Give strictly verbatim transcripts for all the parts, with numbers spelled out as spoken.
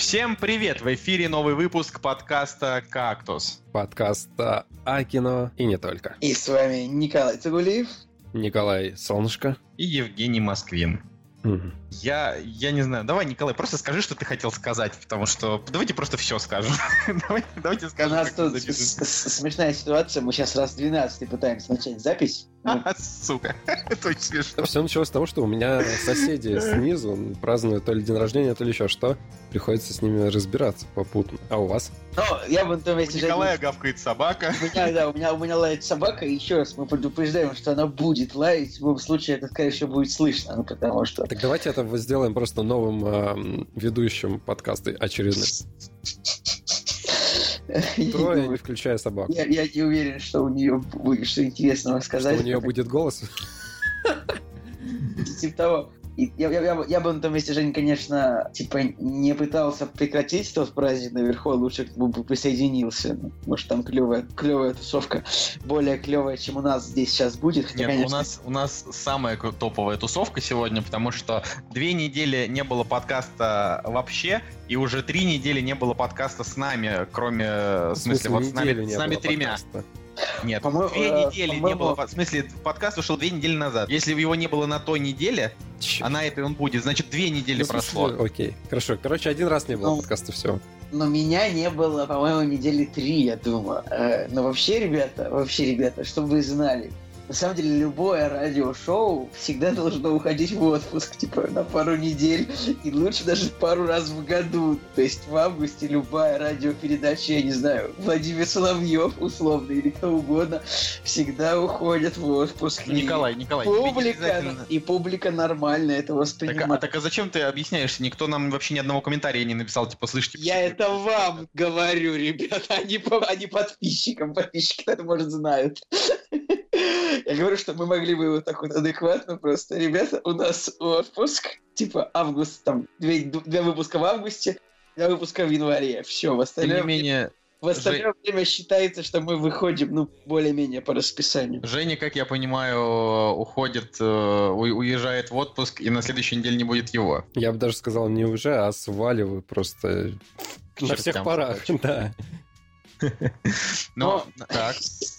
Всем привет! В эфире новый выпуск подкаста «Кактус». Подкаста о кино и не только. И с вами Николай Цигулиев, Николай Солнышко и Евгений Москвин. Угу. Я, я не знаю. Давай, Николай, просто скажи, что ты хотел сказать, потому что давайте просто все скажем. давайте, давайте скажем. У нас тут смешная ситуация. Мы сейчас раз двенадцатый пытаемся начать запись. А, сука, это очень смешно. Все началось с того, что у меня соседи снизу празднуют то ли день рождения, то ли еще что. Приходится с ними разбираться попутно. А у вас? Ну, я бы на том месте... У Николая Женя... гавкает собака. У меня, да, у меня, у меня лает собака. И еще раз мы предупреждаем, что она будет лаять. В любом случае, это, скорее всего, будет слышно. Ну, потому что... Так давайте это сделаем просто новым э, ведущим подкаста очередным. Трое, не включая собаку. Я, я не уверен, что у нее будет что интересного сказать. Что у нее будет голос? Типа того. Я, я, я, я бы на том месте, Жень, конечно, типа не пытался прекратить тот праздник наверху, а лучше бы присоединился. Ну, может, там клевая, клевая тусовка, более клевая, чем у нас здесь сейчас будет. Хотя, Нет, конечно... у нас, у нас самая топовая тусовка сегодня, потому что две недели не было подкаста вообще, и уже три недели не было подкаста с нами, кроме, в смысле, в смысле вот с нами, с нами тремя. Подкаста. Нет, по-моему, две недели по-моему... не было. В смысле, подкаст ушел две недели назад. Если его не было на той неделе, Черт. а на этой он будет, значит, две недели ну, прошло. Смысле, окей. Хорошо. Короче, один раз не было ну, подкаста, все. Но меня не было, по-моему, недели три, я думаю. Э, но вообще, ребята, вообще, ребята, чтобы вы знали, на самом деле, любое радиошоу всегда должно уходить в отпуск, типа, на пару недель, и лучше даже пару раз в году. То есть в августе любая радиопередача, я не знаю, Владимир Соловьев, условно, или кто угодно, всегда уходит в отпуск. Николай, Николай, публика, обязательно... И публика нормально это воспринимает. Так, а, так а зачем ты объясняешься? Никто нам вообще ни одного комментария не написал, типа, слышите... Я это вам говорю, ребята, а не, по, а не подписчикам. Подписчики это, может, знают. Я говорю, что мы могли бы вот так вот адекватно просто. Ребята, у нас отпуск, типа август, там, две, две выпуска в августе, два выпуска в январе. Все, в остальное, Тем не менее, в остальное Жень... время считается, что мы выходим, ну, более-менее по расписанию. Женя, как я понимаю, уходит, уезжает в отпуск, и на следующей неделе не будет его. Я бы даже сказал, не уже, а сваливаю просто на всех парах. Да. Но, так.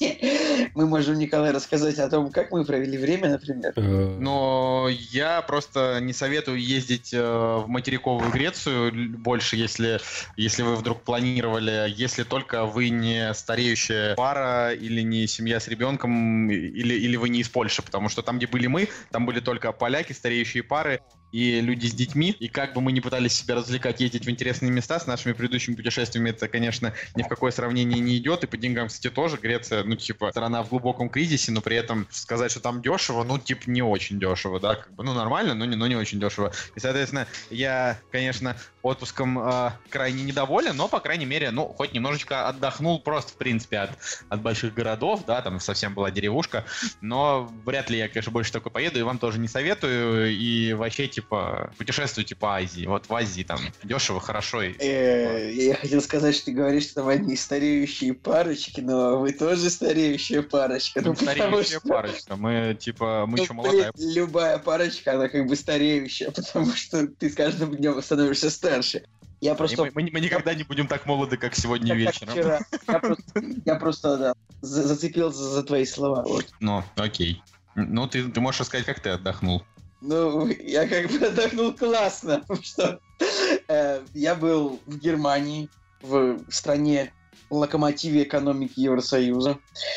Мы можем, Николай, рассказать о том, как мы провели время, например. Но я просто не советую ездить в материковую Грецию больше, если, если вы вдруг планировали, если только вы не стареющая пара или не семья с ребенком, или, или вы не из Польши, потому что там, где были мы, там были только поляки, стареющие пары, и люди с детьми, и как бы мы ни пытались себя развлекать, ездить в интересные места, с нашими предыдущими путешествиями это, конечно, ни в какое сравнение не идет, и по деньгам, кстати, тоже. Греция, ну, типа, страна в глубоком кризисе, но при этом сказать, что там дешево, ну, типа, не очень дешево, да, как бы, ну, нормально, но не, но не очень дешево. И, соответственно, я, конечно, отпуском э, крайне недоволен, но, по крайней мере, ну, хоть немножечко отдохнул просто, в принципе, от, от больших городов, да, там совсем была деревушка, но вряд ли я, конечно, больше такой поеду, и вам тоже не советую, и вообще, типа, Типа, путешествуйте по Азии. Вот в Азии там дешево, хорошо. И... Я хотел сказать, что ты говоришь, что там одни стареющие парочки, но вы тоже стареющая парочка. Мы стареющая парочка. Мы, типа, мы еще молодая. Любая парочка, она как бы стареющая, потому что ты с каждым днем становишься старше. Я просто... мы, мы, мы никогда не будем так молоды, как сегодня как вечером. Вчера. Я просто, я просто да, зацепился за твои слова. Вот. Ну, окей. Ну, ты, ты можешь рассказать, как ты отдохнул? Ну, я как бы отдохнул классно, потому что э, я был в Германии, в стране локомотиве экономики Евросоюза.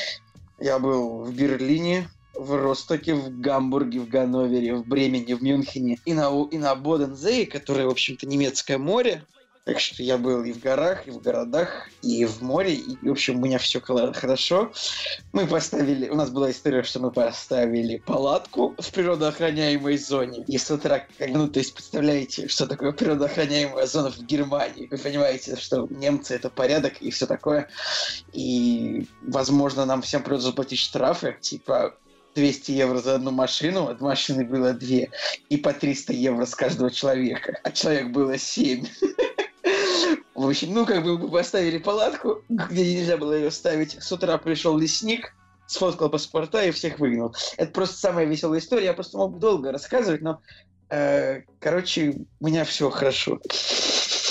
Я был в Берлине, в Ростоке, в Гамбурге, в Ганновере, в Бремене, в Мюнхене и на, и на Бодензее, которое, в общем-то, немецкое море. Так что я был и в горах, и в городах, и в море, и, в общем, у меня все хорошо. Мы поставили, у нас была история, что мы поставили палатку в природоохраняемой зоне. И с утра, ну, то есть, представляете, что такое природоохраняемая зона в Германии. Вы понимаете, что немцы — это порядок и все такое. И, возможно, нам всем придется заплатить штрафы, типа... двести евро за одну машину, от машины было две, и по триста евро с каждого человека, а человек было семь. В общем, ну, как бы мы поставили палатку, где нельзя было ее ставить. С утра пришел лесник, сфоткал паспорта и всех выгнал. Это просто самая веселая история. Я просто мог долго рассказывать, но, э, короче, у меня все хорошо.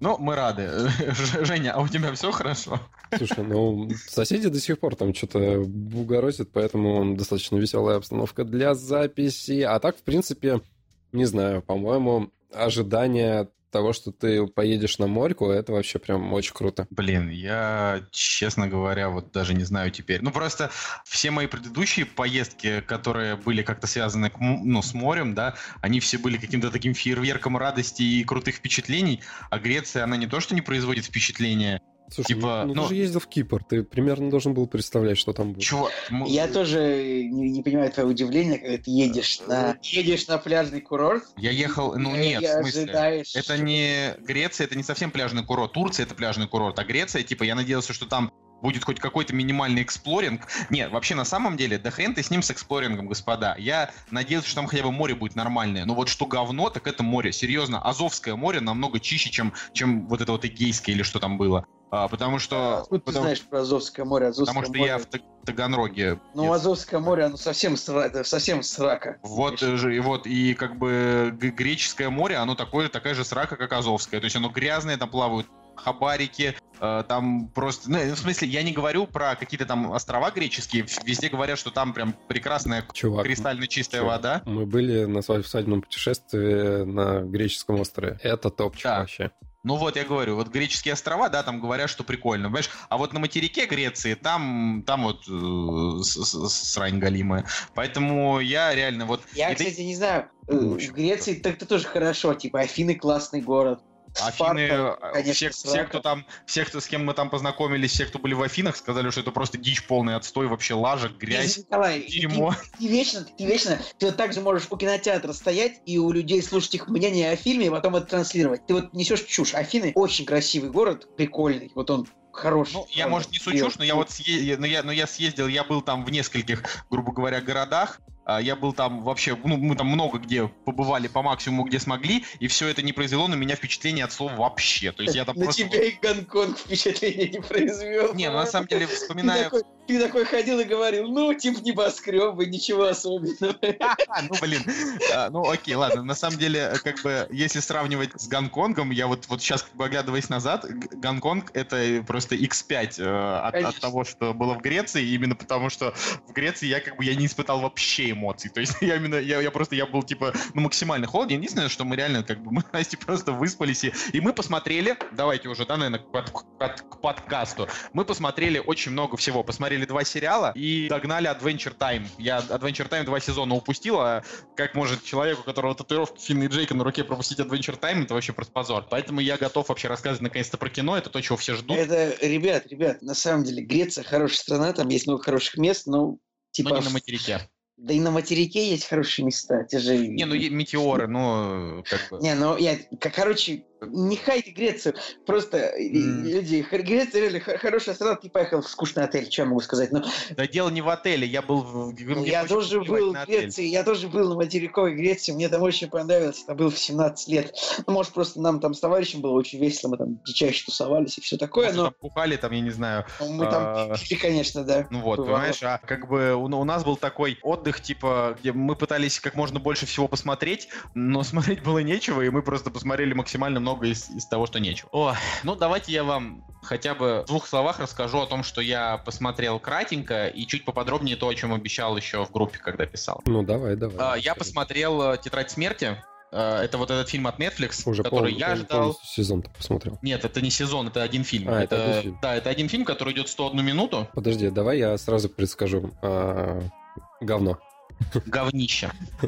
Ну, мы рады. Женя, а у тебя все хорошо? Слушай, ну, соседи до сих пор там что-то бугоросят, поэтому достаточно веселая обстановка для записи. А так, в принципе, не знаю, по-моему, ожидание того, что ты поедешь на морьку, это вообще прям очень круто. Блин, я, честно говоря, вот даже не знаю теперь. Ну, просто все мои предыдущие поездки, которые были как-то связаны к, ну, с морем, да, они все были каким-то таким фейерверком радости и крутых впечатлений, а Греция, она не то, что не производит впечатления. Слушай, типа, ну, ну ну, ты же ездил в Кипр, ты примерно должен был представлять, что там будет. Чего? Я тоже не, не понимаю твоего удивления, когда ты едешь на, едешь на пляжный курорт. Я ехал, ну нет, и в смысле, ожидаешь... это не Греция, это не совсем пляжный курорт, Турция это пляжный курорт, а Греция, типа, я надеялся, что там будет хоть какой-то минимальный эксплоринг. Нет, вообще на самом деле, да хрен ты с ним с эксплорингом, господа. Я надеялся, что там хотя бы море будет нормальное. Но вот что говно, так это море. Серьезно, Азовское море намного чище, чем, чем вот это вот Эгейское или что там было. А, потому что... Откуда потому, ты знаешь про Азовское море? Азовское потому что море... я в Таганроге. Ну, нет. Азовское море, оно совсем, сра... это совсем срака. Вот же, и вот, и как бы Греческое море, оно такое, такая же срака, как Азовское. То есть оно грязное, там плавают хабарики, э, там просто... Ну, в смысле, я не говорю про какие-то там острова греческие, везде говорят, что там прям прекрасная, Чувак, кристально чистая чувак, вода. Мы были на свадебном путешествии на греческом острове. Это топчик Да. вообще. Ну вот, я говорю, вот греческие острова, да, там говорят, что прикольно, понимаешь? А вот на материке Греции, там, там вот э, с- с- срань галимая. Поэтому я реально вот... Я, и ты- кстати, не знаю, э, Ну, в в общем, Греции так-то тоже хорошо, типа Афины классный город. Афины, Спарта, конечно, все, срака. все, кто там, все, кто, с кем мы там познакомились, все, кто были в Афинах, сказали, что это просто дичь, полный отстой, вообще лажа, грязь, Николай, ты, дерьмо. ты вечно, ты вечно, ты вот так же можешь у кинотеатра стоять и у людей слушать их мнение о фильме, и потом это транслировать. Ты вот несешь чушь. Афины очень красивый город, прикольный, вот он хороший. Ну, я, Он может, несу клёвый. чушь, но я вот съездил, но я, но я съездил, я был там в нескольких, грубо говоря, городах. А, Я был там вообще, ну, мы там много где побывали по максимуму, где смогли, и все это не произвело на меня впечатление от слова вообще. То есть я там На просто... тебя и Гонконг впечатление не произвел. Не, ну, на самом деле, Ты вспоминая... такой, ты такой ходил и говорил, ну, типа небоскребы, ничего особенного. Ну, блин. А, Ну, окей, ладно. На самом деле, как бы, если сравнивать с Гонконгом, я вот, вот сейчас, как бы, оглядываясь назад, Г- Гонконг — это просто икс пять э, от, от Конечно. того, что было в Греции, именно потому что в Греции я, как бы, я не испытал вообще эмоций. То есть я именно, я, я просто, я был, типа, ну, максимально холоден. Единственное, что мы реально, как бы, мы, Настя, просто выспались, и, и мы посмотрели, давайте уже, да, наверное, к, под- под- к подкасту, мы посмотрели очень много всего. Посмотрели два сериала и догнали Adventure Time. Я Adventure Time два сезона упустил, а как может человек, у которого татуировки Финна и Джейка на руке, пропустить Adventure Time, это вообще просто позор. Поэтому я готов вообще рассказывать наконец-то про кино, это то, чего все ждут, Это, ребят, ребят, на самом деле, Греция хорошая страна, там есть много хороших мест, но, типа... но не на материке. Да и на материке есть хорошие места, те же... Не, ну е- метеоры, ну, как бы... Не, ну, я, как, короче, не хайте Грецию, просто э, М. люди, х- Греция реально х- хорошая страна, ты поехал в скучный отель, что я могу сказать, ну, Да дело не в отеле, я был в... ну, мне я очень тоже плевать был на в отель. Греции, я тоже был на материковой Греции, мне там очень понравилось, это было в семнадцать лет, ну, может, просто нам там с товарищем было очень весело, мы там дичайше тусовались и все такое, Может, но там пухали, там, я не знаю. мы там а, пили, конечно, да. Ну вот, бывало. понимаешь, а как бы у, у нас был такой отдых, типа, где мы пытались как можно больше всего посмотреть, но смотреть было нечего, и мы просто посмотрели максимально много из, из того, что нечего. О, ну давайте я вам хотя бы в двух словах расскажу о том, что я посмотрел кратенько и чуть поподробнее то, о чем обещал еще в группе, когда писал. Ну, давай, давай. А, я расскажи. посмотрел э, «Тетрадь смерти». Э, Это вот этот фильм от Netflix, Уже который пол- я пол- ждал. полностью сезон-то посмотрел. Нет, это не сезон, это один фильм. А, это один фильм. Да, это один фильм, который идет сто одну минуту. Подожди, давай я сразу предскажу. А, говно. Говнище.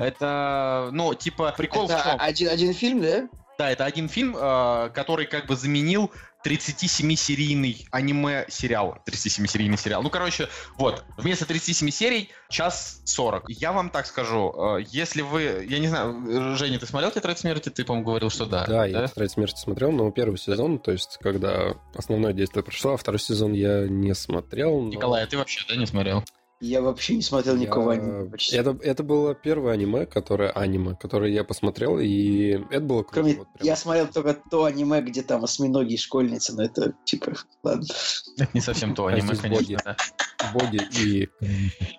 Это, ну, типа, прикол в Это чем? один, один фильм, да? Да, это один фильм, э, который как бы заменил тридцатисемисерийный аниме-сериал. тридцатисемисерийный сериал. Ну, короче, вот, вместо тридцати семи серий час сорок. Я вам так скажу, э, если вы, я не знаю, Женя, ты смотрел «Тетрадь смерти»? Ты, по-моему, говорил, что да. Да, я «Тетрадь смерти» смотрел, но первый сезон, то есть, когда основное действие прошло, а второй сезон я не смотрел. но- Николай, а ты вообще, да, не смотрел? Я вообще не смотрел никакого Я- аниме почти. Это, это было первое аниме, которое аниме, которое я посмотрел, и это было круто. Кроме, вот прям. я смотрел только то аниме, где там осьминоги и школьницы, но это, типа, ладно. Это не совсем то А аниме, здесь конечно. боги. да. Боги и...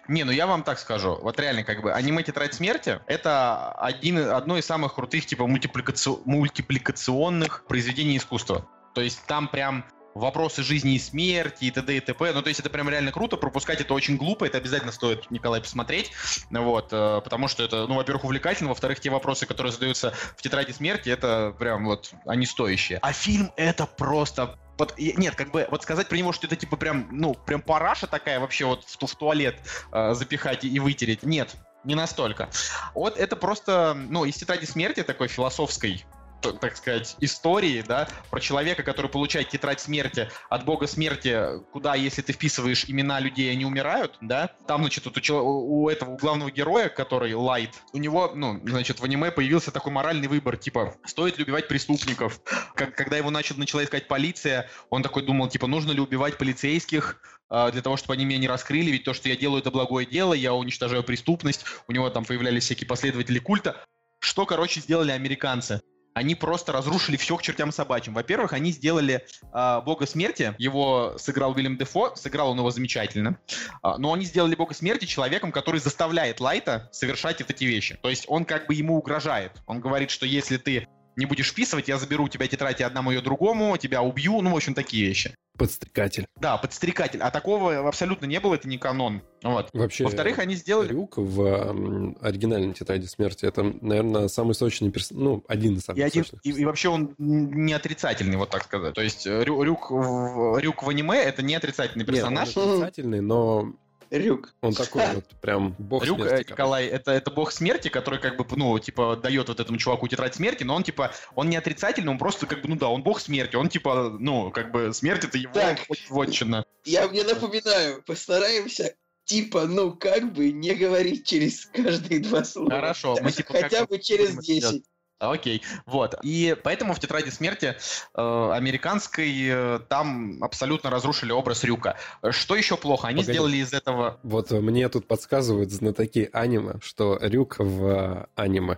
Не, ну я вам так скажу. Вот реально, как бы, аниме «Тетрадь смерти» — это один, одно из самых крутых, типа, мультипликаци... мультипликационных произведений искусства. То есть там прям вопросы жизни и смерти и т.д. и т.п. Ну, то есть это прям реально круто. Пропускать это очень глупо. Это обязательно стоит, Николай, посмотреть. Вот, потому что это, ну, во-первых, увлекательно. Во-вторых, те вопросы, которые задаются в «Тетради смерти», это прям вот они стоящие. А фильм — это просто... Вот, нет, как бы, вот сказать про него, что это типа прям, ну, прям параша такая вообще вот в, в туалет э, запихать и, и вытереть. Нет, не настолько. Вот это просто, ну, из «Тетради смерти» такой философской, так сказать, истории, да, про человека, который получает тетрадь смерти от бога смерти, куда, если ты вписываешь имена людей, они умирают, да. Там, значит, вот у, у этого у главного героя, который Лайт, у него, ну, значит, в аниме появился такой моральный выбор, типа, стоит ли убивать преступников. Как, когда его начал, начала искать полиция, он такой думал, типа, нужно ли убивать полицейских, для того, чтобы они меня не раскрыли, ведь то, что я делаю, это благое дело, я уничтожаю преступность, у него там появлялись всякие последователи культа. Что, короче, сделали американцы? Они просто разрушили все к чертям собачьим. Во-первых, они сделали э, бога смерти, его сыграл Уильям Дефо, сыграл он его замечательно, э, но они сделали бога смерти человеком, который заставляет Лайта совершать вот эти вещи. То есть он как бы ему угрожает. Он говорит, что если ты не будешь вписывать, я заберу у тебя тетрадь и одному ее другому, тебя убью, ну, в общем, такие вещи. Подстрекатель. Да, подстрекатель. А такого абсолютно не было, это не канон. Вот. Вообще, во-вторых, они сделали... Рюк в э, оригинальной «Тетради смерти» — это, наверное, самый сочный персонаж, ну, один из самых и один, сочных. И, и вообще он не отрицательный, вот так сказать. То есть Рю, Рюк, в, Рюк в аниме — это не отрицательный персонаж. Нет, он отрицательный, но... Рюк. Он такой вот прям бог Рюк, смерти. Николай, это, это бог смерти, который как бы, ну, типа, дает вот этому чуваку тетрадь смерти, но он, типа, он не отрицательный, он просто, как бы, ну да, он бог смерти, он, типа, ну, как бы, смерть — это его вотчина. Я мне напоминаю, постараемся, типа, ну, как бы, не говорить через каждые два слова. Хорошо. Мы, типа, хотя как бы через десять. Окей, вот. И поэтому в «Тетради смерти» э, американской э, там абсолютно разрушили образ Рюка. Что еще плохо? Они Погоди. сделали из этого... Вот мне тут подсказывают знатоки аниме, что Рюк в аниме,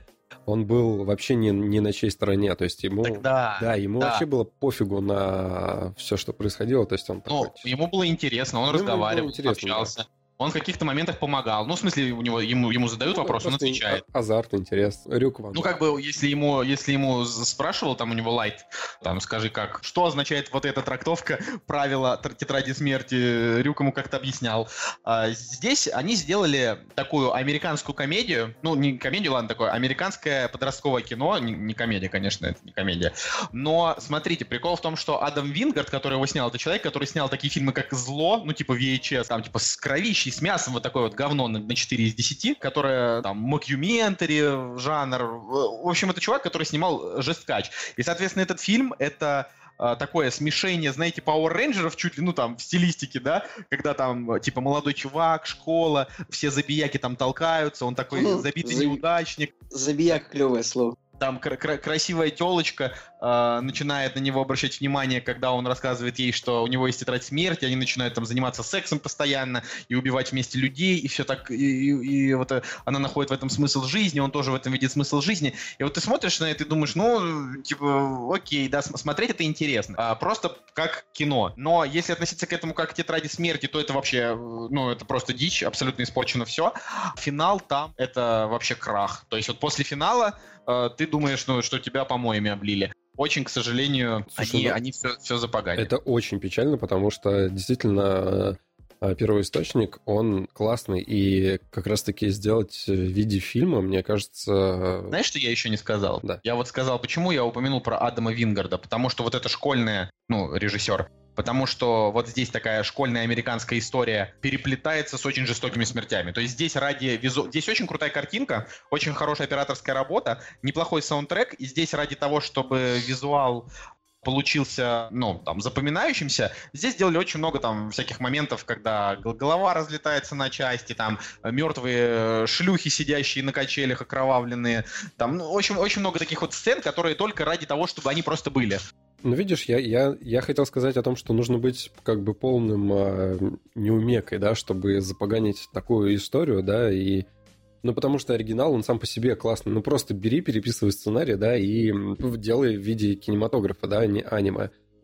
он был вообще не, не на чьей стороне, то есть ему... Тогда, да, ему да. вообще было пофигу на все, что происходило, то есть он Ну, такой... ему было интересно, он Ну, ему разговаривал, было интересно, общался. да. Он в каких-то моментах помогал. Ну, в смысле, у него, ему, ему задают Ну, вопрос, он просто отвечает. Азарт, интерес. Рюк вам. Ну, как бы, если ему, если ему спрашивал, там, у него Лайт, там, скажи, как, что означает вот эта трактовка правила «Тетради смерти», Рюк ему как-то объяснял. А здесь они сделали такую американскую комедию, ну, не комедию, ладно, такое, американское подростковое кино, не, не комедия, конечно, это не комедия, но, смотрите, прикол в том, что Адам Вингард, который его снял, это человек, который снял такие фильмы, как «Зло», ну, типа ви эйч эс, там, типа, с кровищей, с мясом, вот такое вот говно на, на четыре из десяти, которое, там, мокюментари, жанр. В общем, это чувак, который снимал жесткач. И, соответственно, этот фильм — это а, такое смешение, знаете, Power Ranger'ов чуть ли, ну, там, в стилистике, да, когда там, типа, молодой чувак, школа, все забияки там толкаются, он такой Ну, забитый за- неудачник. Забияк — клевое слово. Там кра- кра- красивая телочка э, начинает на него обращать внимание, когда он рассказывает ей, что у него есть тетрадь смерти, они начинают там заниматься сексом постоянно и убивать вместе людей, и все так, и, и- и вот э, она находит в этом смысл жизни, он тоже в этом видит смысл жизни. И вот ты смотришь на это и думаешь, ну, типа, окей, да, см- смотреть это интересно, а, просто как кино. Но если относиться к этому как к тетради смерти, то это вообще, э, ну, это просто дичь, абсолютно испорчено все. Финал там — это вообще крах. То есть вот после финала э, ты думаешь, ну, что тебя помоями облили. Очень, к сожалению, Слушай, они, ну, они все, все запоганили. Это очень печально, потому что действительно э, первоисточник, он классный, и как раз-таки сделать в виде фильма, мне кажется... Знаешь, что я еще не сказал? Да. Я вот сказал, почему я упомянул про Адама Вингарда. Потому что вот это школьная, ну, режиссер, потому что вот здесь такая школьная американская история переплетается с очень жестокими смертями. То есть здесь ради визу... Здесь очень крутая картинка, очень хорошая операторская работа, неплохой саундтрек, и здесь ради того, чтобы визуал получился, ну, там, запоминающимся, здесь сделали очень много там всяких моментов, когда гол- голова разлетается на части, там, мертвые шлюхи, сидящие на качелях, окровавленные, там, ну, очень, очень много таких вот сцен, которые только ради того, чтобы они просто были. Ну, видишь, я, я, я хотел сказать о том, что нужно быть как бы полным э, неумекой, да, чтобы запоганить такую историю, да, и... Ну, потому что оригинал, он сам по себе классный. Ну, просто бери, переписывай сценарий, да, и м, делай в виде кинематографа, да, а не аниме.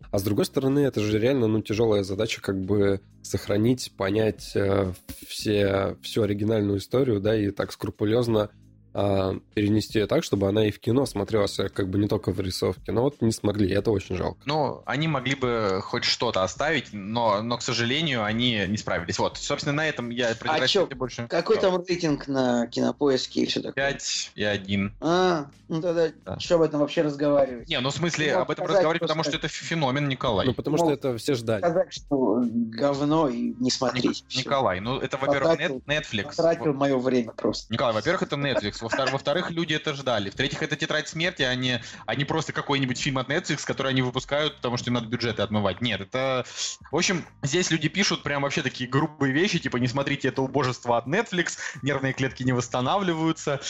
А с другой стороны, это же реально, ну, тяжелая задача как бы сохранить, понять э, все, всю оригинальную историю, да, и так скрупулезно э, перенести ее так, чтобы она и в кино смотрелась, как бы не только в рисовке. Но вот не смогли, это очень жалко. Ну, они могли бы хоть что-то оставить, но, но, к сожалению, они не справились. Вот, собственно, на этом я А чё, больше... какой там рейтинг на Кинопоиске и все такое? пять и один. А, ну тогда да. Что об этом вообще разговаривать? Не, ну в смысле ну, об этом разговаривать, потому что это феномен, Николай. Ну, потому что это все ждали. Сказать, что говно и не смотреть. Ник- Николай, ну это, во-первых, потратил, Netflix. Потратил мое время просто. Николай, во-первых, это Netflix. Во-вторых, во-вторых, люди это ждали. В-третьих, это «Тетрадь смерти», а не, а не просто какой-нибудь фильм от Netflix, который они выпускают, потому что им надо бюджеты отмывать. Нет, это... В общем, здесь люди пишут прям вообще такие грубые вещи, типа, не смотрите это убожество от Netflix, нервные клетки не восстанавливаются,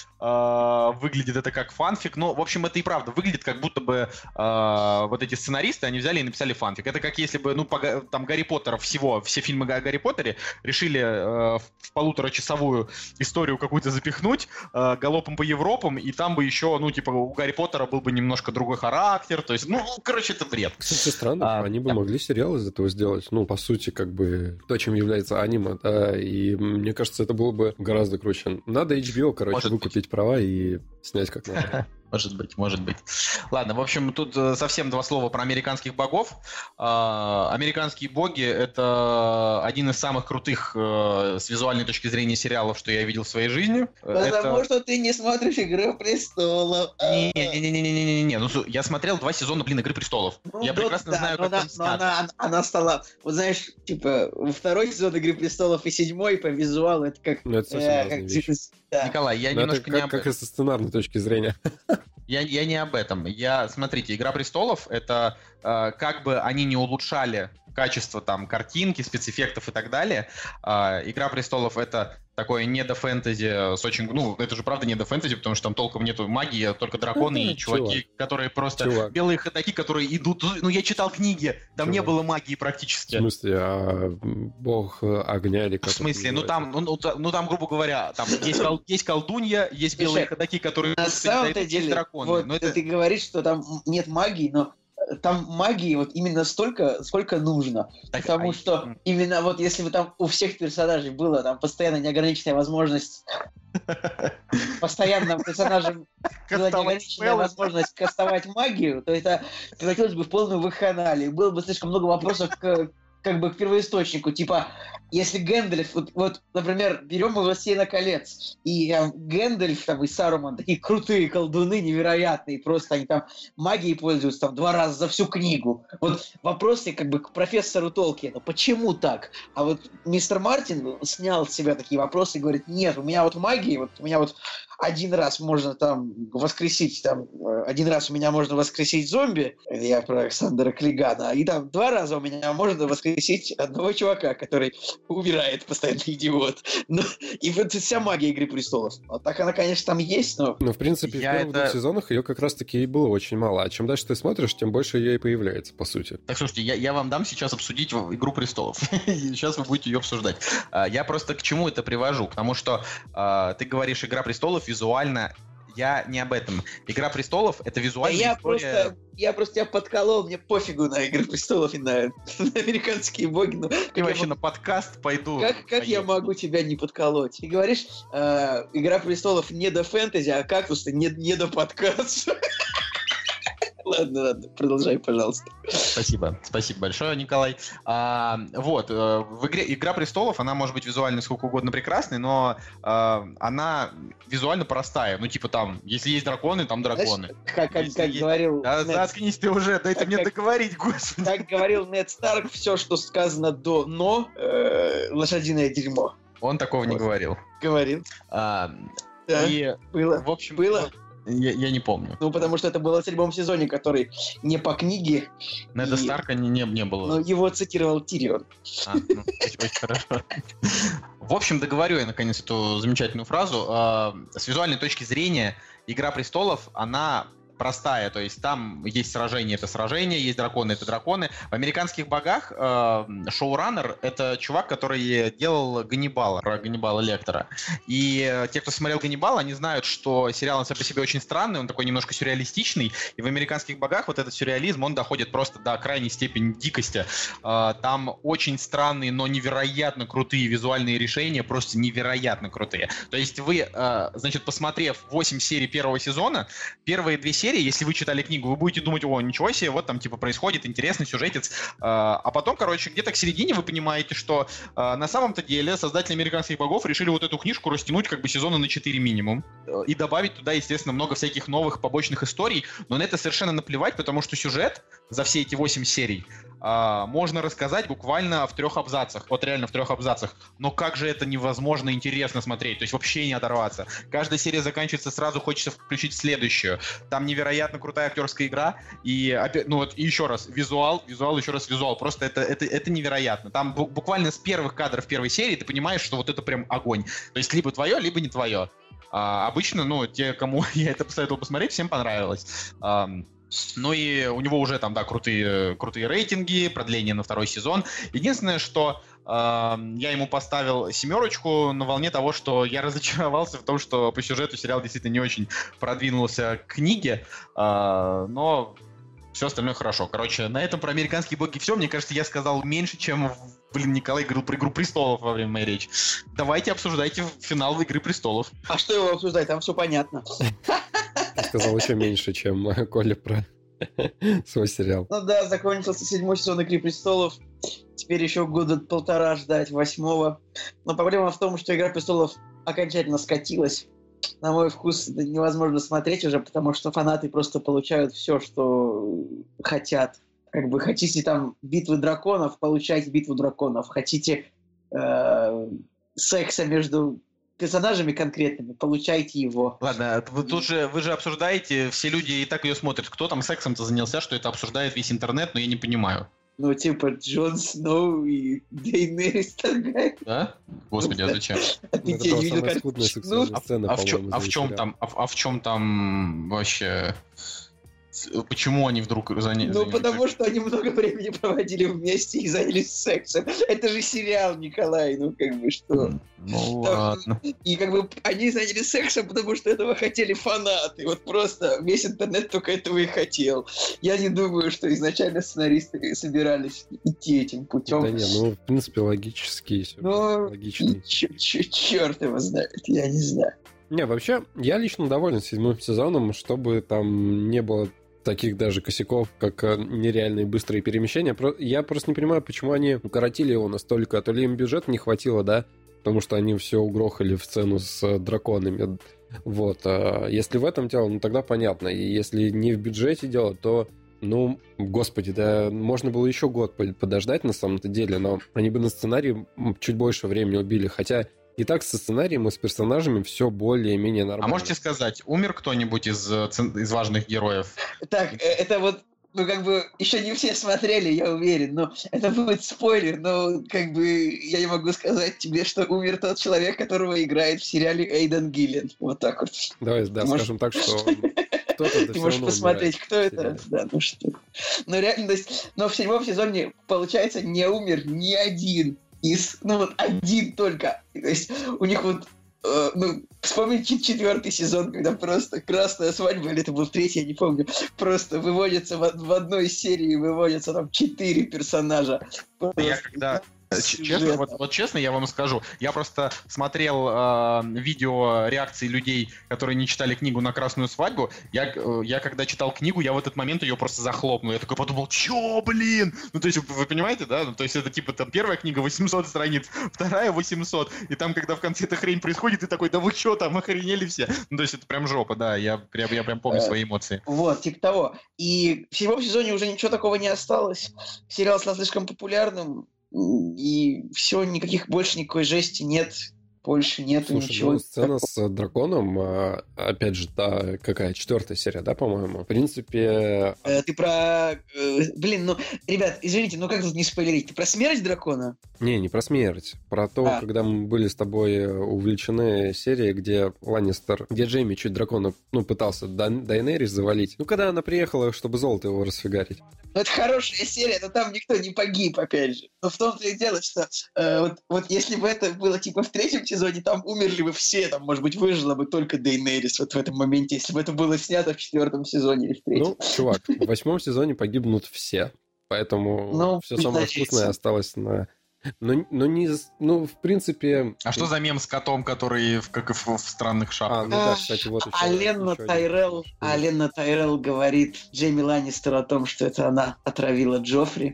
э- выглядит это как фанфик. Ну, в общем, это и правда выглядит, как будто бы э- вот эти сценаристы, они взяли и написали фанфик. Это как если бы, ну, по, там, Гарри Поттера всего, все фильмы о Гарри Поттере решили э- в полуторачасовую историю какую-то запихнуть э- галопом по Европам, и там бы еще, ну, типа, у Гарри Поттера был бы немножко другой характер, то есть, ну, короче, это бред. Кстати, странно, а, они бы да. могли сериал из этого сделать, ну, по сути, как бы, то, чем является аниме, да, и мне кажется, это было бы гораздо круче. Надо эйч би о, короче, Может выкупить быть. права и снять как надо. Может быть, может быть. Ладно, в общем, тут совсем два слова про американских богов. Американские боги — это один из самых крутых с визуальной точки зрения сериалов, что я видел в своей жизни. Потому это... что ты не смотришь «Игру престолов». Не-не-не-не-не-не-не. Ну, я смотрел два сезона, блин, «Игры престолов». Ну, я прекрасно да, знаю, как она, там снято. Она, она стала, вот знаешь, типа, второй сезон «Игры престолов» и седьмой по визуалу, это как... Ну, это совсем э, разные вещи. Да. Николай, я Но немножко это не... Как, как и со сценарной точки зрения. Я, я не об этом. Я, смотрите, «Игра престолов» — это э, как бы они не улучшали качество там картинки, спецэффектов и так далее. Э, «Игра престолов» — это такое недофэнтези с очень... Ну, это же правда недофэнтези, потому что там толком нету магии, только драконы и чуваки, Чувак. которые просто... Чувак. Белые ходаки, которые идут... Ну, я читал книги, там Чувак. не было магии практически. В смысле, а бог огня или как? В смысле? Ну там, ну, ну, ну, там, грубо говоря, там есть, кол... есть колдунья, есть белые Слушай, ходаки, которые... На самом-то деле, драконы. Вот, но это... ты говоришь, что там нет магии, но там магии вот именно столько, сколько нужно. Так, потому а... что именно вот если бы там у всех персонажей было там постоянно неограниченная возможность постоянно персонажам была неограниченная возможность кастовать магию, то это превратилось бы в полную вакханалию. Было бы слишком много вопросов к как бы к первоисточнику, типа, если Гэндальф, вот, вот например, берем его «Властелина колец», и там Гэндальф там, и Саруман, такие крутые колдуны, невероятные, просто они там магией пользуются там два раза за всю книгу. Вот вопросы как бы к профессору Толкину, почему так? А вот мистер Мартин снял с себя такие вопросы и говорит, нет, у меня вот магии, вот у меня вот один раз можно там воскресить, там, один раз у меня можно воскресить зомби, я про Александра Клигана, и там два раза у меня можно воскресить одного чувака, который умирает, постоянно идиот. Ну, и вот вся магия «Игры престолов». Вот так она, конечно, там есть, но... Ну, в принципе, я в первых это... двух сезонах ее как раз-таки и было очень мало. А чем дальше ты смотришь, тем больше ее и появляется, по сути. Так, слушайте, я, я вам дам сейчас обсудить «Игру престолов». И сейчас вы будете ее обсуждать. Я просто к чему это привожу? Потому что ты говоришь «Игра престолов» визуально... Я не об этом. «Игра престолов» — это визуальная я история... Просто, я просто тебя подколол, мне пофигу на «Игры престолов» и на, на американские боги. Ну, и вообще мог... на подкаст пойду. Как, как я могу тебя не подколоть? Ты говоришь, э, «Игра престолов» не до фэнтези, а «Кактусы» не, не до подкаста. Ладно, ладно, продолжай, пожалуйста. Спасибо, спасибо большое, Николай. А, вот, в игре «Игра престолов», она может быть визуально сколько угодно прекрасной, но а, она визуально простая. Ну, типа там, если есть драконы, там драконы. Знаешь, как, как, как есть... говорил... Да, Нед... заткнись ты уже, дай ты мне как, договорить, господи. Как говорил Нед Старк, все, что сказано до «но», э, лошадиное дерьмо. Он такого вот. не говорил. Говорил. А, да, и, было. В общем, было. Я, я не помню. Ну, потому что это было в седьмом сезоне, который не по книге. Неда и... Старка не, не, не было. Но его цитировал Тирион. А, ну, очень, очень хорошо. В общем, договорю я, наконец, эту замечательную фразу. С визуальной точки зрения, «Игра престолов», она простая, то есть там есть сражение, это сражение, есть драконы, это драконы. В «Американских богах» э, шоураннер — это чувак, который делал «Ганнибала», про Ганнибала Лектора. И э, те, кто смотрел «Ганнибала», они знают, что сериал сам по себе очень странный, он такой немножко сюрреалистичный, и в «Американских богах» вот этот сюрреализм, он доходит просто до крайней степени дикости. Э, там очень странные, но невероятно крутые визуальные решения, просто невероятно крутые. То есть вы, э, значит, посмотрев восемь серий первого сезона, первые две серии, если вы читали книгу, вы будете думать: о, ничего себе, вот там типа происходит интересный сюжетец. А потом, короче, где-то к середине вы понимаете, что на самом-то деле создатели «Американских богов» решили вот эту книжку растянуть как бы сезона на четыре минимум. И добавить туда, естественно, много всяких новых побочных историй. Но на это совершенно наплевать, потому что сюжет за все эти восемь серий а, можно рассказать буквально в трех абзацах. Вот реально в трех абзацах. Но как же это невозможно интересно смотреть. То есть вообще не оторваться. Каждая серия заканчивается, сразу хочется включить следующую. Там невероятно крутая актерская игра. И, опять, ну вот, и еще раз, визуал, визуал, еще раз визуал. Просто это, это, это невероятно. Там бу- буквально с первых кадров первой серии ты понимаешь, что вот это прям огонь. То есть либо твое, либо не твое. А, обычно, ну, те, кому я это посоветовал посмотреть, всем понравилось. А, ну и у него уже там, да, крутые, крутые рейтинги, продление на второй сезон. Единственное, что э, я ему поставил семерочку на волне того, что я разочаровался в том, что по сюжету сериал действительно не очень продвинулся к книге, э, но все остальное хорошо. Короче, на этом про «Американские боги» все. Мне кажется, я сказал меньше, чем, блин, Николай говорил про «Игру престолов» во время моей речи. Давайте обсуждайте финал «Игры престолов». А что его обсуждать? Там все понятно. Ты сказал еще меньше, чем Коля про свой сериал. Ну да, закончился седьмой сезон «Игры престолов». Теперь еще года полтора ждать восьмого. Но проблема в том, что «Игра престолов» окончательно скатилась. На мой вкус это невозможно смотреть уже, потому что фанаты просто получают все, что хотят. Как бы хотите там битвы драконов, получайте битву драконов. Хотите э, секса между персонажами конкретными, получайте его. Ладно, вы тут же, вы же обсуждаете, все люди и так ее смотрят. Кто там сексом-то занялся, что это обсуждает весь интернет, но я не понимаю. Ну, типа, Джон Сноу и Дейнерис Таргарyen. Да? Господи, а зачем? А ты Это была не видел, самая как... скудная Ну, сексуальная сцена, А в чем, по-моему, а в за чем сериал. там, а, в- а в чем там вообще? Почему они вдруг заня- Ну, занялись? потому что они много времени проводили вместе и занялись сексом. Это же сериал, Николай, ну, как бы, что... Ну Там- ладно. И как бы они занялись сексом, потому что этого хотели фанаты. Вот просто весь интернет только этого и хотел. Я не думаю, что изначально сценаристы собирались идти этим путем. Да не, ну, в принципе, логический сюжет, Ну, логичный. черт его знает, я не знаю. Не, вообще, я лично доволен седьмым сезоном, чтобы там не было таких даже косяков, как э, нереальные быстрые перемещения. Про- Я просто не понимаю, почему они укоротили его настолько. То ли им бюджета не хватило, да? Потому что они все угрохали в сцену с э, драконами. Вот. А если в этом дело, ну тогда понятно. И если не в бюджете дело, то, ну, господи, да, можно было еще год по- подождать на самом-то деле, но они бы на сценарий м, чуть больше времени убили. Хотя и так со сценарием и с персонажами все более-менее нормально. А можете сказать, умер кто-нибудь из, э, цен- из важных героев? Так, э, это вот, ну, как бы, еще не все смотрели, я уверен, но это будет спойлер, но, как бы, я не могу сказать тебе, что умер тот человек, которого играет в сериале Эйден Гиллен. Вот так вот. Давай, да, Ты скажем так, что кто-то Ты можешь посмотреть, кто это. Да, ну что. Но реально, то есть, но в седьмом сезоне, получается, не умер ни один из, ну вот один только. То есть у них вот, э, ну, вспомните четвертый сезон, когда просто красная свадьба, или это был третий, я не помню, просто выводится в, в одной серии, выводятся там четыре персонажа. Я Просто когда... Ч- Честно, сюжета. вот, вот честно я вам скажу, я просто смотрел э, видео реакции людей, которые не читали книгу на «Красную свадьбу». Я, э, я когда читал книгу, я в этот момент ее просто захлопнул. Я такой подумал, чё, блин? Ну, то есть, вы понимаете, да? Ну, то есть, это типа там первая книга восемьсот страниц, вторая восемьсот, и там, когда в конце эта хрень происходит, ты такой, да вы чё там, охренели все? Ну, то есть, это прям жопа, да, я прям, я прям помню свои эмоции. Вот, типа того. И в седьмом сезоне уже ничего такого не осталось. Сериал стал слишком популярным, и все, никаких больше никакой жести нет. больше нету Слушай, ничего. ну, сцена с драконом, а, опять же, та какая, четвертая серия, да, по-моему? В принципе... Э, Ты про... э, Блин, ну, ребят, извините, ну как тут не спойлерить? Ты про смерть дракона? Не, не про смерть. Про то, А. когда мы были с тобой увлечены серией, где Ланнистер, где Джейми чуть дракона, ну, пытался Дан- Дайнерис завалить. Ну, когда она приехала, чтобы золото его расфигарить. Ну, это хорошая серия, но там никто не погиб, опять же. Но в том-то и дело, что э, вот, вот если бы это было типа в третьем сезоне, там умерли бы все, там, может быть, выжила бы только Дейнерис вот в этом моменте, если бы это было снято в четвертом сезоне или в третьем. Ну, чувак, в восьмом сезоне погибнут все. Поэтому ну, все самое вкусное осталось на... Ну, ну, не, ну, в принципе... А что за мем с котом, который в, как и в, в странных шапках? А, ну да, кстати, вот еще... А Ленна еще Тайрелл, один. а Ленна Тайрелл говорит Джейми Ланнистер о том, что это она отравила Джоффри,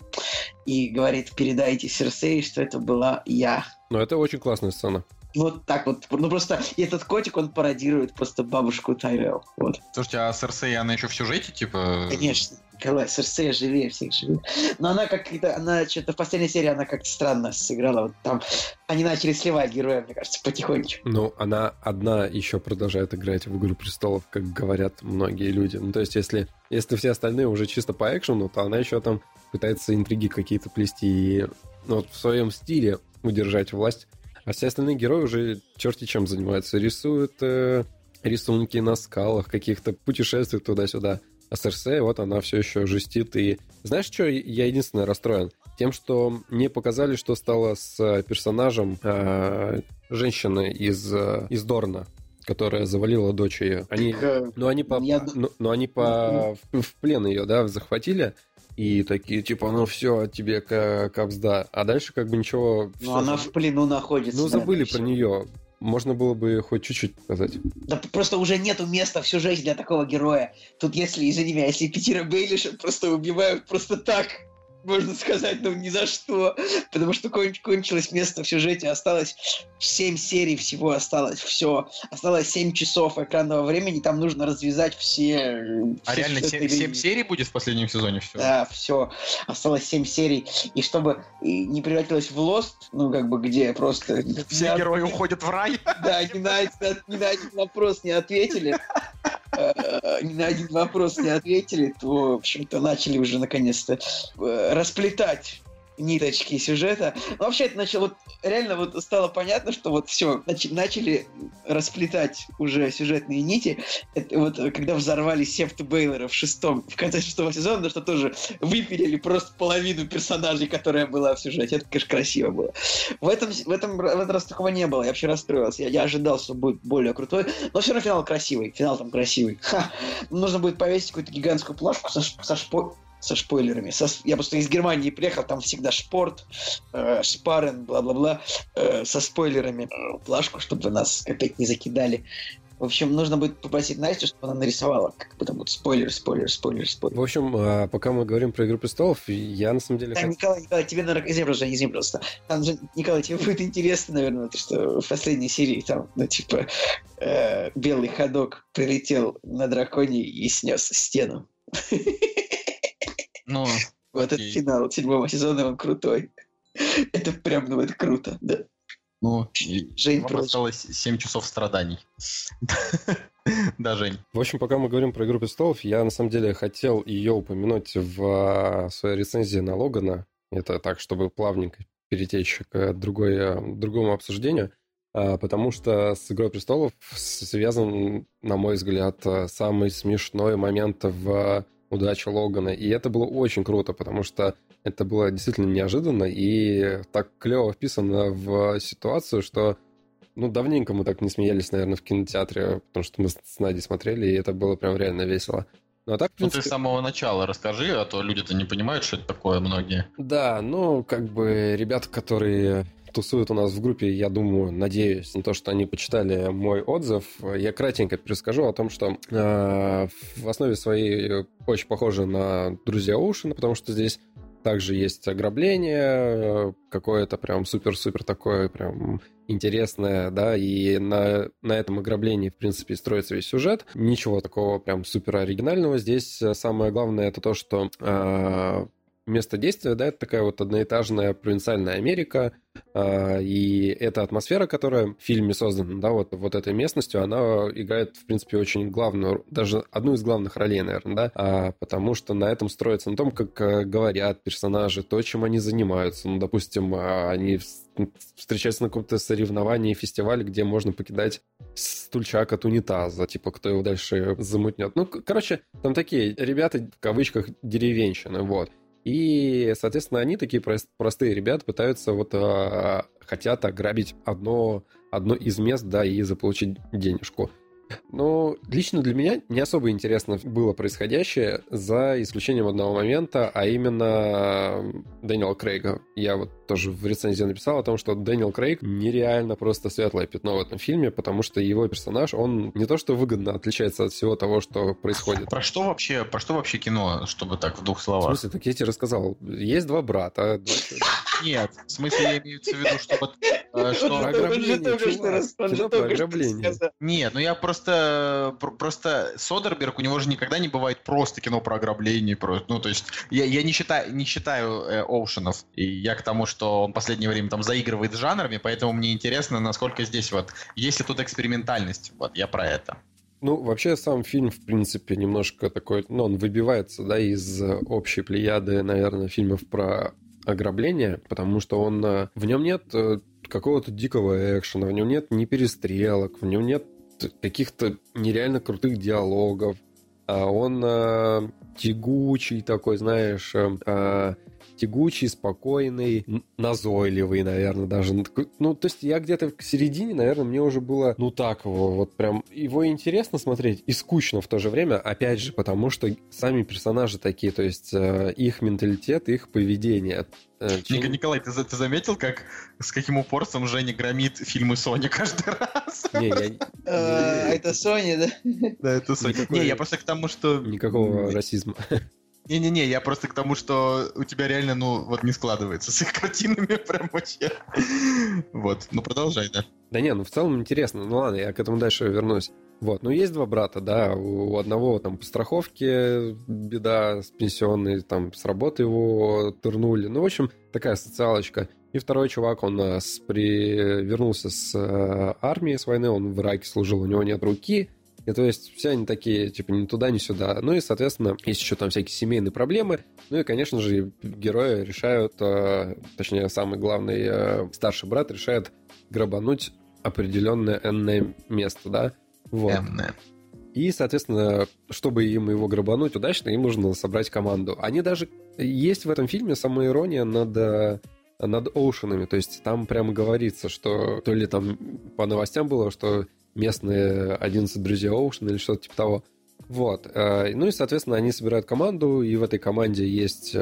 и говорит, передайте Серсеи, что это была я. Ну, это очень классная сцена. Вот так вот. Ну, просто этот котик, он пародирует просто бабушку Тайрелл. Вот. Слушайте, а Серсей, она еще в сюжете, типа... Конечно. Николай, Серсея живее всех живее. Но она как-то, она что-то в последней серии она как-то странно сыграла. Вот там они начали сливать героя, мне кажется, потихонечку. Ну, она одна еще продолжает играть в «Игру престолов», как говорят многие люди. Ну, то есть, если, если все остальные уже чисто по экшену, то она еще там пытается интриги какие-то плести и ну, вот в своем стиле удержать власть. А все остальные герои уже черти чем занимаются. Рисуют э, рисунки на скалах, каких-то путешествуют туда-сюда. А Серсея, вот она все еще жестит. И знаешь, что я единственное расстроен? Тем, что не показали, что стало с персонажем э, женщины из, э, из Дорна, которая завалила дочь ее. Они, Так, ну, они по, я... ну, ну, они по в, в плен ее, да, захватили. И такие, типа, ну все, тебе капсда. А дальше как бы ничего... Ну, она заб... в плену находится. Ну, забыли про нее. Можно было бы хоть чуть-чуть показать. Да просто уже нету места в сюжете для такого героя. Тут если, извини меня, если Питера Бейлиша просто убивают просто так, можно сказать, ну ни за что. Потому что кон- кончилось место в сюжете, осталось семь серий всего, осталось все. Осталось семь часов экранного времени, там нужно развязать все... А все реально семь серий будет в последнем сезоне все? Да, все. Осталось семь серий. И чтобы не превратилось в Lost, ну как бы где просто... Все не герои от... уходят в рай? Да, ни на, ни на один вопрос не ответили. Ни на один вопрос не ответили, то, в общем-то, начали уже наконец-то расплетать ниточки сюжета. Но вообще это начало, вот реально вот стало понятно, что вот все, нач, начали расплетать уже сюжетные нити. Это вот когда взорвали септу Бейлора в шестом, в конце шестого сезона, что тоже выпилили просто половину персонажей, которая была в сюжете. Это, конечно, красиво было. В этом, в этом, в этот раз такого не было. Я вообще расстроился. Я, я ожидал, что будет более крутой, но все равно финал красивый. Финал там красивый. Ха. Нужно будет повесить какую-то гигантскую плашку со, со шпо... со шпойлерами. Со, я просто из Германии приехал, там всегда шпорт, э, шпарен, бла-бла-бла, э, со спойлерами. Э, плашку, чтобы нас опять не закидали. В общем, нужно будет попросить Настю, чтобы она нарисовала, как бы там вот спойлер, спойлер, спойлер, спойлер. В общем, пока мы говорим про «Игру престолов», я на самом деле... Да, хот... Николай, Николай, тебе, наверное, извини, просто, извини, просто. Там же, Николай, тебе будет интересно, наверное, то, что в последней серии там, ну, типа, э, белый ходок прилетел на драконе и снес стену. Ну, вот этот финал седьмого сезона, он крутой. Это прям, ну, это круто, да. Ну, Жень, вам осталось семь часов страданий. Да, Жень. В общем, пока мы говорим про «Игру престолов», я на самом деле хотел ее упомянуть в своей рецензии на Логана. Это так, чтобы плавненько перетечь к другой, другому обсуждению. Потому что с «Игрой престолов» связан, на мой взгляд, самый смешной момент в удаче Логана. И это было очень круто, потому что это было действительно неожиданно и так клево вписано в ситуацию, что ну, давненько мы так не смеялись, наверное, в кинотеатре, потому что мы с Надей смотрели, и это было прям реально весело. Ну, а так, в принципе... Ну, ты с самого начала расскажи, а то люди-то не понимают, что это такое, многие. Да, ну, как бы ребята, которые тусуют у нас в группе, я думаю, надеюсь на то, что они почитали мой отзыв. Я кратенько перескажу о том, что э, в основе своей очень похоже на «Друзья Оушена», потому что здесь также есть ограбление, какое-то прям супер-супер такое прям интересное, да, и на, на этом ограблении, в принципе, строится весь сюжет. Ничего такого прям супер оригинального. Здесь самое главное это то, что э, место действия, да, это такая вот одноэтажная провинциальная Америка, и эта атмосфера, которая в фильме создана, да, вот, вот этой местностью, она играет, в принципе, очень главную, даже одну из главных ролей, наверное, да, потому что на этом строится, на том, как говорят персонажи, то, чем они занимаются. Ну, допустим, они встречаются на каком-то соревновании, фестивале, где можно покидать стульчак от унитаза, типа, кто его дальше замутнет. Ну, короче, там такие ребята, в кавычках, деревенщины, вот. И, соответственно, они, такие простые ребята, пытаются вот, а, хотят ограбить одно, одно из мест, да, и заполучить денежку. Но лично для меня не особо интересно было происходящее, за исключением одного момента, а именно Дэниела Крейга. Я вот тоже в рецензии написал о том, что Дэниел Крейг нереально просто светлое пятно в этом фильме, потому что его персонаж, он не то что выгодно отличается от всего того, что происходит. Про что вообще, про что вообще кино, чтобы так в двух словах? В смысле, так я тебе рассказал. Есть два брата. Нет, в смысле, я имею в виду, что вот... Про ограбление, чувак. Кино про ограбление. Нет, ну я просто... Просто Содерберг, у него же никогда не бывает просто кино про ограбление. Ну, то есть, я, я не считаю, не считаю Оушенов. И я к тому, что он в последнее время там заигрывает с жанрами, поэтому мне интересно, насколько здесь вот... Есть ли тут экспериментальность? Вот, я про это. Ну, вообще, сам фильм, в принципе, немножко такой... Ну, он выбивается, да, из общей плеяды, наверное, фильмов про ограбление, потому что он... В нем нет какого-то дикого экшена, в нем нет ни перестрелок, в нем нет каких-то нереально крутых диалогов. Он а, тягучий такой, знаешь... А, тягучий, спокойный, назойливый, наверное, даже. Ну, то есть я где-то к середине, наверное, мне уже было, ну, так его, вот прям, его интересно смотреть и скучно в то же время, опять же, потому что сами персонажи такие, то есть их менталитет, их поведение. Чем... Николай, ты, ты заметил, как с каким упорством Женя громит фильмы Sony каждый раз? Не, я... Это Sony, да? Да, это Sony. Не, я просто к тому, что... Никакого расизма. Не-не-не, я просто к тому, что у тебя реально, ну, вот не складывается с их картинами прям вообще. Вот, ну продолжай, да. Да не, ну в целом интересно. Ну ладно, я к этому дальше вернусь. Вот, ну есть два брата, да, у одного там по страховке беда с пенсионной, там с работы его турнули. Ну, в общем, такая социалочка. И второй чувак, он с, при... вернулся с армии, с войны, он в Ираке служил, у него нет руки. И то есть все они такие, типа, ни туда, ни сюда. Ну и, соответственно, есть еще там всякие семейные проблемы. Ну и, конечно же, герои решают, э, точнее, самый главный э, старший брат решает грабануть определенное энное место, да? Вот. Энное. И, соответственно, чтобы им его грабануть удачно, им нужно собрать команду. Они даже... Есть в этом фильме самоирония над... над Оушенами. То есть там прямо говорится, что то ли там по новостям было, что местные одиннадцать друзей Оушена или что-то типа того. Вот. Ну и, соответственно, они собирают команду, и в этой команде есть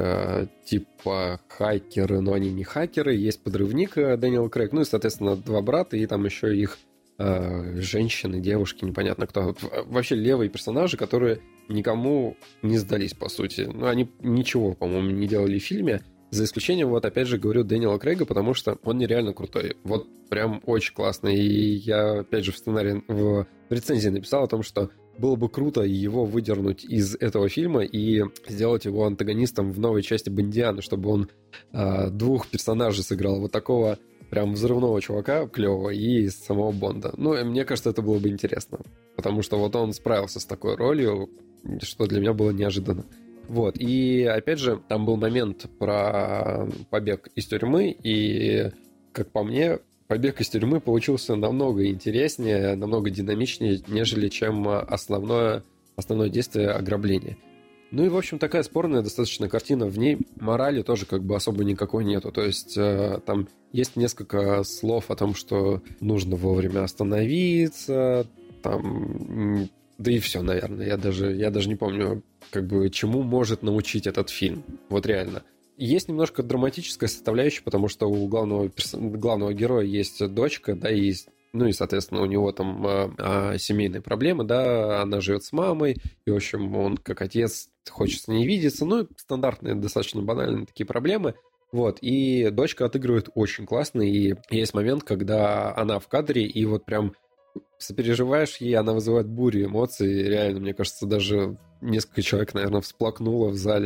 типа хакеры, но они не хакеры, есть подрывник Дэниел Крейг, ну и, соответственно, два брата, и там еще их женщины, девушки, непонятно кто. Вообще левые персонажи, которые никому не сдались, по сути. Ну, они ничего, по-моему, не делали в фильме. За исключением, вот опять же говорю, Дэниела Крейга, потому что он нереально крутой. Вот прям очень классный. И я, опять же, в сценарии, в рецензии написал о том, что было бы круто его выдернуть из этого фильма и сделать его антагонистом в новой части Бондиана, чтобы он э, двух персонажей сыграл. Вот такого прям взрывного чувака, клевого, и самого Бонда. Ну, и мне кажется, это было бы интересно. Потому что вот он справился с такой ролью, что для меня было неожиданно. Вот, и опять же, там был момент про побег из тюрьмы, и, как по мне, побег из тюрьмы получился намного интереснее, намного динамичнее, нежели чем основное, основное действие ограбления. Ну и, в общем, такая спорная достаточно картина, в ней морали тоже как бы особо никакой нету, то есть там есть несколько слов о том, что нужно вовремя остановиться, там... Да и все, наверное. Я даже, я даже не помню, как бы, чему может научить этот фильм. Вот реально. Есть немножко драматическая составляющая, потому что у главного, перс... главного героя есть дочка, да, и есть, ну и, соответственно, у него там а, а, семейные проблемы, да, она живет с мамой, и, в общем, он как отец хочет с ней видеться, ну, стандартные, достаточно банальные такие проблемы. Вот, и дочка отыгрывает очень классно, и есть момент, когда она в кадре, и вот прям сопереживаешь ей, она вызывает бурю эмоций. Реально, мне кажется, даже несколько человек, наверное, всплакнуло в зале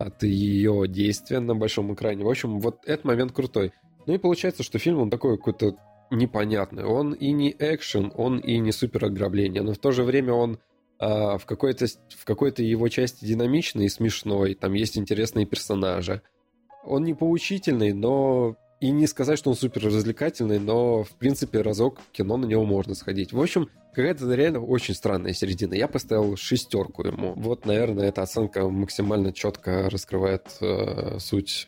от ее действия на большом экране. В общем, вот этот момент крутой. Ну и получается, что фильм, он такой какой-то непонятный. Он и не экшен, он и не супер ограбление, но в то же время он а, в, какой-то, в какой-то его части динамичный и смешной. Там есть интересные персонажи. Он не поучительный, но... И не сказать, что он супер развлекательный, но, в принципе, разок в кино на него можно сходить. В общем, какая-то реально очень странная середина. Я поставил шестерку ему. Вот, наверное, эта оценка максимально четко раскрывает э, суть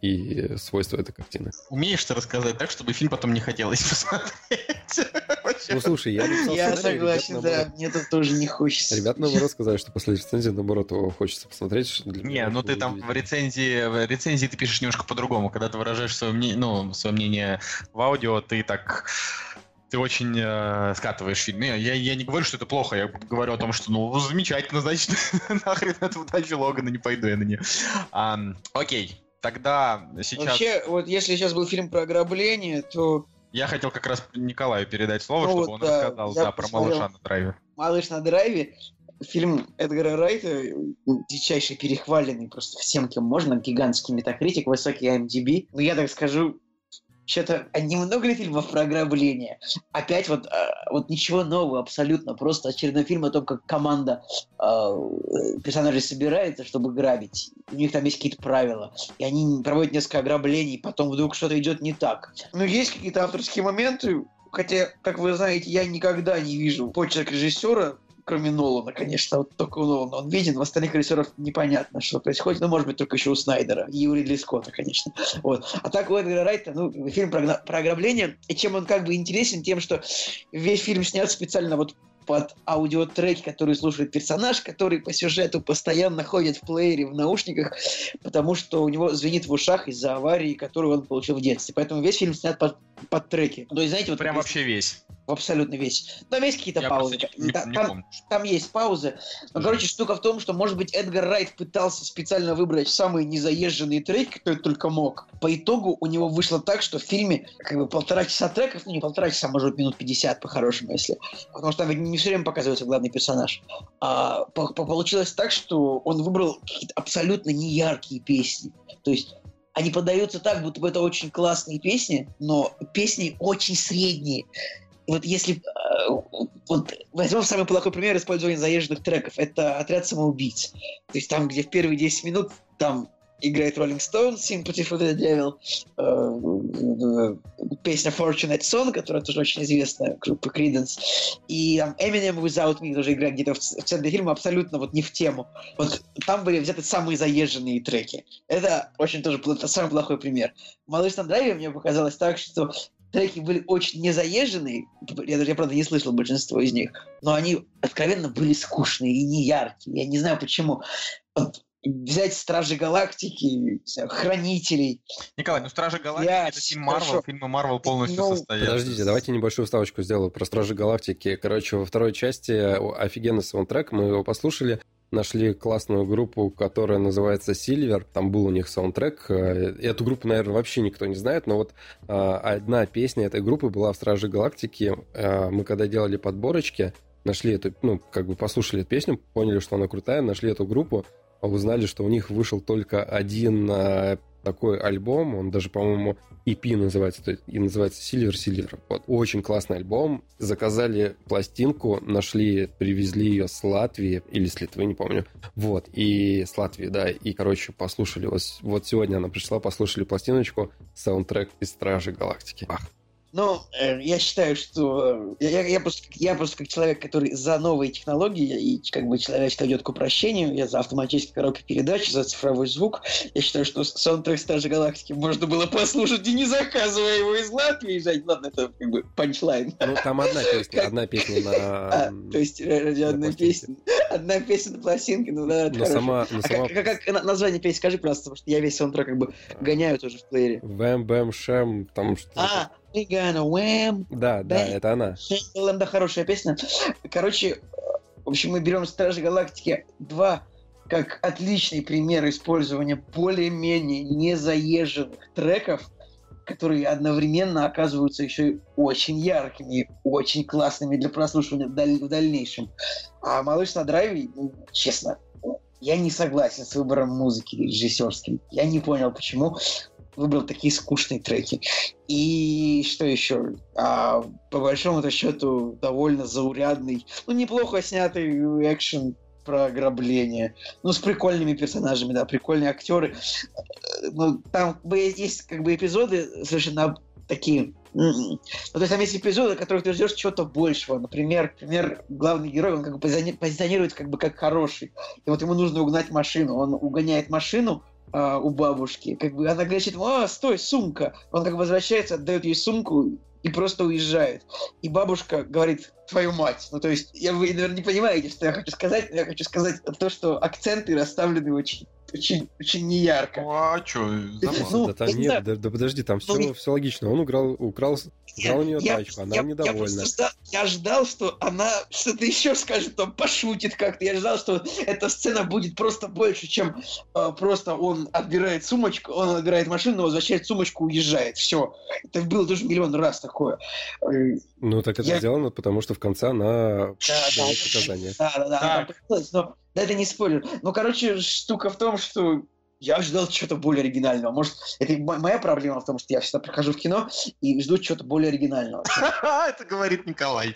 и свойства этой картины. Умеешь ты рассказать так, чтобы фильм потом не хотелось посмотреть? Ну, слушай, я написал Я сценарий, согласен, ребят, да, наоборот. мне тут тоже не хочется. Ребята, наоборот, сказали, что после рецензии, наоборот, его хочется посмотреть. что для меня Не, ну это ты там в удивительно. рецензии, в рецензии ты пишешь немножко по-другому. Когда ты выражаешь свое мнение, ну, свое мнение в аудио, ты так... Ты очень э, скатываешь фильм. Не, Я, я не говорю, что это плохо, я говорю о том, что, ну, замечательно, значит, нахрен эту удачу Логана, не пойду я на нее. А, окей, тогда сейчас... Вообще, вот если сейчас был фильм про ограбление, то Я хотел как раз Николаю передать слово, Ну чтобы вот, он да, рассказал я да, про посмотрел. малыша на драйве. «Малыш на драйве», фильм Эдгара Райта, дичайше перехваленный просто всем, кем можно, гигантский метакритик, высокий ай эм ди би. Но я так скажу, что-то а немного ли фильмов про ограбление? Опять вот, а, вот ничего нового абсолютно, просто очередной фильм о том, как команда а, персонажей собирается, чтобы грабить. У них там есть какие-то правила, и они проводят несколько ограблений, потом вдруг что-то идет не так. Но есть какие-то авторские моменты, хотя, как вы знаете, я никогда не вижу почерк режиссера, кроме Нолана, конечно, вот только у Нолана он виден, в остальных режиссеров непонятно, что происходит, ну, может быть, только еще у Снайдера и у Ридли Скотта, конечно. Вот. А так у Эдгара Райта, ну, фильм про, про ограбление, и чем он как бы интересен, тем, что весь фильм снят специально вот под аудиотреки, которые слушает персонаж, который по сюжету постоянно ходит в плеере, в наушниках, потому что у него звенит в ушах из-за аварии, которую он получил в детстве. Поэтому весь фильм снят под, под треки. То есть, знаете, вот Прям есть- вообще весь. абсолютно весь. Там есть какие-то Я паузы. просто не, Та- не там, помню. там есть паузы. Но, короче, штука в том, что, может быть, Эдгар Райт пытался специально выбрать самые незаезженные треки, которые только мог. По итогу у него вышло так, что в фильме как бы полтора часа треков, ну не полтора часа, может быть, минут пятьдесят по-хорошему, если. Потому что там ведь не все время показывается главный персонаж. А по- по- получилось так, что он выбрал какие-то абсолютно неяркие песни. То есть они подаются так, будто бы это очень классные песни, но песни очень средние. И вот если... э, вот возьмем самый плохой пример использования заезженных треков. Это «Отряд самоубийц». То есть там, где в первые десять минут там играет Rolling Stones, Sympathy for the Devil, э, песня Fortunate Son, которая тоже очень известная, группа Creedence, и там Eminem Without Me тоже играет где-то в, в центре фильма, абсолютно вот не в тему. Вот там были взяты самые заезженные треки. Это очень тоже это самый плохой пример. «Малыш на драйве» мне показалось так, что треки были очень незаезженные, я даже, я, правда, не слышал большинство из них, но они откровенно были скучные и неяркие. Я не знаю почему. Вот взять «Стражи Галактики», не знаю, «Хранителей». Николай, ну «Стражи Галактики» Я- это фильм Марвел, хорошо. фильмы Марвел полностью Ну, состоят. Подождите, давайте небольшую вставочку сделаю про Стражи Галактики. Короче, во второй части офигенный саундтрек, мы его послушали, нашли классную группу, которая называется Silver. Там был у них саундтрек. Эту группу, наверное, вообще никто не знает, но вот а, одна песня этой группы была в Страже Галактики. А, мы когда делали подборочки, нашли эту, ну, как бы послушали эту песню, поняли, что она крутая, нашли эту группу, узнали, что у них вышел только один а, такой альбом, он даже, по-моему, и пи называется, то есть, и называется Silver Silver. Вот. Очень классный альбом. Заказали пластинку, нашли, привезли ее с Латвии, или с Литвы, не помню. Вот, и с Латвии, да, и, короче, послушали. Вот, вот сегодня она пришла, послушали пластиночку, саундтрек из Стражей Галактики. Ах. Ну, э, я считаю, что... э, Я, я, просто, я просто как человек, который за новые технологии, и как бы человечество идет к упрощению, я за автоматические коробки передач, за цифровой звук. Я считаю, что саундтрек «Стражи Галактики» можно было послушать и не заказывая его из Латвии. Жать, ладно, это как бы панчлайн. Ну, там одна песня, одна песня на... А, то есть ради на одной пластинке. песни. Одна песня на пластинке, ну да, это Но хорошо. сама... но А сама... как, как- как на- название песни скажи, просто, потому что я весь саундтрек как бы гоняю тоже в плеере. Вэм, бэм, шэм, там что-то... А, we gonna wham, Да, да, бэм. это она. Shambhala, да, хорошая песня. Короче, в общем, мы берем «Стражи Галактики два как отличный пример использования более-менее незаезженных треков, которые одновременно оказываются еще и очень яркими, очень классными для прослушивания в даль- в дальнейшем. А «Малыш на драйве», ну, честно, я не согласен с выбором музыки режиссерским. Я не понял, почему выбрал такие скучные треки. И что еще? А, по большому счету, довольно заурядный, ну, неплохо снятый экшен про ограбление. Ну, с прикольными персонажами, да, прикольные актеры. Ну, там есть как бы эпизоды совершенно такие... Ну, то есть там есть эпизоды, в которых ты ждешь чего-то большего. Например, например, главный герой, он как бы позиционирует как бы как хороший. И вот ему нужно угнать машину. Он угоняет машину а, у бабушки. Как бы она говорит, а, стой, сумка. Он как бы возвращается, отдает ей сумку и просто уезжает. И бабушка говорит, твою мать. Ну, то есть, я, вы, наверное, не понимаете, что я хочу сказать, но я хочу сказать то, что акценты расставлены очень, очень, очень неярко. Ну, а что? Ну, да, там нет, да, да подожди, там все, ну, все логично. Он украл, украл, украл у нее я, тачку, она я, недовольна. Я, ждал, я ждал, что она что-то еще скажет, там, пошутит как-то. Я ждал, что эта сцена будет просто больше, чем э, просто он отбирает сумочку, он отбирает машину, возвращает сумочку, уезжает. Все. Это было тоже миллион раз такое. Ну, так это я... сделано, потому что в конце она да, дает да, показания. Да, да, да. да но, да, это не спойлер. Ну, короче, штука в том, что я ждал чего-то более оригинального. Может, это моя проблема в том, что я всегда прихожу в кино и жду чего-то более оригинального. Это говорит Николай.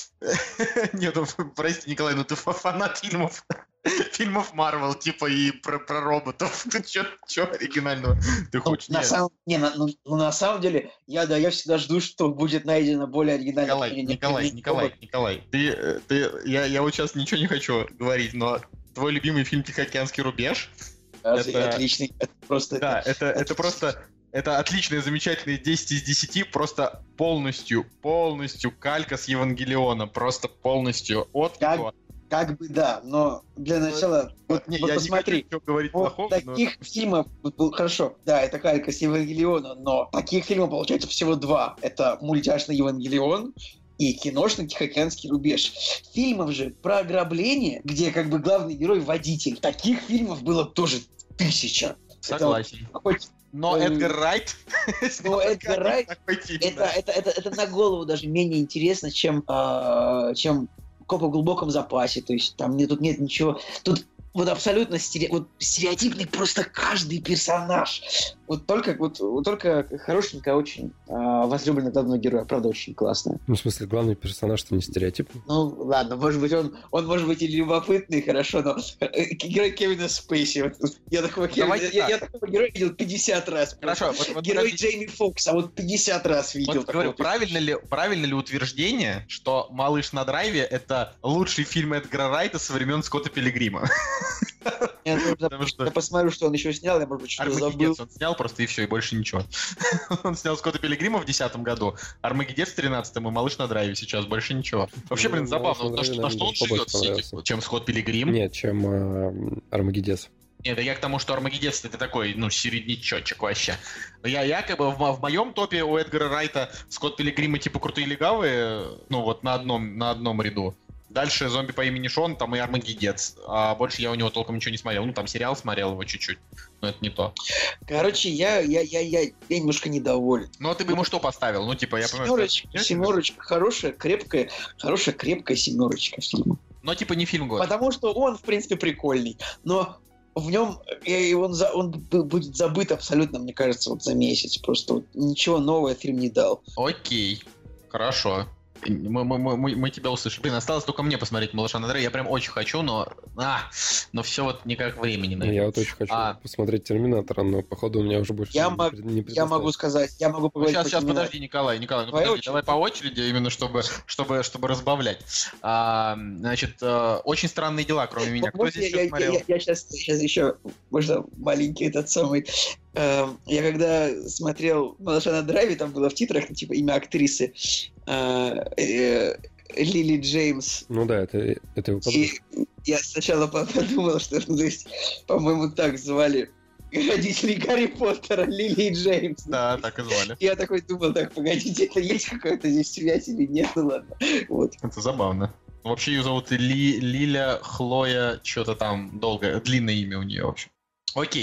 Нет, прости, Николай, ну ты фанат фильмов. Фильмов Марвел, типа, и про, про роботов. Ты что оригинального ты хочешь? Ну, на, самом, не, на, ну, ну, на самом деле, я, да, я всегда жду, что будет найдено более оригинальное. Николай, Николай, Николай, Николай, ты, ты, я, я вот сейчас ничего не хочу говорить, но твой любимый фильм «Тихоокеанский рубеж» это... Отличный, это просто... Да, это, это просто... Это отличные, замечательные десять из десяти, просто полностью, полностью калька с Евангелиона, просто полностью от... Как, как бы да, но для начала... Вот, не, вот я посмотри, не хочу говорить вот плохого, таких но... фильмов... Вот, хорошо, да, это калька с Евангелиона, но таких фильмов получается всего два. Это мультяшный Евангелион и киношный Тихоокеанский рубеж. Фильмов же про ограбление, где как бы главный герой водитель, таких фильмов было тоже тысяча. Согласен. Это, хоть, но э, Эдгар Райт... Но Эдгар Райт... Это, это, это, это на голову даже менее интересно, чем, э, чем «Копы в глубоком запасе». То есть там нет, тут нет ничего... Тут вот абсолютно стере... вот, стереотипный просто каждый персонаж. Вот только, вот, вот только хорошенькая, очень э, возлюбленная главного героя. Правда, очень классная. Ну, в смысле, главный персонаж-то не стереотипный? Ну, ладно, может быть, он, он может быть и любопытный, хорошо, но герой Кевина Спейси. Вот, я, такого Кевина, я, я такого героя видел пятьдесят раз. Хорошо. Вот, вот, герой подожди. Джейми Фокса вот пятьдесят раз видел. Вот говорю, правильно ли, правильно ли утверждение, что «Малыш на драйве» — это лучший фильм Эдгара Райта со времен Скотта Пилигрима? Я, я, что... я посмотрю, что он еще снял, я, может быть, что-то забыл. Он снял просто, и все, и больше ничего. Он снял Скотта Пилигрима в десятом году, Армагеддец в тринадцатом и Малыш на драйве сейчас, больше ничего. Вообще, блин, забавно, на что, на что он живет, чем Скотт Пилигрим? Нет, чем э, Армагеддец. Нет, я к тому, что Армагеддец это такой, ну, середнячочек вообще. Я якобы в, в моем топе у Эдгара Райта Скотт Пилигрим и типа крутые легавые, ну, вот на одном, на одном ряду. Дальше «Зомби по имени Шон», там и «Армагеддец». А больше я у него толком ничего не смотрел. Ну, там сериал смотрел его чуть-чуть, но это не то. Короче, я, я, я, я, я немножко недоволен. Ну, а ты бы ему что поставил? Ну, типа, я понимаю... Семерочка, что... семерочка, хорошая, крепкая, хорошая, крепкая семерочка фильма. Но, типа, не фильм года. Потому что он, в принципе, прикольный. Но в нем и он, за, он будет забыт абсолютно, мне кажется, вот за месяц. Просто вот ничего нового фильм не дал. Окей, хорошо. Мы, мы, мы, мы тебя услышали. Блин, осталось только мне посмотреть «Малыша на драйве». Я прям очень хочу, но... А, но все вот никак времени найдет. Я вот очень хочу а... посмотреть «Терминатора», но, походу, у меня уже больше я не, мог... не Я могу сказать, я могу поговорить... Ну, сейчас, сейчас, подожди, Николай, Николай, ну, подожди, давай по очереди, именно чтобы, чтобы, чтобы разбавлять. А, значит, «Очень странные дела», кроме меня. Кто здесь я, еще смотрел? Я, я, я сейчас, сейчас еще, можно, маленький этот самый... Э, я когда смотрел «Малыша на драйве», там было в титрах, типа, имя актрисы. Э, э, Лили Джеймс. Ну да, это, это его подружка. И я сначала подумал, что, ну, то есть, по-моему, так звали родителей Гарри Поттера, Лили Джеймс. Да, так и звали. Я такой думал, так, погодите, это есть какая-то здесь связь или нет? Ну ладно. Вот. Это забавно. Вообще ее зовут Ли, Лиля Хлоя, что-то там долгое, длинное имя у нее, в общем. Окей.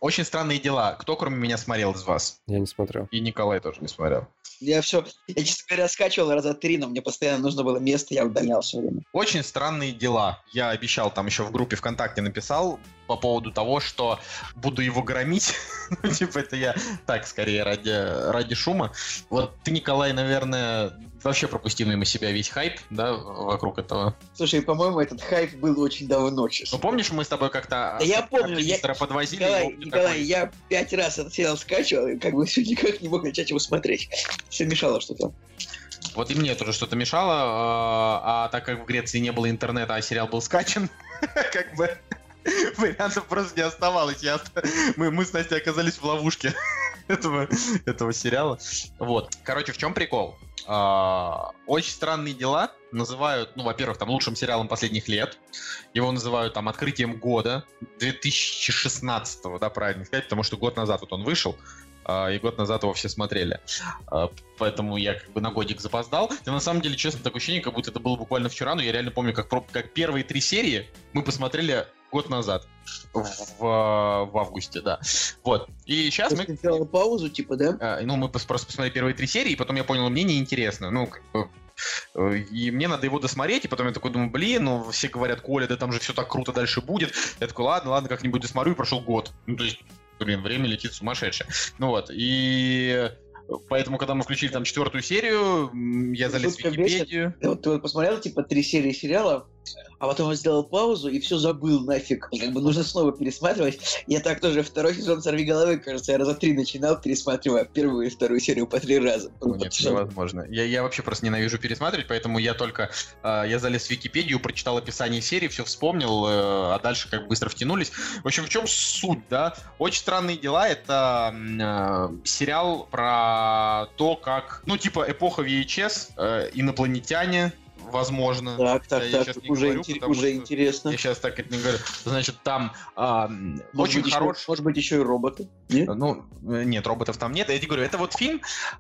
Очень странные дела. Кто, кроме меня, смотрел из вас? Я не смотрел. И Николай тоже не смотрел. Я все, я, честно говоря, скачивал раза три, но мне постоянно нужно было место, я удалял все время. Очень странные дела. Я обещал, там еще в группе ВКонтакте написал по поводу того, что буду его громить. Ну, типа, это я так, скорее, ради, ради шума. Вот ты, Николай, наверное, вообще пропустил мимо себя весь хайп, да, вокруг этого. Слушай, по-моему, этот хайп был очень давно, честно. Ну, помнишь, мы с тобой как-то Да я помню, я... подвозили? Николай, его, Николай такой... я пять раз этот сериал скачивал, и как бы все никак не мог начать его смотреть. Все мешало что-то. Вот и мне тоже что-то мешало, а, а так как в Греции не было интернета, а сериал был скачан, как бы вариантов просто не оставалось. Я, мы, мы с Настей оказались в ловушке этого, этого сериала. Вот. Короче, в чем прикол? А, очень странные дела называют, ну, во-первых, там лучшим сериалом последних лет. Его называют там открытием года две тысячи шестнадцатого, да, правильно сказать, потому что год назад вот он вышел. И год назад его все смотрели. Поэтому я как бы на годик запоздал. Но на самом деле, честно, такое ощущение, как будто это было буквально вчера, но я реально помню, как, как первые три серии мы посмотрели год назад. В, в августе, да. Вот. И сейчас Ты мы... сделал паузу, типа, да? Ну, мы просто посмотрели первые три серии, и потом я понял, мне неинтересно. Ну, как бы... И мне надо его досмотреть, и потом я такой думаю, блин, ну все говорят, Коля, да там же все так круто дальше будет. Я такой, ладно, ладно, как-нибудь досмотрю, и прошел год. Ну, то есть, блин, время летит сумасшедшее. Ну вот, и поэтому, когда мы включили там четвертую серию, я залез в Википедию. Ты, ты вот посмотрел, типа, три серии сериала, а потом он сделал паузу и все забыл нафиг. Как бы нужно снова пересматривать. Я так тоже второй сезон «Сорвиголовы», кажется, я раза три начинал, пересматривая первую и вторую серию по три раза. Ну, нет, невозможно. Я, я вообще просто ненавижу пересматривать, поэтому я только... Э, я залез в Википедию, прочитал описание серии, все вспомнил, э, а дальше как быстро втянулись. В общем, в чем суть, да? «Очень странные дела» — это э, сериал про то, как... Ну, типа эпоха ви эйч эс, э, инопланетяне, возможно. Так, так, я так, уже, говорю, интер- уже интересно. Я сейчас так это не говорю. Значит, там а, очень хороший... Еще, может быть, еще и роботы? Нет? Ну, нет, роботов там нет. Я тебе говорю, это вот фильм,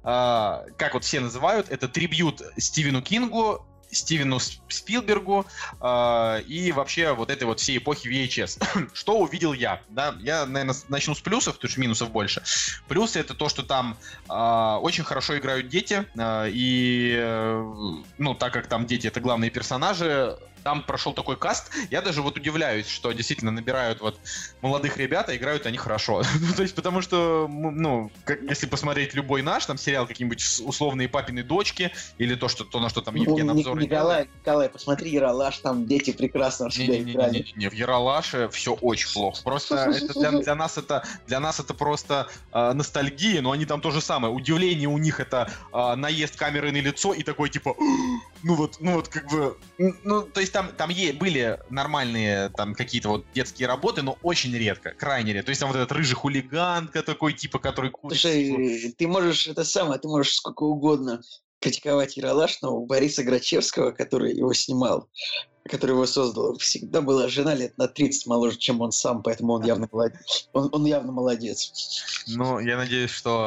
а, как вот все называют, это трибьют Стивену Кингу, Стивену Спилбергу э, и вообще вот этой вот всей эпохи ви эйч эс. Что увидел я? Да? Я, наверное, начну с плюсов, потому что минусов больше. Плюсы — это то, что там э, очень хорошо играют дети, э, и, э, ну, так как там дети — это главные персонажи, там прошел такой каст, я даже вот удивляюсь, что действительно набирают вот молодых ребят, а играют они хорошо. Ну, то есть, потому что, ну, как, если посмотреть любой наш, там, сериал какие-нибудь условные папины дочки, или то, что, то на что там Евген ну, обзор Николай, Николай, посмотри Ералаш, там дети прекрасно себя играли. Не-не-не, в Ералаше все очень плохо. Просто это для, для нас это для нас это просто э, ностальгия, но они там то же самое. Удивление у них — это э, наезд камеры на лицо и такой типа, ну вот, ну вот как бы, ну, то есть там, там е- были нормальные там какие-то вот детские работы, но очень редко, крайне редко. То есть там вот этот рыжий хулиганка такой, типа, который курит. Слушай, ты можешь это самое, ты можешь сколько угодно критиковать Ералаш, но у Бориса Грачевского, который его снимал, который его создал, всегда была жена лет на тридцать моложе, чем он сам, поэтому он явно молодец. Он, он явно молодец. Ну, я надеюсь,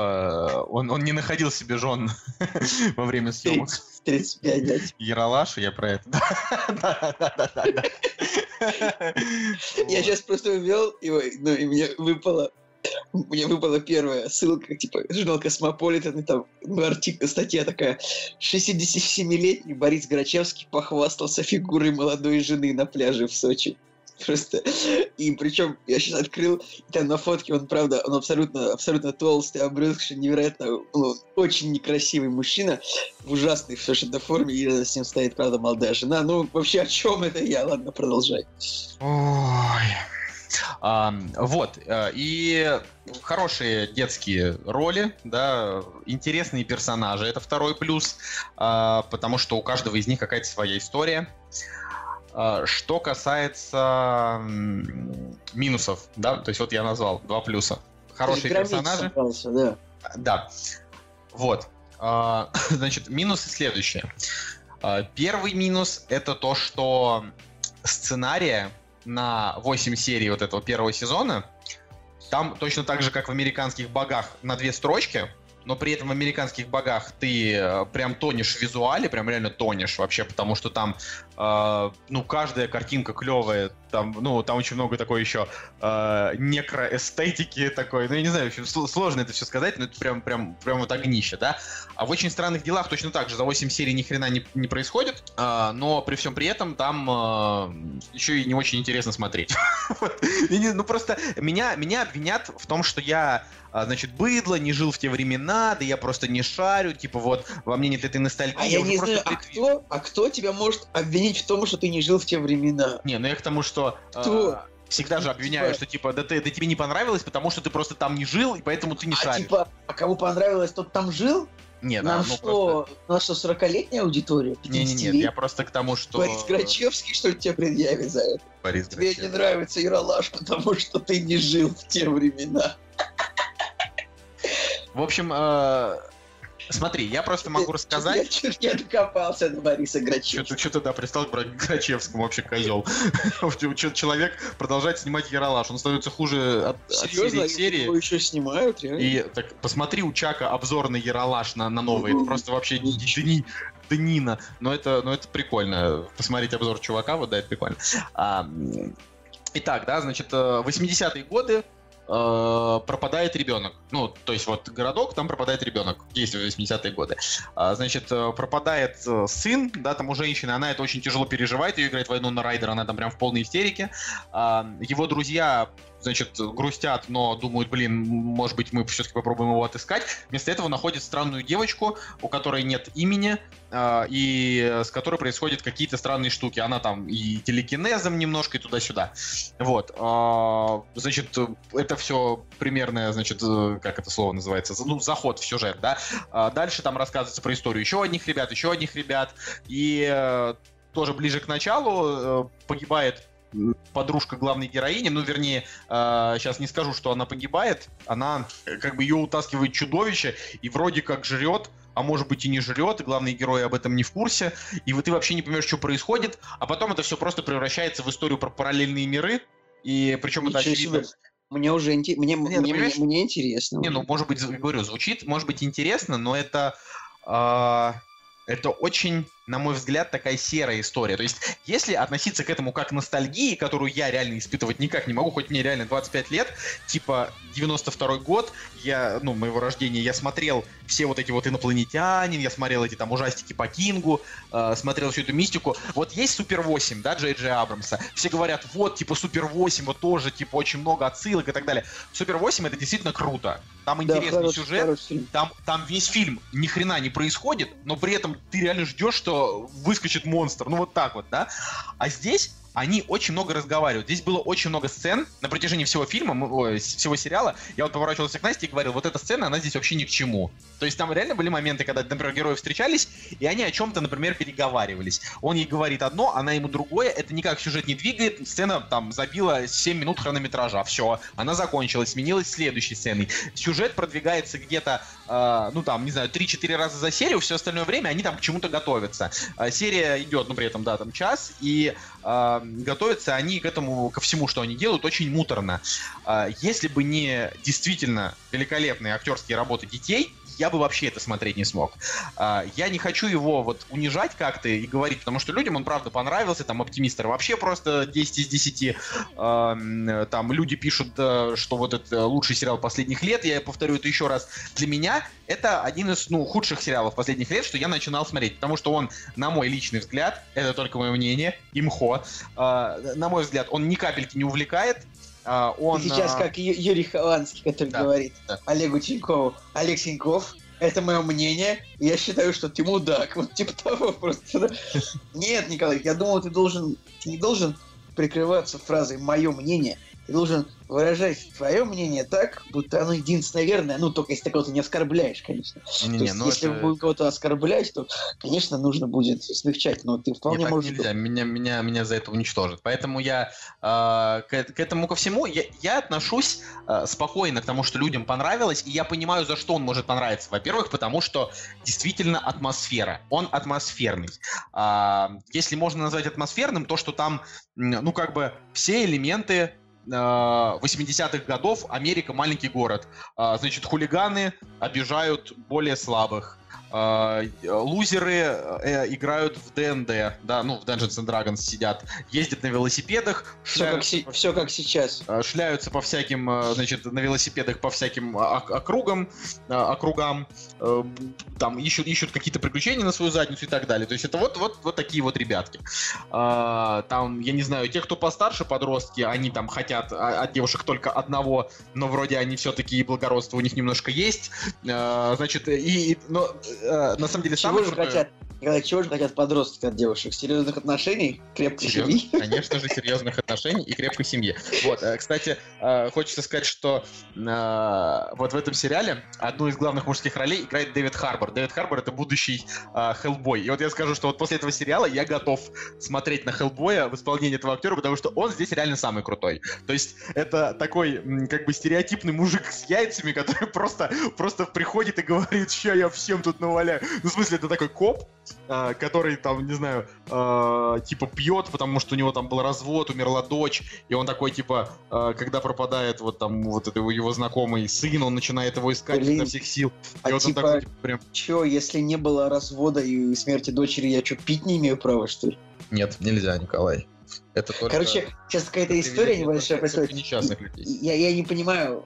что он, он не находил себе жен во время съемок. тридцать пять, да? Ералаш, я про это. Да-да-да. Я сейчас просто ввел его, ну, и мне выпало Мне выпала первая ссылка, типа, журнал «Космополитен», и там ну, артикл, статья такая: шестидесятисемилетний Борис Грачевский похвастался фигурой молодой жены на пляже в Сочи. Просто. И причем я сейчас открыл, и там на фотке он, правда, он абсолютно, абсолютно толстый, обрюзгший, невероятно, ну, очень некрасивый мужчина в ужасной совершенно форме, и рядом с ним стоит, правда, молодая жена. Ну, вообще, о чем это я? Ладно, продолжай. Ой... А, вот, и хорошие детские роли, да, интересные персонажи, это второй плюс, потому что у каждого из них какая-то своя история. Что касается минусов, да, то есть вот я назвал два плюса. Хорошие персонажи. Да. Да, вот. Значит, минусы следующие. Первый минус — это то, что сценария на восемь серий вот этого первого сезона, там точно так же, как в «Американских богах», на две строчки, но при этом в «Американских богах» ты прям тонешь в визуале, прям реально тонешь вообще, потому что там, э, ну, каждая картинка клевая, там, ну, там очень много такой еще э, некроэстетики такой, ну, я не знаю, очень сложно это все сказать, но это прям, прям, прям вот огнище, да. А в «Очень странных делах» точно так же, за восемь серий ни хрена не, не происходит, э, но при всем при этом там э, еще и не очень интересно смотреть. Ну, просто меня, меня обвинят в том, что я, значит, быдло, не жил в те времена, да я просто не шарю, типа вот, во мне нет этой ностальгии. А я не знаю, а кто, а кто тебя может обвинить в том, что ты не жил в те времена? Не, ну я к тому, что... Кто? Всегда же обвиняю, что типа, да ты, да тебе не понравилось, потому что ты просто там не жил, и поэтому ты не а, шаришь. Типа, а кому понравилось, тот там жил? Нет, Нам да, ну что, просто... у нас что, сорокалетняя аудитория? Не, не, нет, я просто к тому, что... Борис Грачевский, что ли, тебе предъявит за это? Борис Тебе Грачевский. не нравится Ералаш, потому что ты не жил в те времена. В общем, э, смотри, я просто могу рассказать... Я чуть не докопался до Бориса Грачевского. Что-то, да, пристал к Грачевскому, вообще козел. Человек продолжает снимать Ералаш, он становится хуже от, от серии к серии. Его еще снимают, реально? И так посмотри у Чака обзор на Ералаш на, на новый, это просто вообще дни, днина. Но это, но это прикольно. Посмотреть обзор чувака, вот да, это прикольно. А, итак, да, значит, восьмидесятые годы. Пропадает ребенок. Ну, то есть вот городок, там пропадает ребенок. Есть в восьмидесятые годы. А, значит, пропадает сын, да, там у женщины, она это очень тяжело переживает, ее играет Вайнона Райдер, она там прям в полной истерике. А, его друзья, значит, грустят, но думают, блин, может быть, мы все-таки попробуем его отыскать. Вместо этого находят странную девочку, у которой нет имени, а, и с которой происходят какие-то странные штуки. Она там и телекинезом немножко, и туда-сюда. Вот. А, значит, это все примерное, значит, как это слово называется, ну, заход в сюжет, да. А дальше там рассказывается про историю еще одних ребят, еще одних ребят, и э, тоже ближе к началу э, погибает подружка главной героини, ну, вернее, э, сейчас не скажу, что она погибает, она, как бы, ее утаскивает чудовище, и вроде как жрет, а может быть и не жрет, и главные герои об этом не в курсе, и вот ты вообще не понимаешь, что происходит, а потом это все просто превращается в историю про параллельные миры, и причем это очевидно... Мне уже инте... мне, не, мне, мне, мне интересно. Не, уже. ну, может быть, говорю, звучит, может быть, интересно, но это... Э, это очень, на мой взгляд, такая серая история. То есть, если относиться к этому как к ностальгии, которую я реально испытывать никак не могу, хоть мне реально двадцать пять лет, типа девяносто второй год, я, ну, моего рождения, я смотрел все вот эти вот инопланетяне, я смотрел эти там ужастики по Кингу, э, смотрел всю эту мистику. Вот есть Супер восемь, да, Джей Джей Абрамса. Все говорят, вот, типа, Супер восемь, вот тоже, типа, очень много отсылок и так далее. Супер восемь это действительно круто. Там интересный да, хороший, сюжет, хороший там, там весь фильм ни хрена не происходит, но при этом ты реально ждешь, что выскочит монстр. Ну вот так вот, да? А здесь они очень много разговаривают. Здесь было очень много сцен на протяжении всего фильма, ой, всего сериала. Я вот поворачивался к Насте и говорил, вот эта сцена, она здесь вообще ни к чему. То есть там реально были моменты, когда, например, герои встречались, и они о чем-то, например, переговаривались. Он ей говорит одно, она ему другое, это никак сюжет не двигает, сцена там забила семь минут хронометража, все, она закончилась, сменилась следующей сценой. Сюжет продвигается где-то, э, ну там, не знаю, три-четыре раза за серию, все остальное время они там к чему-то готовятся. Э, серия идет, ну при этом, да, там час, и э, готовятся они к этому, ко всему, что они делают, очень муторно. Э, если бы не действительно великолепные актерские работы детей, я бы вообще это смотреть не смог. Я не хочу его вот унижать как-то и говорить, потому что людям он правда понравился, там «Оптимистр» вообще просто десять из десяти. Там люди пишут, что вот это лучший сериал последних лет, я повторю это еще раз. Для меня это один из, ну, худших сериалов последних лет, что я начинал смотреть, потому что он, на мой личный взгляд, это только мое мнение, имхо, на мой взгляд, он ни капельки не увлекает. Uh, он, И сейчас, uh... как Ю- Юрий Хованский, который да, говорит да. Олегу Тинькову: Олег Тиньков, это мое мнение, и я считаю, что ты мудак. Вот типа того просто. Нет, Николай, я думал, ты должен, ты не должен прикрываться фразой «мое мнение». Ты должен выражать твое мнение так, будто оно единственное верное. Ну, только если ты кого-то не оскорбляешь, конечно. Не, то есть, ну если это... будем кого-то оскорблять, то, конечно, нужно будет смягчать. Но ты вполне Нет, можешь... нельзя. Меня, меня, меня за это уничтожат. Поэтому я э, к, к этому ко всему я, я отношусь э, спокойно к тому, что людям понравилось, и я понимаю, за что он может понравиться. Во-первых, потому что действительно атмосфера. Он атмосферный. Э, если можно назвать атмосферным, то, что там, ну, как бы все элементы восьмидесятых годов, Америка, маленький город. Значит, хулиганы обижают более слабых. э, лузеры э, играют в ди энд ди, да, ну, в Dungeons and Dragons сидят, ездят на велосипедах. Все, как, си- все как сейчас. Шляются по всяким, значит, на велосипедах по всяким округам, округам, там ищут, ищут какие-то приключения на свою задницу и так далее. То есть это вот, вот, вот такие вот ребятки. Там, я не знаю, те, кто постарше, подростки, они там хотят от девушек только одного, но вроде они все-таки и благородство у них немножко есть. Значит, и, и но на самом деле самое... Чего же хотят? Чего же хотят подростки от девушек? Серьезных отношений, крепкой Серьез... семьи? Конечно же, серьезных отношений и крепкой семьи. Вот, кстати, хочется сказать, что вот в этом сериале одну из главных мужских ролей играет Дэвид Харбор. Дэвид Харбор — это будущий Хеллбой. И вот я скажу, что вот после этого сериала я готов смотреть на Хеллбоя в исполнении этого актера, потому что он здесь реально самый крутой. То есть это такой, как бы, стереотипный мужик с яйцами, который просто, просто приходит и говорит: ща я всем тут наваляю. Ну, в смысле, это такой коп, который там, не знаю, э, типа пьет, потому что у него там был развод, умерла дочь, и он такой, типа, э, когда пропадает вот там вот это его знакомый сын, он начинает его искать изо всех сил. А и вот типа, он такой, типа, прям... чё, если не было развода и смерти дочери, я что, пить не имею права, что ли? Нет, нельзя, Николай. Это только... Короче, сейчас какая-то история небольшая происходит. Несчастных людей. Я, я не понимаю,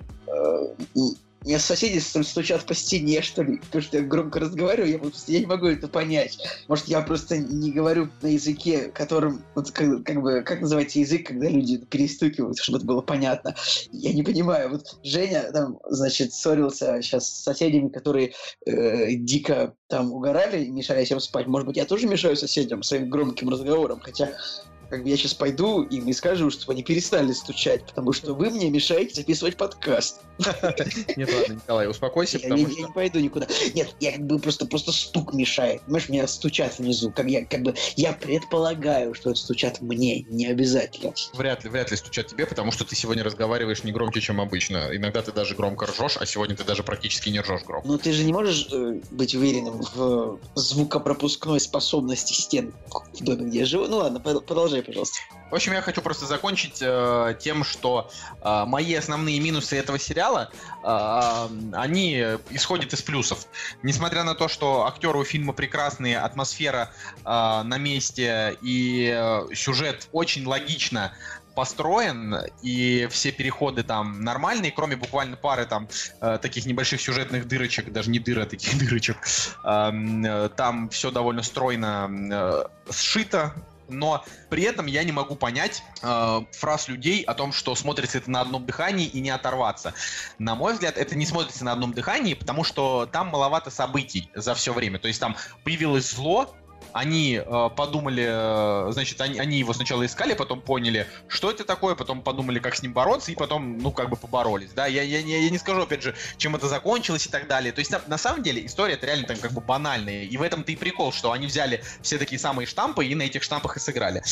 э, меня соседи стучат по стене, что ли, потому что я громко разговариваю, я, просто, я не могу это понять. Может, я просто не говорю на языке, которым, вот, как, как бы, как называется язык, когда люди перестукиваются, чтобы это было понятно. Я не понимаю. Вот Женя там, значит, ссорился сейчас с соседями, которые э, дико там угорали, мешали всем спать. Может быть, я тоже мешаю соседям своим громким разговором, хотя... Как бы я сейчас пойду им и скажу, чтобы они перестали стучать, потому что вы мне мешаете записывать подкаст. Нет, ладно, Николай, успокойся, я, потому я, что... Я не пойду никуда. Нет, я как бы просто, просто стук мешает. Понимаешь, меня стучат внизу. Как я, как бы, я предполагаю, что это стучат мне, не обязательно. Вряд ли, вряд ли стучат тебе, потому что ты сегодня разговариваешь не громче, чем обычно. Иногда ты даже громко ржешь, а сегодня ты даже практически не ржешь громко. Но ты же не можешь э, быть уверенным в звукопропускной способности стен в доме, где я живу. Ну ладно, продолжай, пожалуйста. В общем, я хочу просто закончить э, тем, что э, мои основные минусы этого сериала, э, они исходят из плюсов. Несмотря на то, что актеры у фильма прекрасные, атмосфера э, на месте и э, сюжет очень логично построен, и все переходы там нормальные, кроме буквально пары там э, таких небольших сюжетных дырочек, даже не дыр, а таких дырочек. Э, э, там все довольно стройно э, сшито, но при этом я не могу понять э, фраз людей о том, что смотрится это на одном дыхании и не оторваться. На мой взгляд, это не смотрится на одном дыхании, потому что там маловато событий за все время. То есть там появилось зло, они э, подумали, э, значит, они, они его сначала искали, потом поняли, что это такое, потом подумали, как с ним бороться, и потом, ну, как бы поборолись, да, я, я, я не скажу, опять же, чем это закончилось и так далее, то есть, на, на самом деле, история это реально там как бы банальная, и в этом-то и прикол, что они взяли все такие самые штампы и на этих штампах и сыграли.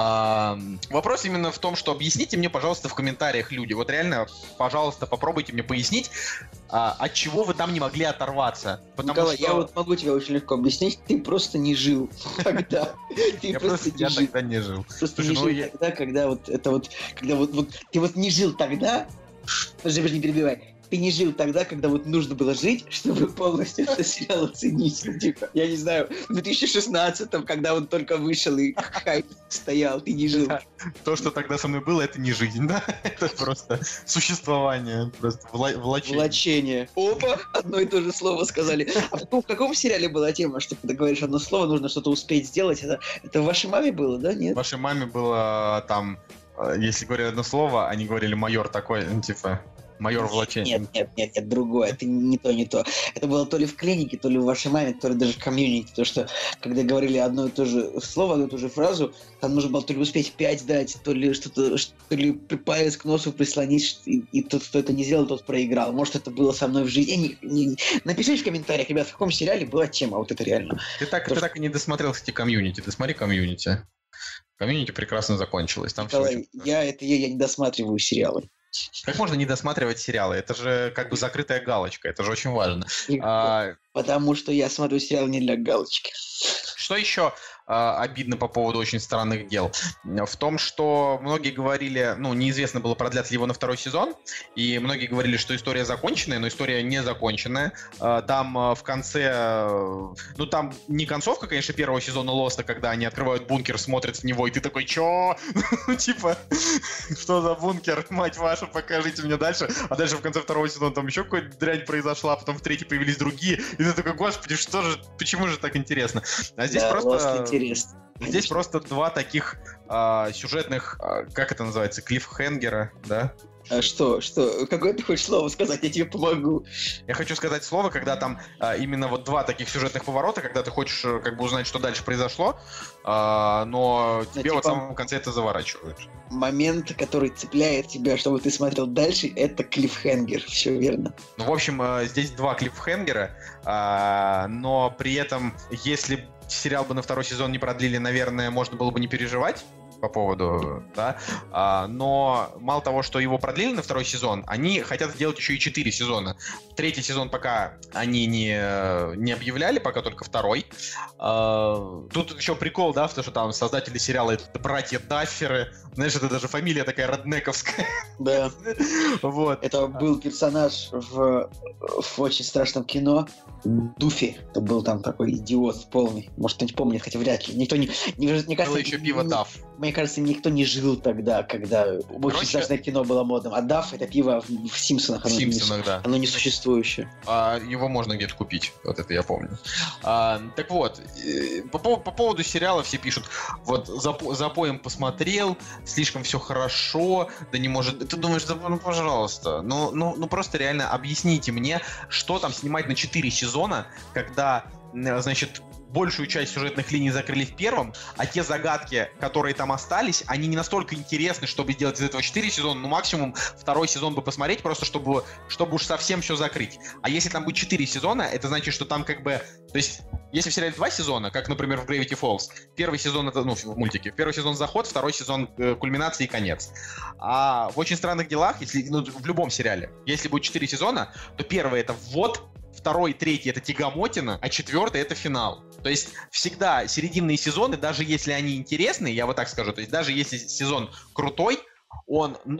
А, вопрос именно в том, что объясните мне, пожалуйста, в комментариях, люди, вот реально, пожалуйста, попробуйте мне пояснить, а, от чего вы там не могли оторваться, потому Николай, что... я вот могу тебе очень легко объяснить, ты просто не жил тогда. Ты я просто не я жил. тогда не жил. Просто Слушай, не ну жил я- тогда, когда вот это вот, когда вот, вот ты вот не жил тогда, подожди, подожди, не перебивай. Ты не жил тогда, когда вот нужно было жить, чтобы полностью этот сериал оценить. Ну, типа, я не знаю, в две тысячи шестнадцатом, когда он только вышел и хайп стоял, ты не жил. Да. То, что тогда со мной было, это не жизнь, да? Это просто существование, просто вла- влачение. Влачение. Опа, одно и то же слово сказали. А в каком, в каком сериале была тема, что когда говоришь одно слово, нужно что-то успеть сделать? Это, это в вашей маме было, да? Нет? Вашей маме было там, э, если говорили одно слово, они говорили майор такой, ну, типа, майор влачения. Нет, нет, нет, нет, другое. Это не то, не то. Это было то ли в клинике, то ли в вашей маме, то ли даже в комьюнити. То, что когда говорили одно и то же слово, одну и ту же фразу, там нужно было то ли успеть пять дать, то ли что-то, то ли палец к носу прислонить, и, и тот, кто это не сделал, тот проиграл. Может, это было со мной в жизни. Не, не... Напишите в комментариях, ребят, в каком сериале была тема, вот это реально. Ты так, То, ты что- так и не досмотрел, кстати, комьюнити. Ты смотри комьюнити. Комьюнити прекрасно закончилось. Там всё Николай, очень хорошо. я, это, я, я не досматриваю сериалы. Как можно не досматривать сериалы? Это же как бы закрытая галочка, это же очень важно. И- А, Потому что я смотрю сериалы не для галочки. Что еще обидно по поводу «Очень странных дел», в том, что многие говорили, ну, неизвестно было, продлят ли его на второй сезон, и многие говорили, что история законченная, но история не законченная. Там в конце, ну, там не концовка, конечно, первого сезона «Лоста», когда они открывают бункер, смотрят в него, и ты такой, чё? Типа, что за бункер, мать ваша, покажите мне дальше. А дальше в конце второго сезона там еще какая-то дрянь произошла, потом в третий появились другие, и ты такой, господи, что же, почему же так интересно? А здесь да, просто... интересно. Здесь Конечно. просто два таких а, сюжетных, а, как это называется, клиффхенгера, да? А что, что? Какое ты хочешь слово сказать? Я тебе помогу. Я хочу сказать слово, когда там а, именно вот два таких сюжетных поворота, когда ты хочешь как бы узнать, что дальше произошло, а, но тебе типа... вот в самом конце это заворачивают. Момент, который цепляет тебя, чтобы ты смотрел дальше, это клиффхенгер. Все верно. Ну, в общем, а, здесь два клиффхенгера, а, но при этом, если сериал бы на второй сезон не продлили, наверное, можно было бы не переживать по поводу, да, а, но мало того, что его продлили на второй сезон, они хотят сделать еще и четыре сезона. Третий сезон пока они не, не объявляли, пока только второй. А, тут еще прикол, да, в том, что там создатели сериала это братья Дафферы, знаешь, это даже фамилия такая роднековская. Да. Вот. Это был персонаж в, в очень страшном кино Дуфи. Это был там такой идиот полный. Может, кто-нибудь помнит, хотя вряд ли. Никто не... не мне кажется, было еще пиво не, Дафф. Мне кажется, никто не жил тогда, когда очень Короче, страшное кино было модным. А Дафф — это пиво в, в Симпсонах. В Оно Симпсонах, не, да. Оно несуществующее. А, его можно где-то купить. Вот это я помню. А, так вот, по, по поводу сериала все пишут, вот за, за поем посмотрел, слишком все хорошо, да не может... Ты думаешь, да ну пожалуйста, ну, ну, ну просто реально объясните мне, что там снимать на четыре сезона, когда, значит, большую часть сюжетных линий закрыли в первом, а те загадки, которые там остались, они не настолько интересны, чтобы сделать из этого четыре сезона, ну максимум второй сезон бы посмотреть, просто чтобы, чтобы уж совсем все закрыть. А если там будет четыре сезона, это значит, что там как бы... То есть, если в сериале два сезона, как, например, в Gravity Falls, первый сезон это, ну, в мультике, первый сезон заход, второй сезон э, кульминация и конец. А в «Очень странных делах», если, ну, в любом сериале, если будет четыре сезона, то первый это ввод, второй, третий — это тягомотина, а четвертый — это финал. То есть всегда серединные сезоны, даже если они интересные, я вот так скажу, то есть даже если сезон крутой, он, э,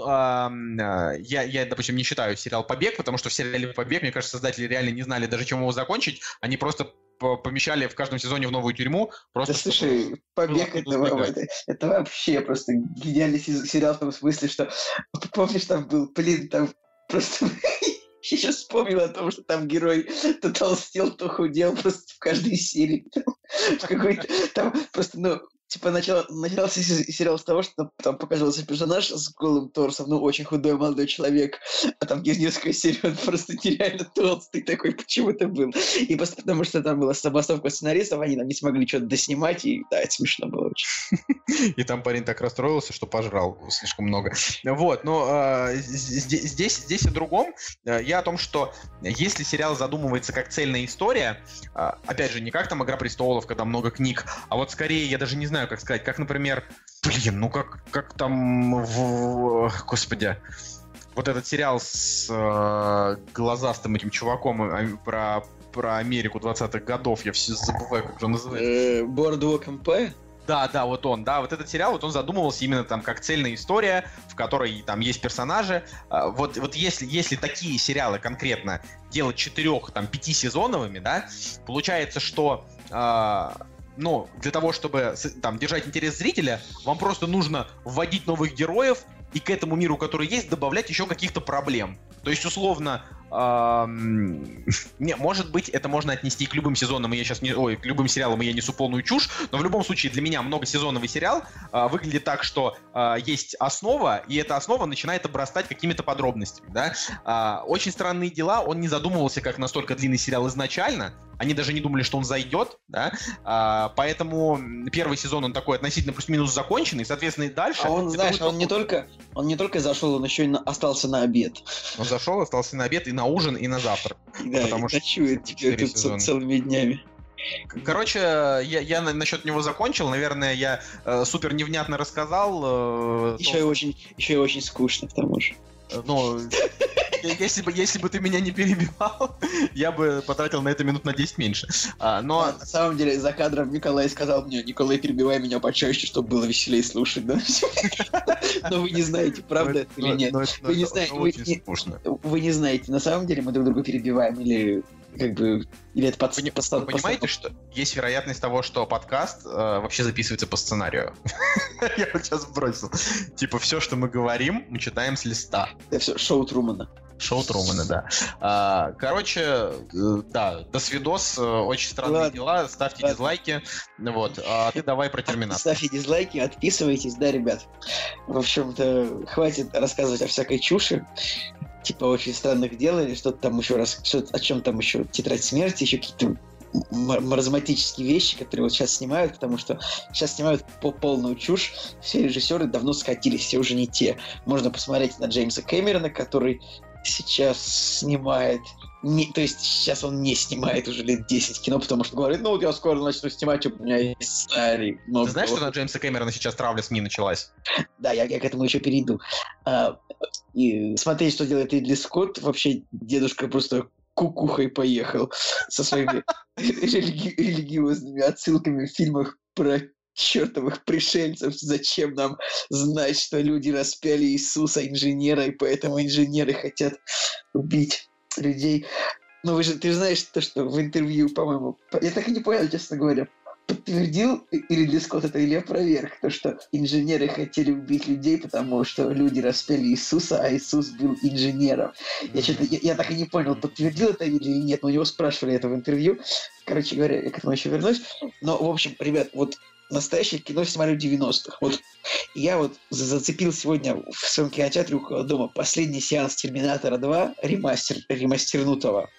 э, я, я, допустим, не считаю сериал «Побег», потому что в сериале «Побег», мне кажется, создатели реально не знали даже, чем его закончить, они просто помещали в каждом сезоне в новую тюрьму. Просто да слушай, «Побег» это, это, это вообще просто гениальный сериал в том смысле, что помнишь, там был, блин, там просто... Я сейчас вспомнил о том, что там герой то толстел, то худел просто в каждой серии. В какой-то там просто, ну, типа начало, начался сериал с того, что там показывался персонаж с голым торсом, ну, очень худой молодой человек, а там через несколько серий он просто нереально толстый такой, почему это был? И просто потому, что там была собастовка сценаристов, они там не смогли что-то доснимать, и да, это смешно было очень. И там парень так расстроился, что пожрал слишком много. Вот, но э, здесь, здесь, здесь о другом. Я о том, что если сериал задумывается как цельная история, э, опять же, не как там «Игра престолов», когда много книг, а вот скорее, я даже не знаю, как сказать, как, например, блин, ну как, как там в... Господи, вот этот сериал с э, глазастым этим чуваком э, про, про Америку двадцатых годов, я все забываю, как же он называется. Boardwalk Empire? Да, да, вот он, да, вот этот сериал, вот он задумывался именно там как цельная история, в которой там есть персонажи. Вот, вот если, если такие сериалы конкретно делать четырех, там, пятисезоновыми, да, получается, что, э, ну, для того, чтобы там держать интерес зрителя, вам просто нужно вводить новых героев и к этому миру, который есть, добавлять еще каких-то проблем. То есть, условно, эм, не, может быть, это можно отнести к любым сезонам, и я сейчас не, ой, к любым сериалам, и я несу полную чушь, но в любом случае для меня многосезоновый сериал э, выглядит так, что э, есть основа, и эта основа начинает обрастать какими-то подробностями, да. Э, «Очень странные дела», он не задумывался как настолько длинный сериал изначально, они даже не думали, что он зайдет, да, э, поэтому первый сезон, он такой относительно плюс-минус законченный, соответственно, и дальше... А он, знаешь, он не только, он не только зашел, он еще и на, остался на обед. Он зашел, остался на обед и на ужин, и на завтрак. Да, потому и что ночует теперь тут сезона. Целыми днями. Короче, я, я насчет него закончил. Наверное, я э, супер невнятно рассказал. Э, еще, то... и очень, еще и очень скучно, к тому же. Ну, Если бы, если бы ты меня не перебивал, я бы потратил на это минут на десять меньше. А, но... Да, на самом деле, за кадром Николай сказал мне: Николай, перебивай меня почаще, чтобы было веселее слушать, да? Но вы не знаете, правда это или нет. Вы не знаете, вы не знаете, на самом деле мы друг друга перебиваем или... Как бы, или это под... Вы, подстав... вы понимаете, что есть вероятность того, что подкаст э, вообще записывается по сценарию? Я вот сейчас бросил. Типа, все, что мы говорим, мы читаем с листа. Это все шоу Трумана. Шоу Трумана, да. А, короче, э, да, до свидос, э, очень странные Ладно. дела, ставьте Ладно. дизлайки. Вот, а ты давай про Терминатор. Ставьте дизлайки, отписывайтесь, да, ребят. В общем-то, хватит рассказывать о всякой чуши. Типа очень странных дел или что-то там еще раз, что-то, о чем там еще, Тетрадь смерти, еще какие-то маразматические вещи, которые вот сейчас снимают, потому что сейчас снимают по полную чушь. Все режиссеры давно скатились, все уже не те. Можно посмотреть на Джеймса Кэмерона, который сейчас снимает... Не, то есть сейчас он не снимает уже лет десять кино, потому что говорит, ну вот я скоро начну снимать, у меня есть сценарий. Много. Ты знаешь, что на Джеймса Кэмерона сейчас травля СМИ началась? Да, я, я к этому еще перейду. А, и смотреть, что делает Ридли Скотт, вообще дедушка просто кукухой поехал со своими религи- религиозными отсылками в фильмах про чертовых пришельцев. Зачем нам знать, что люди распяли Иисуса, инженера, и поэтому инженеры хотят убить людей. Ну, вы же, ты же знаешь то, что в интервью, по-моему... Я так и не понял, честно говоря. Подтвердил Ридли Скотт это или опроверг? То, что инженеры хотели убить людей, потому что люди распяли Иисуса, а Иисус был инженером. Я, что-то, я, я так и не понял, подтвердил это или нет, но у него спрашивали это в интервью. Короче говоря, я к этому еще вернусь. Но, в общем, ребят, вот настоящее кино снимали в девяностых. Вот я вот зацепил сегодня в своем кинотеатре около дома последний сеанс Терминатора два, ремастер, ремастернутого.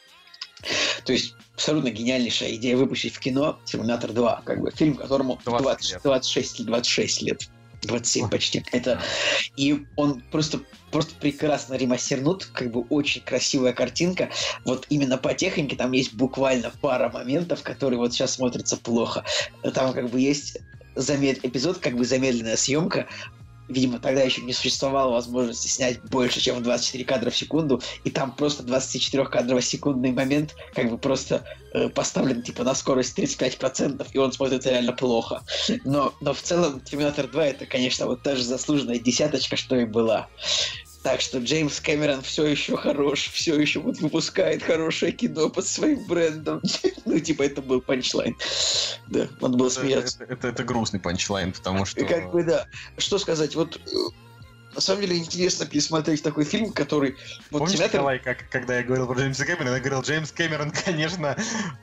То есть абсолютно гениальнейшая идея выпустить в кино Терминатор два, как бы фильм, которому двадцать, двадцать шесть, двадцать шесть лет. двадцать семь почти. Это... И он просто, просто прекрасно ремастернут, как бы очень красивая картинка. Вот именно по технике там есть буквально пара моментов, которые вот сейчас смотрятся плохо. Там как бы есть замед... эпизод, как бы замедленная съемка. Видимо, тогда еще не существовало возможности снять больше, чем двадцать четыре кадра в секунду, и там просто двадцатичетырёхкадрово-секундный момент как бы просто э, поставлен типа на скорость тридцать пять процентов, и он смотрится реально плохо. Но, но в целом Терминатор два это, конечно, вот та же заслуженная десяточка, что и была. Так что Джеймс Кэмерон все еще хорош, все еще вот выпускает хорошее кино под своим брендом. Ну, типа, это был панчлайн. Да, он был смеяться. Это, это, это грустный панчлайн, потому что... Как бы, да. Что сказать, вот... На самом деле интересно пересмотреть такой фильм, который... Вот помнишь, Терминатор... Николай, как, когда я говорил про Джеймса Кэмерона, я говорил, Джеймс Кэмерон, конечно,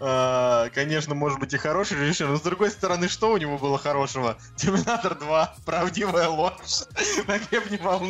э, конечно, может быть и хороший режиссер, но с другой стороны, что у него было хорошего? Терминатор два, правдивая ложь, на гребне волны.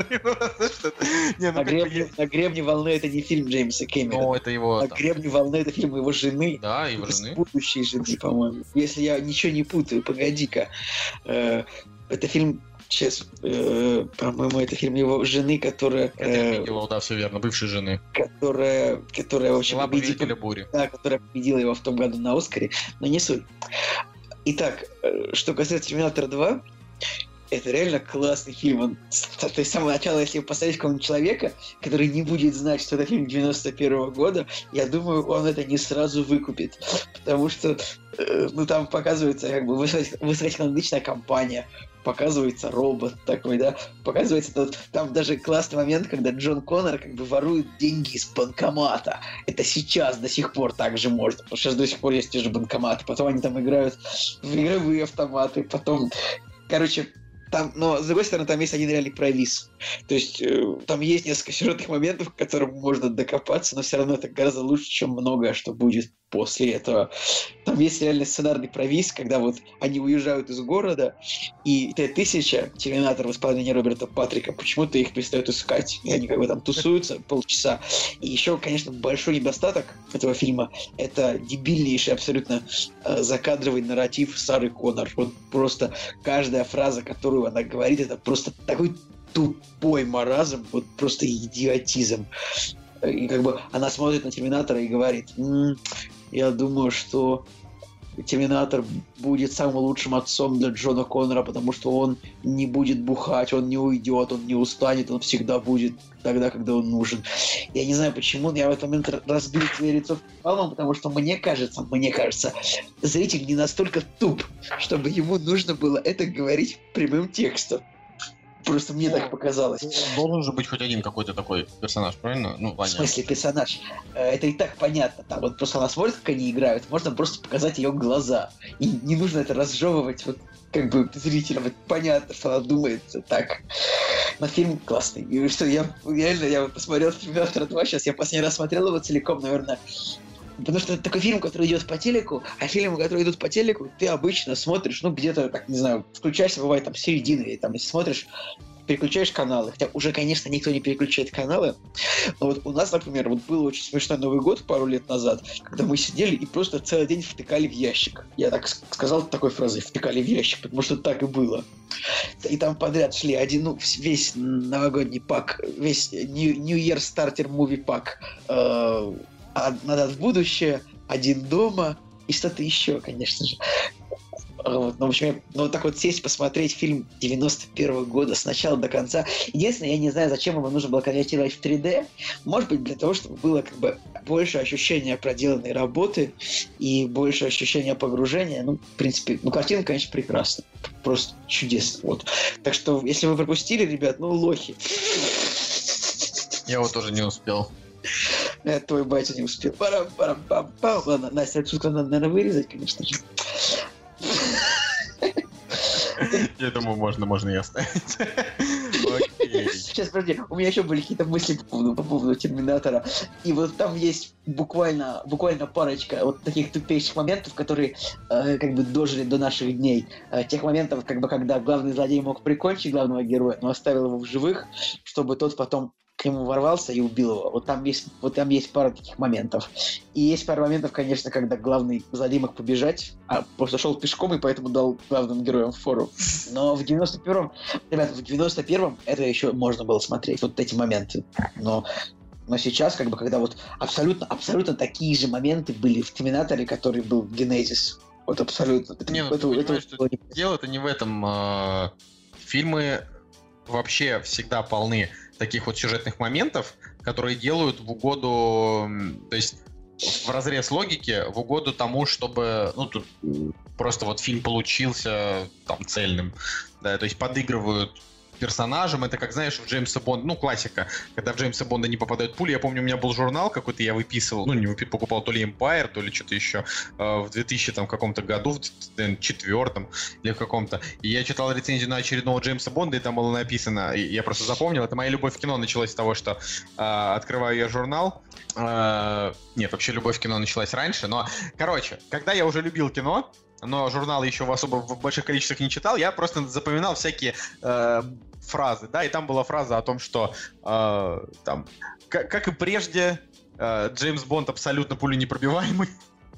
На гребне волны это не фильм Джеймса Кэмерона. Ну, это его... На гребне волны это фильм его жены. Да, его жены. Будущей жены, по-моему. Если я ничего не путаю, погоди-ка. Это фильм... Сейчас, э, по-моему, это фильм его жены, которая... Э, видела, да, все верно, бывшей жены. Которая, которая в общем, победила бури. Да, которая победила его в том году на Оскаре, но не суть. Итак, что касается Терминатора два, это реально классный фильм. Он, то есть с самого начала, если посмотреть какого-нибудь человека, который не будет знать, что это фильм девяносто первого года, я думаю, он это не сразу выкупит. Потому что э, ну, там показывается как бы высокотехнологичная компания, показывается робот такой, да, показывается тот, там даже классный момент, когда Джон Коннор как бы ворует деньги из банкомата. Это сейчас до сих пор так же можно, потому что сейчас до сих пор есть те же банкоматы, потом они там играют в игровые автоматы, потом, короче, там, но, с другой стороны, там есть один реальный провис. То есть, э, там есть несколько сюжетных моментов, к которым можно докопаться, но все равно это гораздо лучше, чем многое, что будет после этого. Там есть реальный сценарный провис, когда вот они уезжают из города, и Т-тысяча, Терминатор в исполнении Роберта Патрика, почему-то их перестают искать. И они как бы там тусуются полчаса. И еще, конечно, большой недостаток этого фильма — это дебильнейший абсолютно э, закадровый нарратив Сары Коннор. Вот просто каждая фраза, которую она говорит, это просто такой тупой маразм, вот просто идиотизм. И как бы она смотрит на Терминатора и говорит: м-м, я думаю, что Терминатор будет самым лучшим отцом для Джона Коннора, потому что он не будет бухать, он не уйдет, он не устанет, он всегда будет тогда, когда он нужен. Я не знаю почему, но я в этот момент разбил свое лицо палмом, потому что мне кажется, мне кажется, зритель не настолько туп, чтобы ему нужно было это говорить прямым текстом. Просто мне так показалось. Должен же быть хоть один какой-то такой персонаж, правильно? Ну, в смысле персонаж? Это и так понятно. Там вот просто она смотрит, как они играют, можно просто показать ее глаза. И не нужно это разжевывать вот как бы зрителям. Вот понятно, что она думает так. Но фильм классный. И что, я реально, я посмотрел «Терминатор два», сейчас я последний раз смотрел его целиком, наверное. Потому что это такой фильм, который идет по телеку, а фильмы, которые идут по телеку, ты обычно смотришь, ну, где-то, так, не знаю, включаешься, бывает, там, середины, и там, если смотришь, переключаешь каналы. Хотя уже, конечно, никто не переключает каналы. Но вот у нас, например, вот был очень смешной Новый год пару лет назад, когда мы сидели и просто целый день втыкали в ящик. Я так сказал такой фразой, втыкали в ящик, потому что так и было. И там подряд шли один, ну, весь новогодний пак, весь New, New Year Starter Movie пак, э, «Назад в будущее», «Один дома» и что-то еще, конечно же. Вот, ну, в общем, ну, вот так вот сесть, посмотреть фильм девяносто первого года с начала до конца. Единственное, я не знаю, зачем его нужно было конвертировать в три дэ. Может быть, для того, чтобы было как бы больше ощущения проделанной работы и больше ощущения погружения. Ну, в принципе, ну, картина, конечно, прекрасна. Просто чудесно. Вот. Так что, если вы пропустили, ребят, ну, лохи. Я вот тоже не успел. Это твой батя не успел. Парам-парам-пам-пам. Ладно, Настя, эту шутку надо, наверное, вырезать, конечно же. Я думаю, можно, можно и оставить. Окей. Сейчас, подожди, у меня еще были какие-то мысли по поводу, по поводу Терминатора. И вот там есть буквально, буквально парочка вот таких тупейших моментов, которые э, как бы дожили до наших дней. Э, тех моментов, как бы, когда главный злодей мог прикончить главного героя, но оставил его в живых, чтобы тот потом к нему ворвался и убил его. Вот там есть, вот там есть пара таких моментов. И есть пара моментов, конечно, когда главный злодей мог побежать, а просто шел пешком и поэтому дал главным героям фору. Но в девяносто первом, ребята, в девяносто первом это еще можно было смотреть, вот эти моменты. Но Но сейчас, как бы, когда вот абсолютно, абсолютно такие же моменты были в Терминаторе, который был в Генезис. Вот абсолютно. Это, не, ну, это, это, это, что не... дело-то не в этом. Э, фильмы вообще всегда полны таких вот сюжетных моментов, которые делают в угоду, то есть в разрез логики, в угоду тому, чтобы, ну, тут просто вот фильм получился там цельным, да, то есть подыгрывают персонажам. Это как, знаешь, в Джеймса Бонда, ну, классика, когда в Джеймса Бонда не попадают пули. Я помню, у меня был журнал какой-то, я выписывал, ну, не выписывал, покупал то ли Empire, то ли что-то еще э, в двухтысячном каком-то году, в две тысячи четвёртом или в каком-то. И я читал рецензию на очередного Джеймса Бонда, и там было написано, и я просто запомнил, это моя любовь в кино началась с того, что э, открываю я журнал. Э, нет, вообще любовь в кино началась раньше, но, короче, когда я уже любил кино, но журналы еще в особо в больших количествах не читал, я просто запоминал всякие э, фразы, да, и там была фраза о том, что э, там, как, как и прежде, э, Джеймс Бонд абсолютно пуленепробиваемый.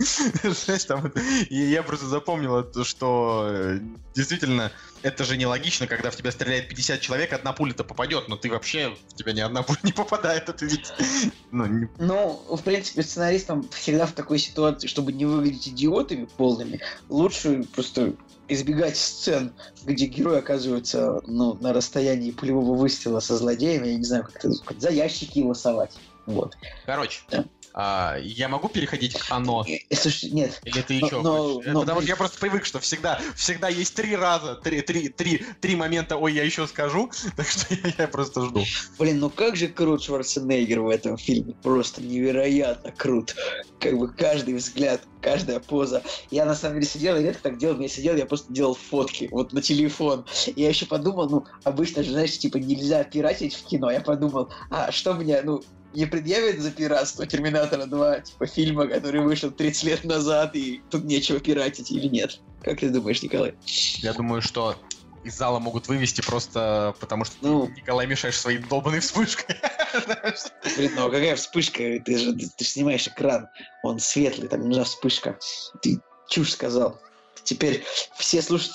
И я просто запомнил, что действительно это же нелогично, когда в тебя стреляет пятьдесят человек, одна пуля-то попадет, но ты вообще, в тебя ни одна пуля не попадает, это ведь... Ну, не... ну, в принципе, сценаристам всегда в такой ситуации, чтобы не выглядеть идиотами полными, лучше просто избегать сцен, где герой оказывается, ну, на расстоянии пулевого выстрела со злодеями, я не знаю, как это сказать, за ящики его совать. Вот. Короче, да. А, я могу переходить к «Оно»? Слушай, нет. Или ты еще но, хочешь? но, Потому но... что я просто привык, что всегда, всегда есть три раза, три, три, три, три момента, ой, я еще скажу, так что я, я просто жду. Блин, ну как же крут Шварценеггер в этом фильме, просто невероятно крут. Как бы каждый взгляд, каждая поза. Я на самом деле сидел, я редко так делал, но я сидел, я просто делал фотки, вот на телефон. И я еще подумал, ну, обычно же, знаешь, типа нельзя пиратить в кино. Я подумал, а что мне, ну, не предъявят за пиратство Терминатора два, типа фильма, который вышел тридцать лет назад, и тут нечего пиратить или нет? Как ты думаешь, Николай? Я думаю, что из зала могут вывести просто потому, что ну, ты, Николай, мешаешь своей долбанной вспышкой. Блин, ну а какая вспышка? Ты же ты снимаешь экран, он светлый, там не нужна вспышка. Ты чушь сказал. Теперь все слушатели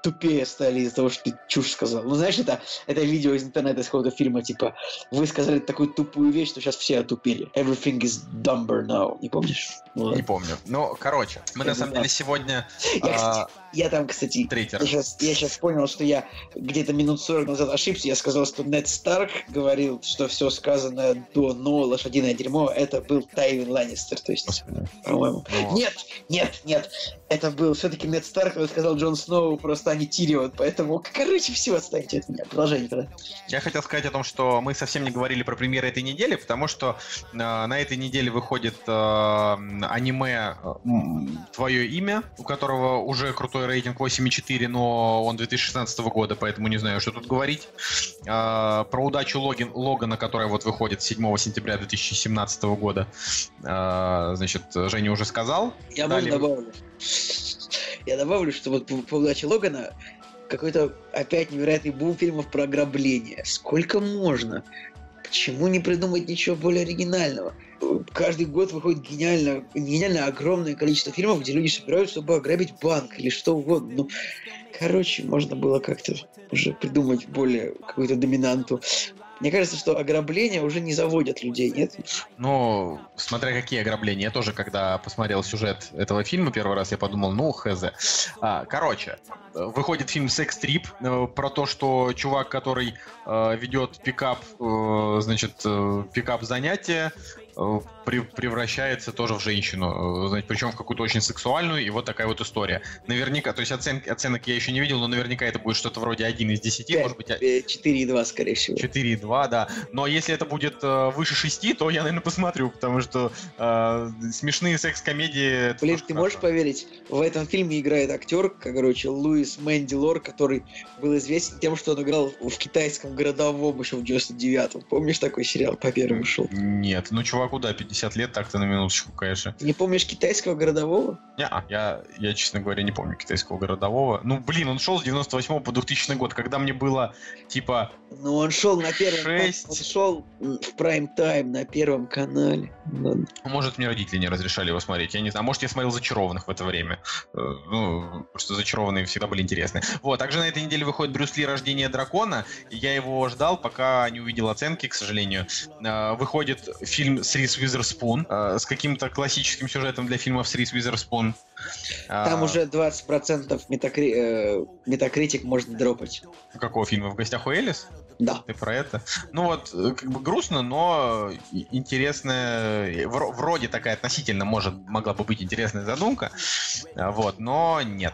тупее стали из-за того, что ты чушь сказал. Ну, знаешь, это, это видео из интернета, из какого-то фильма, типа, вы сказали такую тупую вещь, что сейчас все отупели. Everything is dumber now. Не помнишь? Вот. Не помню. Ну, короче, мы я на самом деле сегодня... Я, а... кстати, я там, кстати, я сейчас, я сейчас понял, что я где-то минут сорок назад ошибся. Я сказал, что Нед Старк говорил, что все сказанное до «но» лошадиное дерьмо, это был Тайвин Ланнистер. То есть, Господи. По-моему. Но... Нет, нет, нет. Это был все-таки Нед Старк, который сказал Джон Сноу, просто не Тирион. Поэтому, короче, все, отстаньте от меня. Продолжение тогда. Я хотел сказать о том, что мы совсем не говорили про премьеры этой недели, потому что э, на этой неделе выходит э, аниме «Твое имя», у которого уже крутой рейтинг восемь и четыре, но он две тысячи шестнадцатого года, поэтому не знаю, что тут говорить. Э, про удачу Логин, Логана, которая вот выходит седьмого сентября две тысячи семнадцатого года. Э, значит, Женя уже сказал. Я Далее... можно добавлю. Я добавлю, что вот по, по удаче Логана какой-то опять невероятный бум фильмов про ограбление. Сколько можно? Почему не придумать ничего более оригинального? Каждый год выходит гениально, гениально огромное количество фильмов, где люди собираются, чтобы ограбить банк или что угодно. Ну, короче, можно было как-то уже придумать более какую-то доминанту. Мне кажется, что ограбления уже не заводят людей, нет? Ну, смотря какие ограбления. Я тоже, когда посмотрел сюжет этого фильма первый раз, я подумал, ну, хз. А, короче, выходит фильм «Секс-трип» э, про то, что чувак, который э, ведет пикап, э, значит, э, пикап-занятие, э, при, превращается тоже в женщину. Э, значит, причем в какую-то очень сексуальную, и вот такая вот история. Наверняка, то есть оценки, оценок я еще не видел, но наверняка это будет что-то вроде один из десяти, может быть... четыре и два, скорее всего. четыре и два, да. Но если это будет э, выше шести, то я, наверное, посмотрю, потому что э, смешные секс-комедии... Блин, ты можешь поверить, в этом фильме играет актер, короче, Луис Мэнди Лор, который был известен тем, что он играл в китайском городовом еще в девяносто девятом. Помнишь такой сериал по первому шел? Нет, ну чуваку, да, пятьдесят лет, так-то на минуточку, конечно. Ты не помнишь китайского городового? Не-а, я, я, честно говоря, не помню китайского городового. Ну, блин, он шел с девяносто восьмого по двухтысячный год, когда мне было, типа... Ну, он шел на первом... шесть... Он шел в прайм-тайм на первом канале. Ладно. Может, мне родители не разрешали его смотреть, я не знаю. Может, я смотрел «Зачарованных» в это время. Ну, просто «Зачарованные» всегда были интересны. Вот, также на этой неделе выходит «Брюс Ли. Рождение дракона». Я его ждал, пока не увидел оценки, к сожалению. Выходит фильм с Риз Уизерспун с каким-то классическим сюжетом для фильмов с Риз Уизерспун. Там а... уже двадцать процентов метакри... э, метакритик может дропать. Какого фильма? «В гостях у Элис»? Да. Ты про это? Ну вот, как бы грустно, но интересная, вроде такая относительно может, могла бы быть интересная задумка, вот, но нет.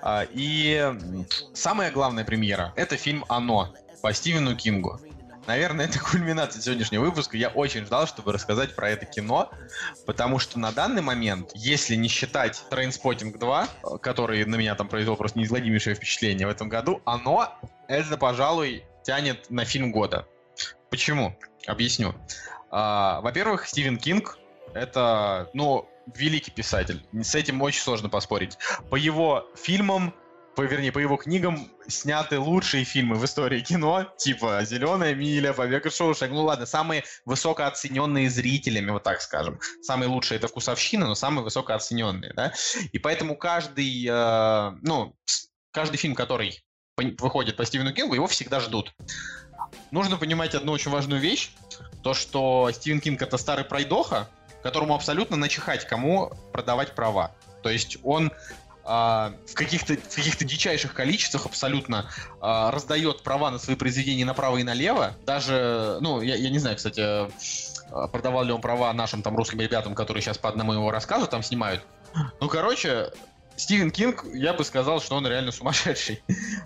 И самая главная премьера — это фильм «Оно» по Стивену Кингу. Наверное, это кульминация сегодняшнего выпуска. Я очень ждал, чтобы рассказать про это кино, потому что на данный момент, если не считать «Трейнспоттинг два», который на меня там произвел просто неизгладимейшее впечатление в этом году, «Оно» — это, пожалуй, тянет на фильм года. Почему? Объясню. А, во-первых, Стивен Кинг — это, ну, великий писатель. С этим очень сложно поспорить. По его фильмам, по, вернее, по его книгам сняты лучшие фильмы в истории кино, типа «Зеленая миля», «Побег из Шоушенка». Ну ладно, самые высокооцененные зрителями, вот так скажем. Самые лучшие — это «Вкусовщина», но самые высокооцененные, да? И поэтому каждый, э, ну, каждый фильм, который выходит по Стивену Кингу, его всегда ждут. Нужно понимать одну очень важную вещь, то, что Стивен Кинг — это старый пройдоха, которому абсолютно начихать, кому продавать права. То есть он э, в, каких-то, в каких-то дичайших количествах абсолютно э, раздает права на свои произведения направо и налево. Даже, ну, я, я не знаю, кстати, продавал ли он права нашим там русским ребятам, которые сейчас по одному его рассказу там снимают. Ну, короче... Стивен Кинг, я бы сказал, что он реально сумасшедший.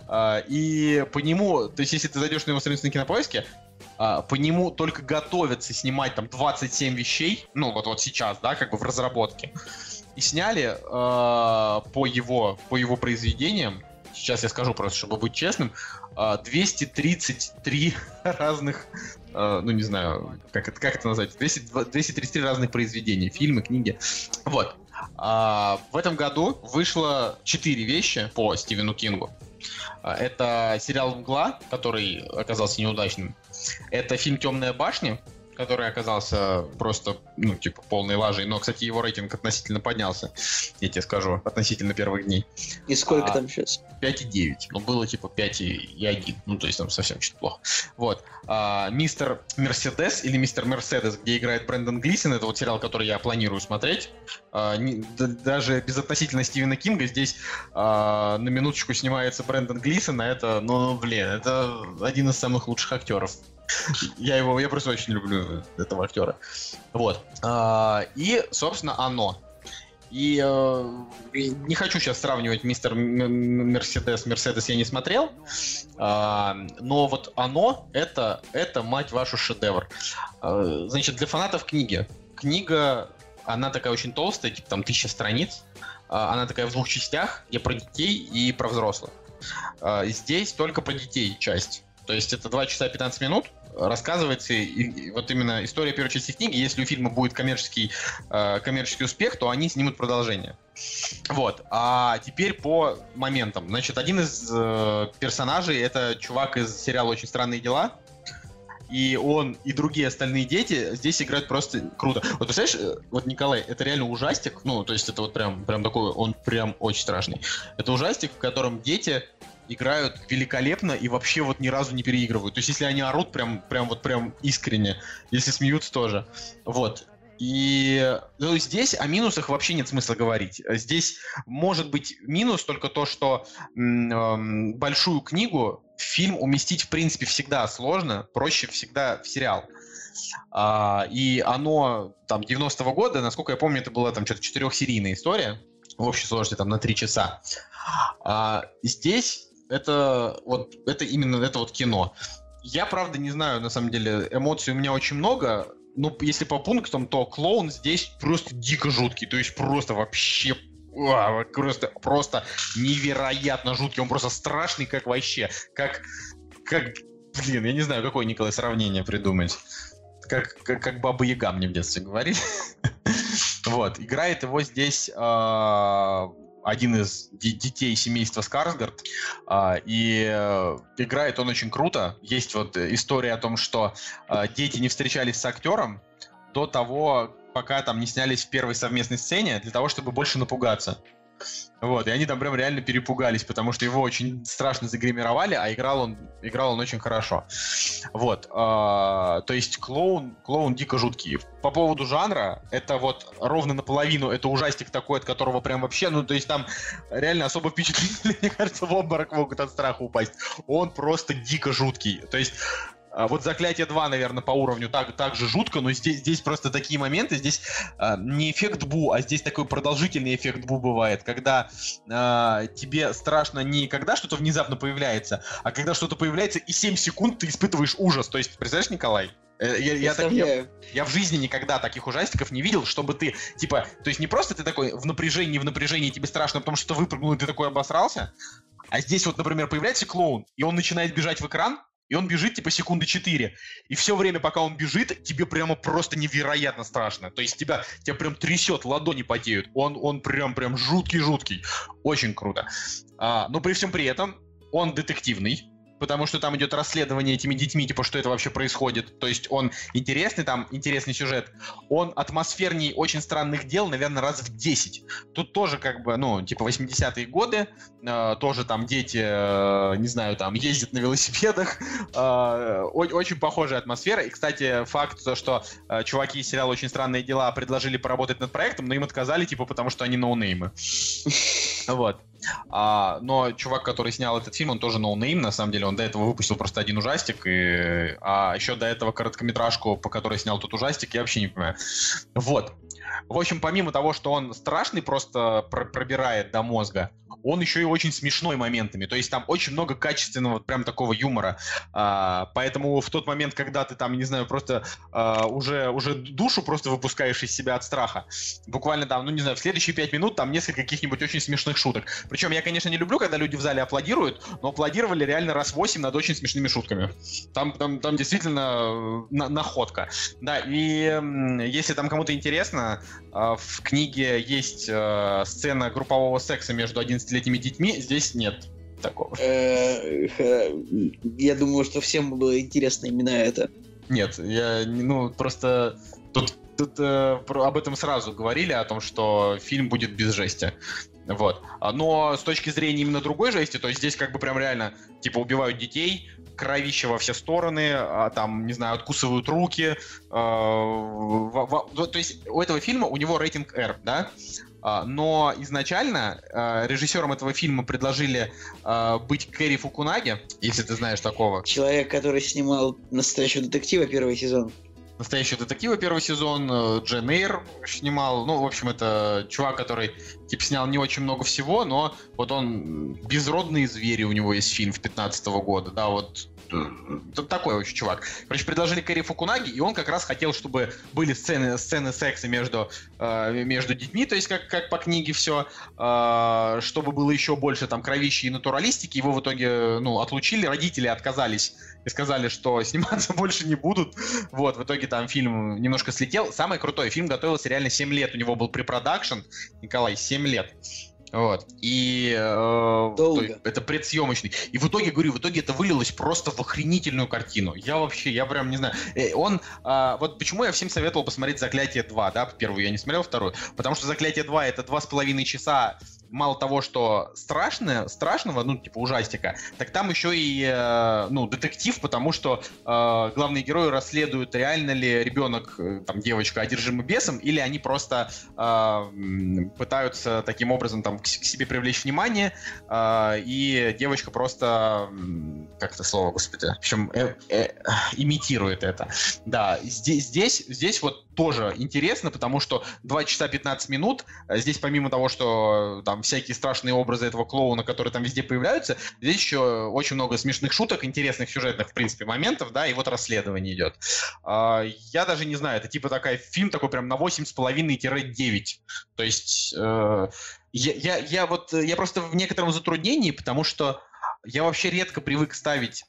И по нему, то есть если ты зайдешь на его страницу на Кинопоиске, по нему только готовятся снимать там двадцать семь вещей, ну вот, вот сейчас, да, как бы в разработке. И сняли по его, по его произведениям, сейчас я скажу просто, чтобы быть честным, двести тридцать три разных, ну не знаю, как это, как это назвать, двести тридцать три разных произведения, фильмы, книги, вот. А, в этом году вышло четыре вещи по Стивену Кингу. А, это сериал «Мгла», который оказался неудачным. Это фильм «Темная башня», который оказался просто, ну, типа, полной лажей. Но, кстати, его рейтинг относительно поднялся, я тебе скажу, относительно первых дней. И сколько а, там сейчас? пять и девять. Ну, было, типа, пять и один. Ну, то есть там совсем чуть плохо. Вот. А, «Мистер Мерседес» или «Мистер Мерседес», где играет Брэндон Глисон, это вот сериал, который я планирую смотреть. А, не, да, даже безотносительно Стивена Кинга здесь а, на минуточку снимается Брэндон Глисон, а это, ну, блин, это один из самых лучших актеров. Я его, я просто очень люблю этого актера. Вот. А, и, собственно, «Оно». И э, не хочу сейчас сравнивать «Мистер Мерседес», «Мерседес» я не смотрел, э, но вот «Оно» это, это, мать вашу, шедевр. Э, значит, для фанатов книги. Книга, она такая очень толстая, типа там тысяча страниц. Э, она такая в двух частях, где про детей и про взрослых. Э, здесь только про детей часть. То есть это два часа пятнадцать минут. Рассказывается и, и вот именно история первой части книги. Если у фильма будет коммерческий, э, коммерческий успех, то они снимут продолжение. Вот. А теперь по моментам. Значит, один из э, персонажей — это чувак из сериала «Очень странные дела». И он, и другие остальные дети здесь играют просто круто. Вот представляешь, вот Николай, это реально ужастик. Ну, то есть это вот прям, прям такой, он прям очень страшный. Это ужастик, в котором дети играют великолепно и вообще вот ни разу не переигрывают. То есть если они орут прям, прям вот прям искренне, если смеются тоже. Вот. И ну, здесь о минусах вообще нет смысла говорить. Здесь может быть минус только то, что м- большую книгу в фильм уместить в принципе всегда сложно, проще всегда в сериал. А, и оно там девяностого года, насколько я помню, это была там что-то четырехсерийная история, в общей сложности там на три часа. А, здесь это вот это именно это вот кино. Я правда не знаю, на самом деле эмоций у меня очень много. Ну, если по пунктам, то клоун здесь просто дико жуткий. То есть просто вообще а, просто, просто невероятно жуткий. Он просто страшный, как вообще. Как, как, блин, я не знаю, какое, Николай, сравнение придумать. Как, как, как Баба Яга мне в детстве говорили. Вот, играет его здесь один из детей семейства Скарсгард, и играет он очень круто. Есть вот история о том, что дети не встречались с актером до того, пока там не снялись в первой совместной сцене, для того, чтобы больше напугаться. Вот, и они там прям реально перепугались, потому что его очень страшно загримировали, а играл он, играл он очень хорошо. Вот, э, то есть клоун, клоун дико жуткий. По поводу жанра, это вот ровно наполовину, это ужастик такой, от которого прям вообще, ну, то есть там реально особо впечатлительные, мне кажется, в обморок могут от страха упасть. Он просто дико жуткий, то есть... Вот «Заклятие два», наверное, по уровню так, так же жутко, но здесь, здесь просто такие моменты, здесь э, не эффект Бу, а здесь такой продолжительный эффект Бу бывает, когда э, тебе страшно не когда что-то внезапно появляется, а когда что-то появляется и семь секунд ты испытываешь ужас. То есть, представляешь, Николай? Я, я, так, я, я в жизни никогда таких ужастиков не видел, чтобы ты, типа, то есть не просто ты такой в напряжении, в напряжении, тебе страшно, потому что выпрыгнул, и ты такой обосрался, а здесь вот, например, появляется клоун, и он начинает бежать в экран, и он бежит, типа, секунды четыре. И все время, пока он бежит, тебе прямо просто невероятно страшно. То есть тебя, тебя прям трясет, ладони потеют. Он, он прям, прям жуткий-жуткий. Очень круто. А, но при всем при этом он детективный. Потому что там идет расследование этими детьми, типа, что это вообще происходит. То есть он интересный, там интересный сюжет. Он атмосферней «Очень странных дел», наверное, раз в десять. Тут тоже как бы, ну, типа восьмидесятые годы, э, тоже там дети, э, не знаю, там ездят на велосипедах. Э, очень похожая атмосфера. И, кстати, факт, то, что э, чуваки из сериала «Очень странные дела» предложили поработать над проектом, но им отказали, типа, потому что они ноунеймы. Вот. А, но чувак, который снял этот фильм, он тоже ноунейм, на самом деле. Он до этого выпустил просто один ужастик, и... а еще до этого короткометражку, по которой снял тот ужастик, я вообще не понимаю. Вот. В общем, помимо того, что он страшный, просто пр- пробирает до мозга, он еще и очень смешной моментами. То есть там очень много качественного, прям такого юмора. А, поэтому в тот момент, когда ты там, не знаю, просто а, уже, уже душу просто выпускаешь из себя от страха, буквально там, ну не знаю, в следующие пять минут там несколько каких-нибудь очень смешных шуток. Причем я, конечно, не люблю, когда люди в зале аплодируют, но аплодировали реально раз восемь над очень смешными шутками. Там, там, там действительно на- находка. Да, и м, если там кому-то интересно, э, в книге есть э, сцена группового секса между одиннадцатилетними детьми, здесь нет такого. Я думаю, что всем было интересно именно это. Нет, я, ну, просто тут, тут э, про, об этом сразу говорили, о том, что фильм будет без жести. Вот. Но с точки зрения именно другой жести, то есть здесь как бы прям реально, типа, убивают детей, кровище во все стороны, а, там, не знаю, откусывают руки. Э, в, в, то есть у этого фильма, у него рейтинг R, да? Uh, но изначально uh, режиссером этого фильма предложили uh, быть Кэри Фукунаги, если ты знаешь такого. Человек, который снимал «Настоящего детектива» первый сезон. «Настоящего детектива» первый сезон, Джейн Эйр снимал. Ну, в общем, это чувак, который типа снял не очень много всего, но вот он «Безродные звери», у него есть фильм в пятнадцатого года, да, вот такой очень чувак. Короче, предложили Кэри Фукунаги, и он как раз хотел, чтобы были сцены, сцены секса между, э, между детьми, то есть как, как по книге все, э, чтобы было еще больше там кровищи и натуралистики. Его в итоге, ну, отлучили, родители отказались и сказали, что сниматься больше не будут. Вот, в итоге там фильм немножко слетел. Самое крутое, фильм готовился реально семь лет, у него был препродакшн, Николай, семь лет. Вот. И э, то, это предсъемочный. И в итоге, говорю, в итоге это вылилось просто в охренительную картину. Я вообще, я прям не знаю. Он, э, вот почему я всем советовал посмотреть «Заклятие два», да, первую я не смотрел, вторую. Потому что «Заклятие два» — это два с половиной часа, мало того, что страшно, страшного, ну, типа ужастика, так там еще и, э, ну, детектив, потому что э, главные герои расследуют, реально ли ребенок, там, девочка, одержима бесом, или они просто э, пытаются таким образом, там, к, к себе привлечь внимание, э, и девочка просто, как это слово, господи, в общем, э, э, имитирует это. Да, здесь, здесь, здесь вот тоже интересно, потому что два часа пятнадцать минут, здесь помимо того, что там всякие страшные образы этого клоуна, которые там везде появляются, здесь еще очень много смешных шуток, интересных сюжетных, в принципе, моментов, да, и вот расследование идет. Я даже не знаю, это типа такой фильм такой прям на восемь с половиной - девять. То есть э, я, я, я вот, я просто в некотором затруднении, потому что я вообще редко привык ставить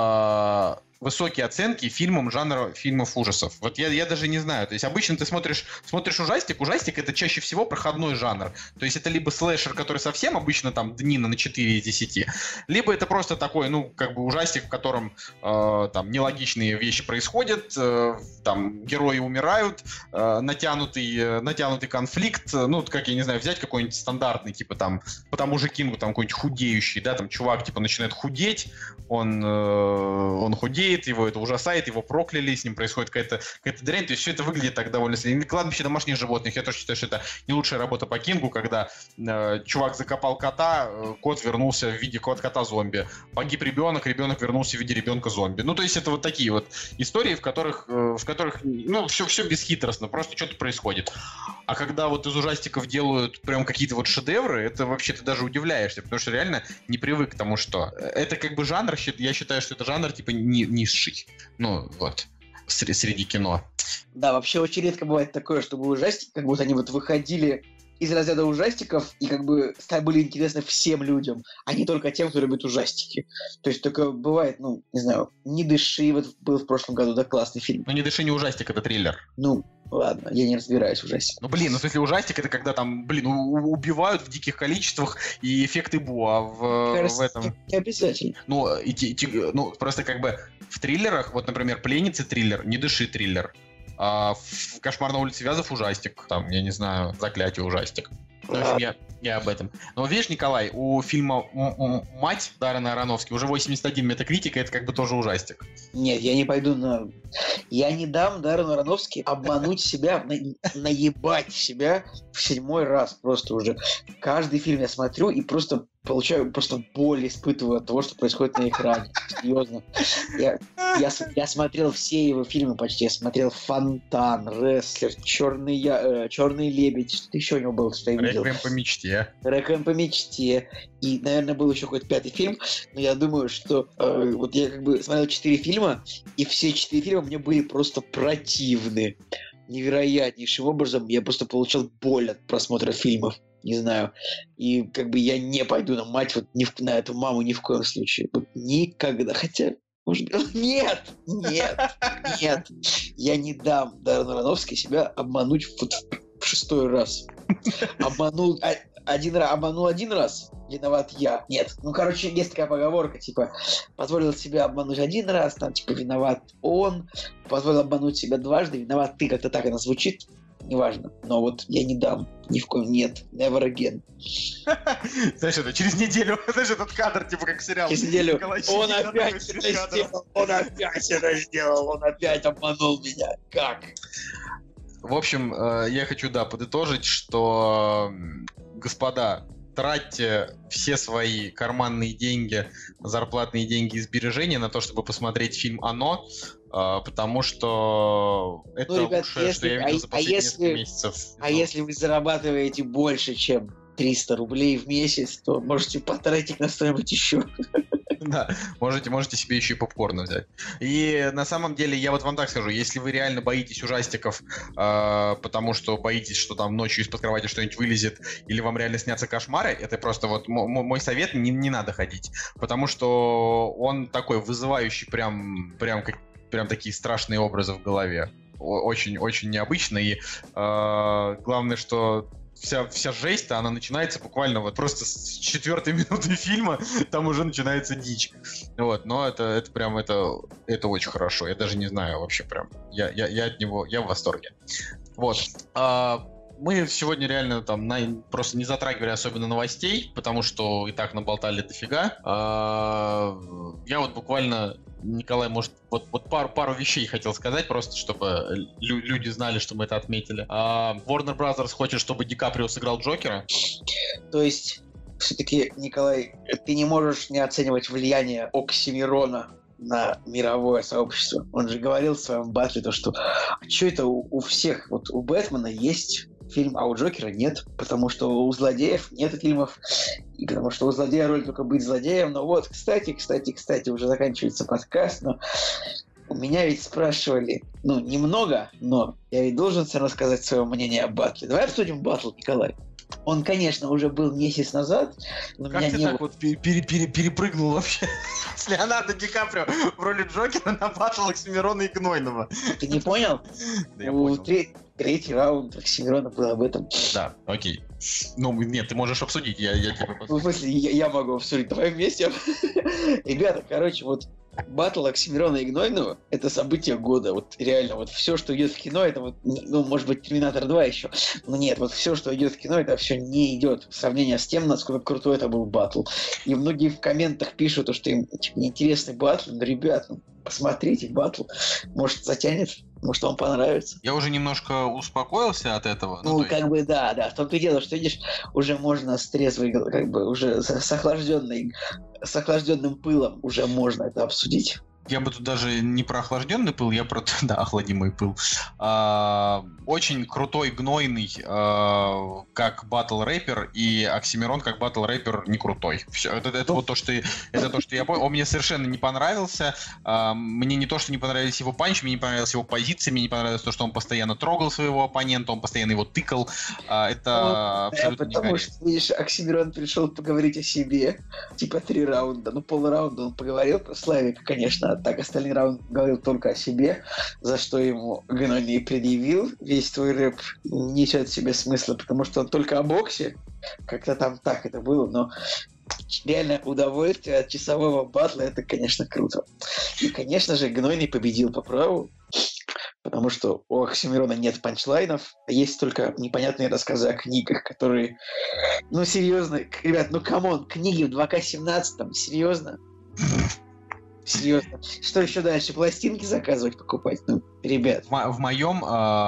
э, высокие оценки фильмам жанра фильмов ужасов. Вот я, я даже не знаю. То есть обычно ты смотришь, смотришь ужастик. Ужастик — это чаще всего проходной жанр. То есть это либо слэшер, который совсем обычно там дни на четыре из десяти, либо это просто такой, ну, как бы ужастик, в котором э, там нелогичные вещи происходят, э, там герои умирают, э, натянутый, э, натянутый конфликт. Ну, как, я не знаю, взять какой-нибудь стандартный, типа там, по тому же Кингу, там какой-нибудь худеющий, да, там чувак, типа, начинает худеть, он, э, он худеет, его это ужасает, его прокляли, с ним происходит какая-то, какая-то дрянь, то есть все это выглядит так довольно сильно. Кладбище домашних животных, я тоже считаю, что это не лучшая работа по Кингу, когда э, чувак закопал кота, э, кот вернулся в виде кота-зомби, погиб ребенок, ребенок вернулся в виде ребенка-зомби. Ну, то есть это вот такие вот истории, в которых, э, в которых ну, все, все бесхитростно, просто что-то происходит. А когда вот из ужастиков делают прям какие-то вот шедевры, это вообще ты даже удивляешься, потому что реально не привык к тому, что это как бы жанр, я считаю, что это жанр типа не низший, ну, вот, среди кино. Да, вообще очень редко бывает такое, чтобы ужастики, как будто они вот выходили из разряда ужастиков и как бы были интересны всем людям, а не только тем, кто любит ужастики. То есть только бывает, ну, не знаю, «Не дыши», вот был в прошлом году, да, классный фильм. Ну, «Не дыши» не ужастик, это триллер. Ну, ладно, я не разбираюсь в ужастике. Ну, блин, ну, в смысле, ужастик — это когда там, блин, убивают в диких количествах и эффекты Буа в, Кажется, в этом... Не обязательно. Ну, и, и, ну, просто как бы в триллерах, вот, например, «Пленницы» триллер, «Не дыши» триллер, а в «Кошмар на улице Вязов» ужастик, там, я не знаю, «Заклятие» ужастик. В общем, я, я об этом. Но видишь, Николай, у фильма «Мать» Даррена Аронофски уже восемьдесят один метакритика, это как бы тоже ужастик. Нет, я не пойду на... Я не дам Даррену Аронофски обмануть себя, на... наебать себя в седьмой раз просто уже. Каждый фильм я смотрю и просто получаю, просто боль испытываю от того, что происходит на экране. Серьезно. Я, я, я смотрел все его фильмы почти. Я смотрел «Фонтан», «Рестлер», «Черный, я... э, «Черный лебедь». Что-то еще у него было, что я видел. «Реквием по мечте». «Реквием по мечте». И, наверное, был еще какой-то пятый фильм. Но я думаю, что э, вот я как бы смотрел четыре фильма, и все четыре фильма мне были просто противны. Невероятнейшим образом я просто получал боль от просмотра фильмов. Не знаю. И как бы я не пойду на «Мать», вот ни в, на эту маму ни в коем случае. Вот никогда. Хотя, может быть... Нет! Нет! Нет! Я не дам Даррену Аронофски себя обмануть вот в шестой раз. Обманул... один раз обманул один раз, виноват я. Нет. Ну, короче, есть такая поговорка, типа, позволил себя обмануть один раз, там, типа, виноват он, позволил обмануть себя дважды, виноват ты. Как-то так она звучит. Неважно. Но вот я не дам. Ни в коем нет. Never again. Знаешь, это через неделю, знаешь, этот кадр, типа как сериал. Через неделю. Он опять это сделал. Он опять это сделал. Он опять обманул меня. Как? В общем, я хочу, да, подытожить, что, господа, тратьте все свои карманные деньги, зарплатные деньги и сбережения на то, чтобы посмотреть фильм «Оно», потому что это ну, ребят, лучшее, если, что я видел а, за последние а если, несколько месяцев. А если вы зарабатываете больше, чем триста рублей в месяц, то можете потратить на что-нибудь еще. Да, можете, можете себе еще и попкорн взять. И на самом деле, я вот вам так скажу, если вы реально боитесь ужастиков, э, потому что боитесь, что там ночью из-под кровати что-нибудь вылезет, или вам реально снятся кошмары, это просто вот м- мой совет, не, не надо ходить. Потому что он такой вызывающий прям, прям, как, прям такие страшные образы в голове. Очень-очень необычно. И э, главное, что Вся, вся жесть-то, она начинается буквально вот просто с четвертой минуты фильма, там уже начинается дичь. Вот, но это, это прям, это, это очень хорошо. Я даже не знаю вообще прям. Я, я, я от него, я в восторге. Вот. А, мы сегодня реально там на, просто не затрагивали особенно новостей, потому что и так наболтали дофига. А, я вот буквально... Николай, может, вот, вот пару, пару вещей хотел сказать, просто чтобы лю- люди знали, что мы это отметили. А, Warner Brothers хочет, чтобы Ди Каприо сыграл Джокера. То есть, все-таки, Николай, ты не можешь не оценивать влияние Оксимирона на мировое сообщество. Он же говорил в своем батле, то, что а что это у, у всех, вот у Бэтмена есть фильм, а у Джокера нет, потому что у злодеев нет фильмов, и потому что у злодея роль только быть злодеем. Но вот, кстати, кстати, кстати, уже заканчивается подкаст, но у меня ведь спрашивали, ну, немного, но я ведь должен все равно сказать свое мнение о батле. Давай обсудим батл, Николай. Он, конечно, уже был месяц назад, но как меня ты не так было. вот пере- пере- пере- перепрыгнул вообще с Леонардо Ди Каприо в роли Джокера на батл Оксимирона и Гнойного? Ты не понял? Да я У понял. тре- Третий раунд Оксимирона был об этом. Да, окей. Ну, нет, ты можешь обсудить, я, я тебе Ну, в послушаю. смысле, я, я могу обсудить. Давай вместе. Ребята, короче, вот батл Оксимирона и Гнойного — это событие года. Вот реально, вот все, что идет в кино, это вот, ну, может быть, Терминатор два еще. Но нет, вот все, что идет в кино, это все не идет в сравнение с тем, насколько крутой это был батл. И многие в комментах пишут, что им типа, неинтересный батл. Но, ребят, ну, посмотрите батл. Может, затянет. Может, вам понравится. Я уже немножко успокоился от этого. Ну, то есть- как бы, да, да. В том-то и дело, что, видишь, уже можно с трезвой, как бы, уже с, с охлажденной, с охлажденным пылом уже можно это обсудить. Я бы тут даже не про охлажденный пыл, я про, да, охладимый пыл. А, очень крутой, гнойный, а, как батл-рэпер, и Оксимирон как батл-рэпер не крутой. Все, это, это вот то, что, это то, что я понял. Он мне совершенно не понравился. А, мне не то, что не понравились его панчи, мне не понравилась его позиция, мне не понравилось то, что он постоянно трогал своего оппонента, он постоянно его тыкал. А, это Ну, абсолютно да, потому некорректно. что, видишь, Оксимирон пришел поговорить о себе, типа три раунда, ну полраунда он поговорил про Славика, конечно, а так остальные раунды говорил только о себе, за что ему Гнойный предъявил. Весь твой рэп не несет в себе смысла, потому что он только о боксе, как-то там так это было, но реально удовольствие от часового батла, это, конечно, круто. И, конечно же, Гнойный победил по праву, потому что у Оксимирона нет панчлайнов, а есть только непонятные рассказы о книгах, которые... Ну, серьезно, ребят, ну, камон, книги в два ка семнадцать, серьезно? Серьезно. Что еще дальше? Пластинки заказывать, покупать? Ну, ребят. В, в моем,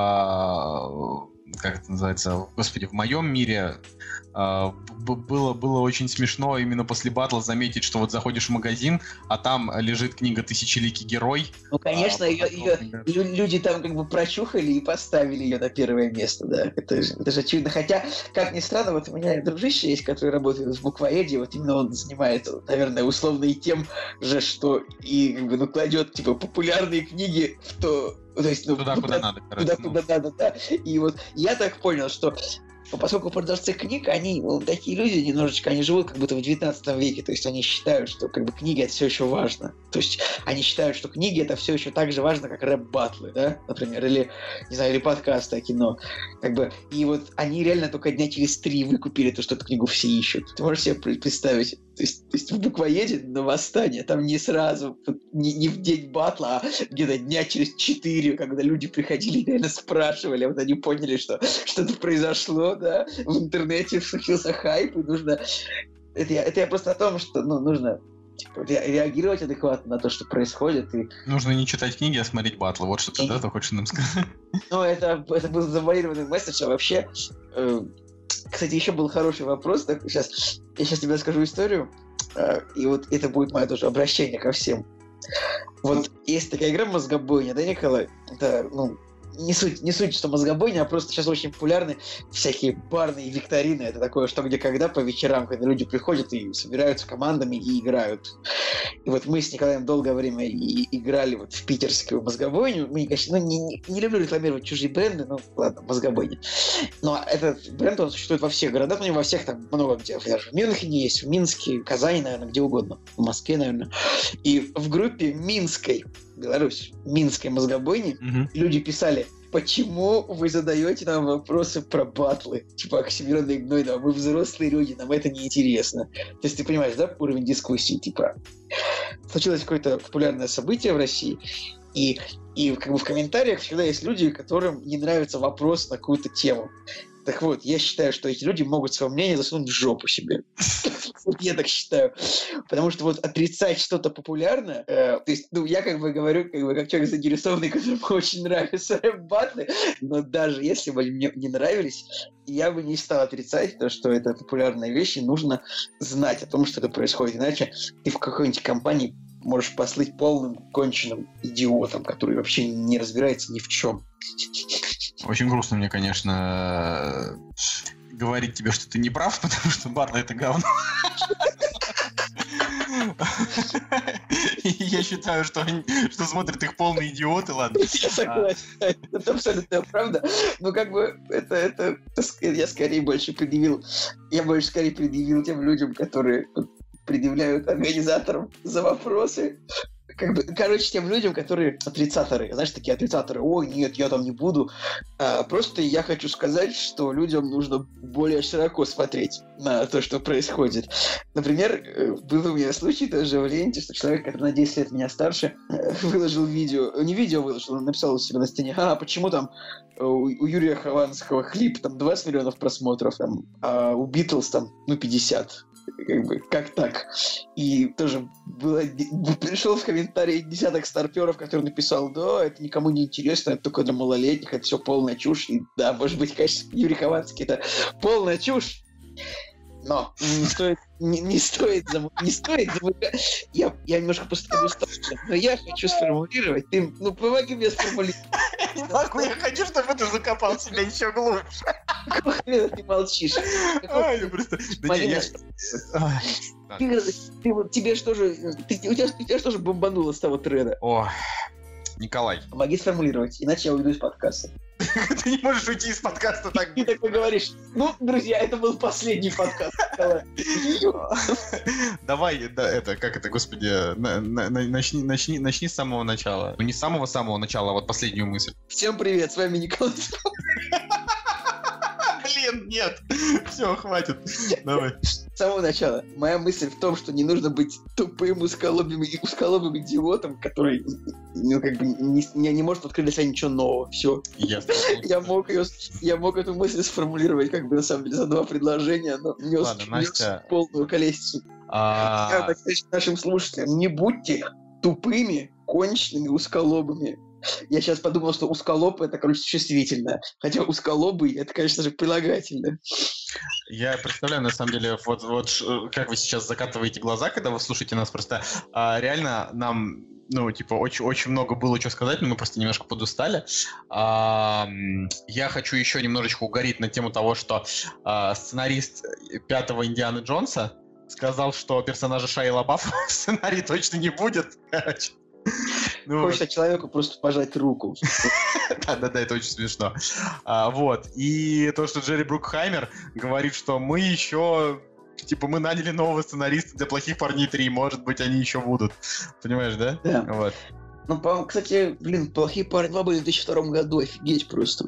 а, как это называется, господи, в моем мире а, б- было, было очень смешно именно после батла заметить, что вот заходишь в магазин, а там лежит книга «Тысячеликий герой». Ну, конечно, А, ее, ее лю- люди там как бы прочухали и поставили ее на первое место, да. Это же, это же очевидно. Хотя, как ни странно, вот у меня дружище есть, который работает в буквоеде, вот именно он занимается, наверное, условно и тем же, что и как бы, ну, кладет, типа, популярные книги в то... То есть, ну, Туда, куда надо, короче. Туда, ну. куда надо, да. И вот я так понял, что поскольку продавцы книг, они, ну, такие люди немножечко, они живут как будто в девятнадцатом веке, то есть они считают, что как бы книги это все еще важно. То есть они считают, что книги это все еще так же важно, как рэп-баттлы, да, например, или, не знаю, или подкасты о кино. Как бы, и вот они реально только дня через три выкупили то, что эту книгу все ищут. Ты можешь себе представить? То есть, то есть в буквоеде на восстание там не сразу, не, не в день батла, а где-то дня через четыре, когда люди приходили и реально спрашивали, а вот они поняли, что что-то произошло, да, в интернете случился хайп, и нужно... Это я, это я просто о том, что, ну, нужно типа, ре- реагировать адекватно на то, что происходит, и... Нужно не читать книги, а смотреть батлы, вот что ты, И- да, ты хочешь нам сказать? Ну, это, это был завуалированный месседж, а вообще... э, Кстати, еще был хороший вопрос. Так, сейчас, я сейчас тебе расскажу историю, э, и вот это будет мое тоже обращение ко всем. Вот есть такая игра «Мозгобойня», да, Николай? Это, ну, не суть, не суть, что мозгобойня, а просто сейчас очень популярны всякие барные викторины. Это такое что где когда по вечерам, когда люди приходят и собираются командами и играют. И вот мы с Николаем долгое время и играли вот в питерскую мозгобойню. Мы, конечно, ну, не, не, не люблю рекламировать чужие бренды, но ладно, мозгобойня. Но этот бренд, он существует во всех городах, но не во всех, там много где. Даже в Мюнхене есть, в Минске, в Казани, наверное, где угодно. В Москве, наверное. И в группе Минской, Беларусь, Минской мозгобойни, Мгм. люди писали: почему вы задаете нам вопросы про батлы? Типа Оксимирона и Гнойного. Мы взрослые люди, нам это не интересно. То есть ты понимаешь, да, уровень дискуссии? Типа случилось какое-то популярное событие в России, и, и как бы в комментариях всегда есть люди, которым не нравится вопрос на какую-то тему. Так вот, я считаю, что эти люди могут свое мнение засунуть в жопу себе. Я так считаю. Потому что вот отрицать что-то популярное, э, то есть, ну, я как бы говорю, как бы, как человек заинтересованный, которому очень нравятся рэп-баттлы, но даже если бы они мне не нравились, я бы не стал отрицать то, что это популярная вещь, и нужно знать о том, что это происходит. Иначе ты в какой-нибудь компании можешь послать полным конченным идиотом, который вообще не разбирается ни в чем. Очень грустно мне, конечно, говорить тебе, что ты не прав, потому что батлы — это говно. И я считаю, что, они- что смотрят их полные идиоты, ладно. Я согласен. Это абсолютно правда. Но как бы это, это, это ск- я скорее больше предъявил, я больше скорее предъявил тем людям, которые предъявляют организаторам за вопросы. Как бы, короче, тем людям, которые отрицаторы, знаешь, такие отрицаторы, ой, нет, я там не буду. А, просто я хочу сказать, что людям нужно более широко смотреть на то, что происходит. Например, э, был у меня случай тоже в ленте, что человек, который на десять лет меня старше, э, выложил видео, не видео выложил, он написал у себя на стене: а почему там э, у, у Юрия Хованского клип там двадцать миллионов просмотров, там, а у Битлз там, ну, пятьдесят. Как бы, как так? И тоже было, пришел в комментарии десяток старперов, который написал: да, это никому не интересно, это только для малолетних, это все полная чушь. И да, может быть, конечно, Юрий Хованский — это полная чушь, но не стоит, не, не стоит, зам- не стоит замыкать. Я, я немножко просто устал, но я хочу сформулировать. Ты, ну, помоги мне сформулировать. Не могу, я хочу, чтобы ты закопал себя еще глубже. Какого хрена ты молчишь? Какого Ай, хрена? ну просто... Да Помоги не, мне я... Ай. Ты, ты вот тебе что же, ты, у, тебя, у тебя что же бомбануло с того треда? О, Николай, Помоги сформулировать, иначе я уйду из подкаста. ты не можешь уйти из подкаста так Ты такой говоришь: ну, друзья, это был последний подкаст. Николай. Давай, да, это, как это, господи, на- на- на- начни, начни, начни с самого начала. Ну, не с самого-самого начала, а вот последнюю мысль. Всем привет, с вами Николай. Блин, нет. Все, хватит. Давай. С самого начала. Моя мысль в том, что не нужно быть тупым, узколобым и узколобым идиотом, который, ну, как бы, не, не, не может открыть для себя ничего нового. Все. Я, Я мог ее, я мог эту мысль сформулировать, как бы, на самом деле, за два предложения, но нес, Ладно, нес Настя. полную колесицу. Я А, так сказать нашим слушателям: не будьте тупыми, конченными, узколобыми. Я сейчас подумал, что узколоб — это, короче, чувствительное. Хотя узколобый — это, конечно же, прилагательное. Я представляю, на самом деле, вот, вот ш- как вы сейчас закатываете глаза, когда вы слушаете нас. Просто а, реально нам, ну, типа, очень, очень много было что сказать, но мы просто немножко подустали. А, м, я хочу еще немножечко угореть на тему того, что а, сценарист пятого Индианы Джонса сказал, что персонажа Шайи Лабафа в сценарии точно не будет. Короче. Хочется человеку просто пожать руку. Да-да-да, это очень смешно. Вот. И то, что Джерри Брукхаймер говорит, что мы еще... Типа, мы наняли нового сценариста для «Плохих парней три», может быть, они еще будут. Понимаешь, да? Да. Вот. Ну, по-моему, кстати, блин, «Плохие парни два» были в две тысячи втором году, офигеть просто.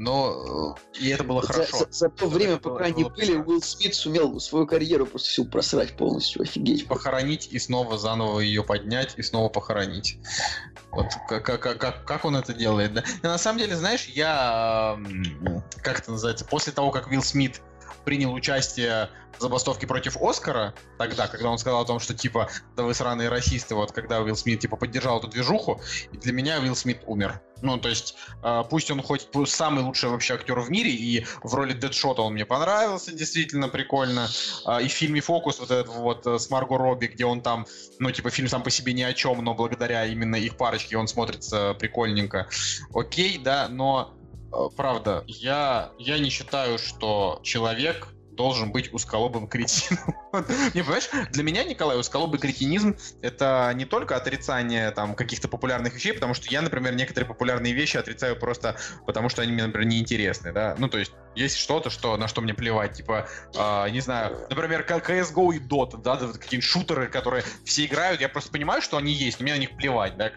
Но и это было за, хорошо. За, за то это время, было, пока они были, Уилл Смит сумел свою карьеру просто всю просрать полностью, офигеть. Похоронить и снова заново ее поднять, и снова похоронить. Вот как, как, как, как он это делает, да? И на самом деле, знаешь, я... Как это называется? После того, как Уилл Смит принял участие в забастовке против Оскара, тогда, когда он сказал о том, что, типа, да вы сраные расисты, вот, когда Уилл Смит, типа, поддержал эту движуху, и для меня Уилл Смит умер. Ну, то есть, э, пусть он хоть самый лучший вообще актер в мире, и в роли Дэдшота он мне понравился, действительно прикольно, э, и в фильме «Фокус», вот этот вот с Марго Робби, где он там, ну, типа, фильм сам по себе ни о чем, но благодаря именно их парочке он смотрится прикольненько. Окей, да, но правда, я, я не считаю, что человек должен быть узколобым кретином. Не, понимаешь, для меня, Николай, узколобый кретинизм — это не только отрицание там каких-то популярных вещей, потому что я, например, некоторые популярные вещи отрицаю просто потому, что они мне, например, неинтересны, да. Ну, то есть, есть что-то, что, на что мне плевать, типа, э, не знаю, например, си эс го и Dota, да, какие-нибудь шутеры, которые все играют, я просто понимаю, что они есть, но мне на них плевать, да.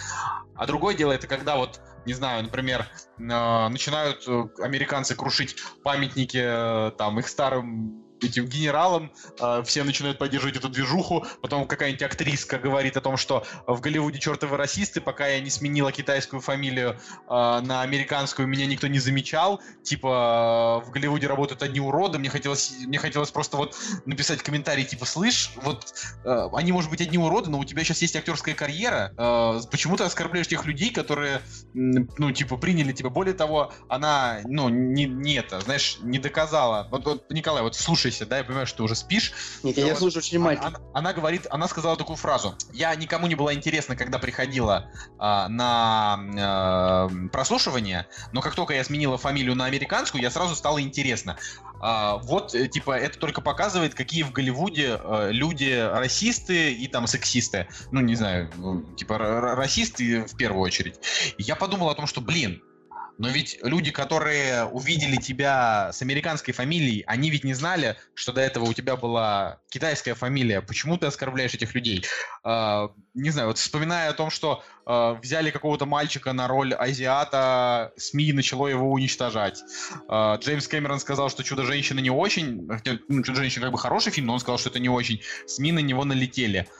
А другое дело, это когда вот, не знаю, например, э, начинают американцы крушить памятники э, там их старым этим генералам, э, все начинают поддерживать эту движуху, потом какая-нибудь актриска говорит о том, что в Голливуде чертовы расисты, пока я не сменила китайскую фамилию э, на американскую, меня никто не замечал, типа э, в Голливуде работают одни уроды, мне хотелось, мне хотелось просто вот написать комментарий, типа, слышь, вот э, они, может быть, одни уроды, но у тебя сейчас есть актерская карьера, э, почему ты оскорбляешь тех людей, которые, ну, типа, приняли тебя, более того, она, ну, не, не это, знаешь, не доказала, вот, вот Николай, вот слушай, да, я понимаю, что ты уже спишь. Нет, я не слушаю очень внимательно. Она, она говорит, она сказала такую фразу. Я никому не была интересна, когда приходила а, на а, прослушивание, но как только я сменила фамилию на американскую, я сразу стала интересна. А, вот, типа, это только показывает, какие в Голливуде а, люди расисты и там сексисты. Ну, не знаю, типа, расисты в первую очередь. И я подумал о том, что, блин, но ведь люди, которые увидели тебя с американской фамилией, они ведь не знали, что до этого у тебя была китайская фамилия. Почему ты оскорбляешь этих людей? Uh, не знаю, вот вспоминая о том, что uh, взяли какого-то мальчика на роль азиата, СМИ начало его уничтожать. Uh, Джеймс Кэмерон сказал, что «Чудо-женщина» не очень. Ну, «Чудо-женщина» как бы хороший фильм, но он сказал, что это не очень. СМИ на него налетели.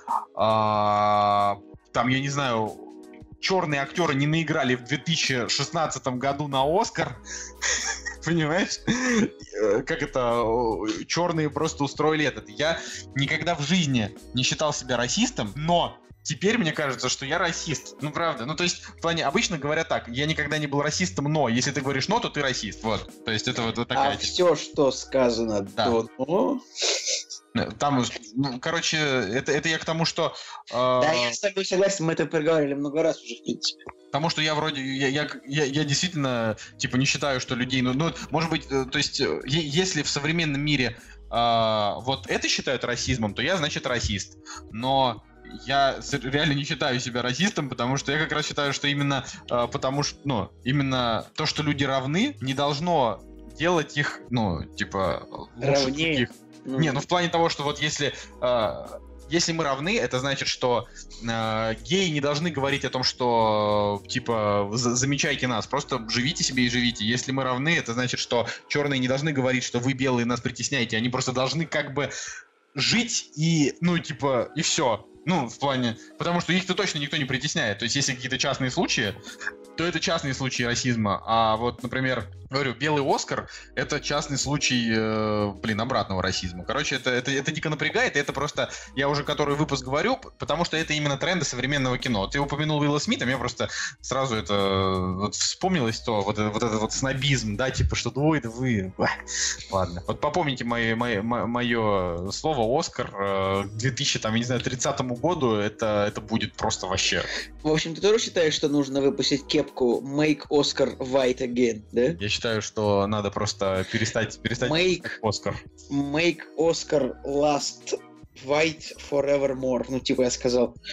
Uh, там, я не знаю... черные актеры не наиграли в две тысячи шестнадцатом году на Оскар. Понимаешь? Как это? Черные просто устроили этот. Я никогда в жизни не считал себя расистом, но теперь мне кажется, что я расист. Ну, правда. Ну, то есть, в плане, обычно говорят так, я никогда не был расистом, но если ты говоришь «но», то ты расист. Вот. То есть, это вот, вот такая... А все, что сказано да. до «но»... Там, ну, короче, это, это я к тому, что... Э... Да, я с тобой согласен, мы это проговорили много раз уже, в принципе. Потому что я вроде, я, я, я, я действительно, типа, не считаю, что людей, ну, ну может быть, то есть, е- если в современном мире э, вот это считают расизмом, то я, значит, расист. Но я реально не считаю себя расистом, потому что я как раз считаю, что именно э, потому что, ну, именно то, что люди равны, не должно делать их, ну, типа, лучше других. Ну... Не, ну в плане того, что вот если, э, если мы равны, это значит, что э, геи не должны говорить о том, что типа за- замечайте нас, просто живите себе и живите. Если мы равны, это значит, что черные не должны говорить, что вы белые нас притесняете, они просто должны как бы жить и, ну типа, и все. Ну, в плане, потому что их-то точно никто не притесняет. То есть, если какие-то частные случаи, то это частные случаи расизма. А вот, например, говорю, белый Оскар — это частный случай, э, блин, обратного расизма. Короче, это, это, это дико напрягает, и это просто, я уже который выпуск говорю, потому что это именно тренды современного кино. Ты упомянул Уилла Смита, мне просто сразу это вот вспомнилось то, вот, вот этот вот снобизм, да, типа, что ой, да вы... Ладно. Вот попомните мои, мои, мое слово «Оскар» к две тысячи тридцатому году, это, это будет просто вообще... В общем, ты тоже считаешь, что нужно выпустить кепку «Make Oscar White Again», да? Я считаю, что надо просто перестать, перестать make, Оскар. Make Oscar last white forevermore. Ну, типа я сказал.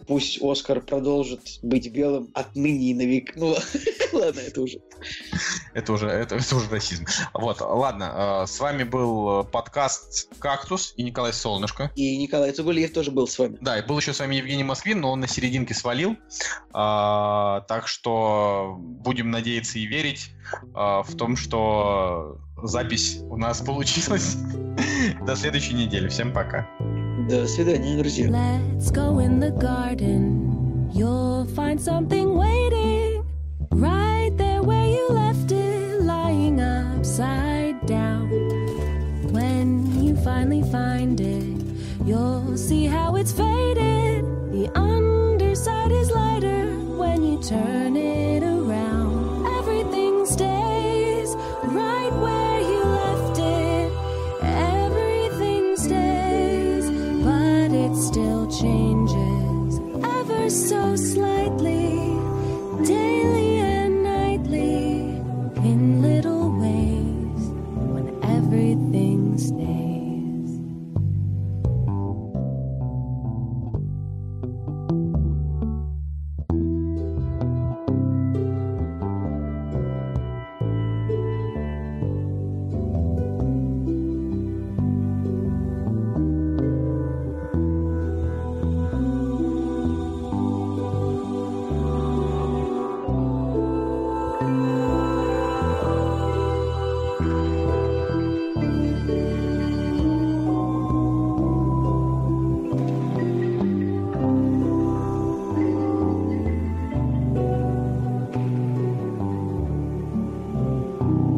пусть Оскар продолжит быть белым отныне и на век. Ну, ладно, это уже... Это уже, это, это уже расизм. Вот, ладно, с вами был подкаст «Кактус» и Николай Солнышко. И Николай Цугулиев тоже был с вами. Да, и был еще с вами Евгений Москвин, но он на серединке свалил. А, так что будем надеяться и верить а, в том, что запись у нас получилась. До следующей недели. Всем пока. До свидания, друзья. Let's go in the garden. You'll find something waiting right there where you left it, lying upside down. When you finally find it, you'll see how it's faded. The underside is lighter when you turn it around. Everything stays right where you left it. Everything stays, but it still changes ever so slightly, daily and nightly, in little ways, when everything stays. Thank you.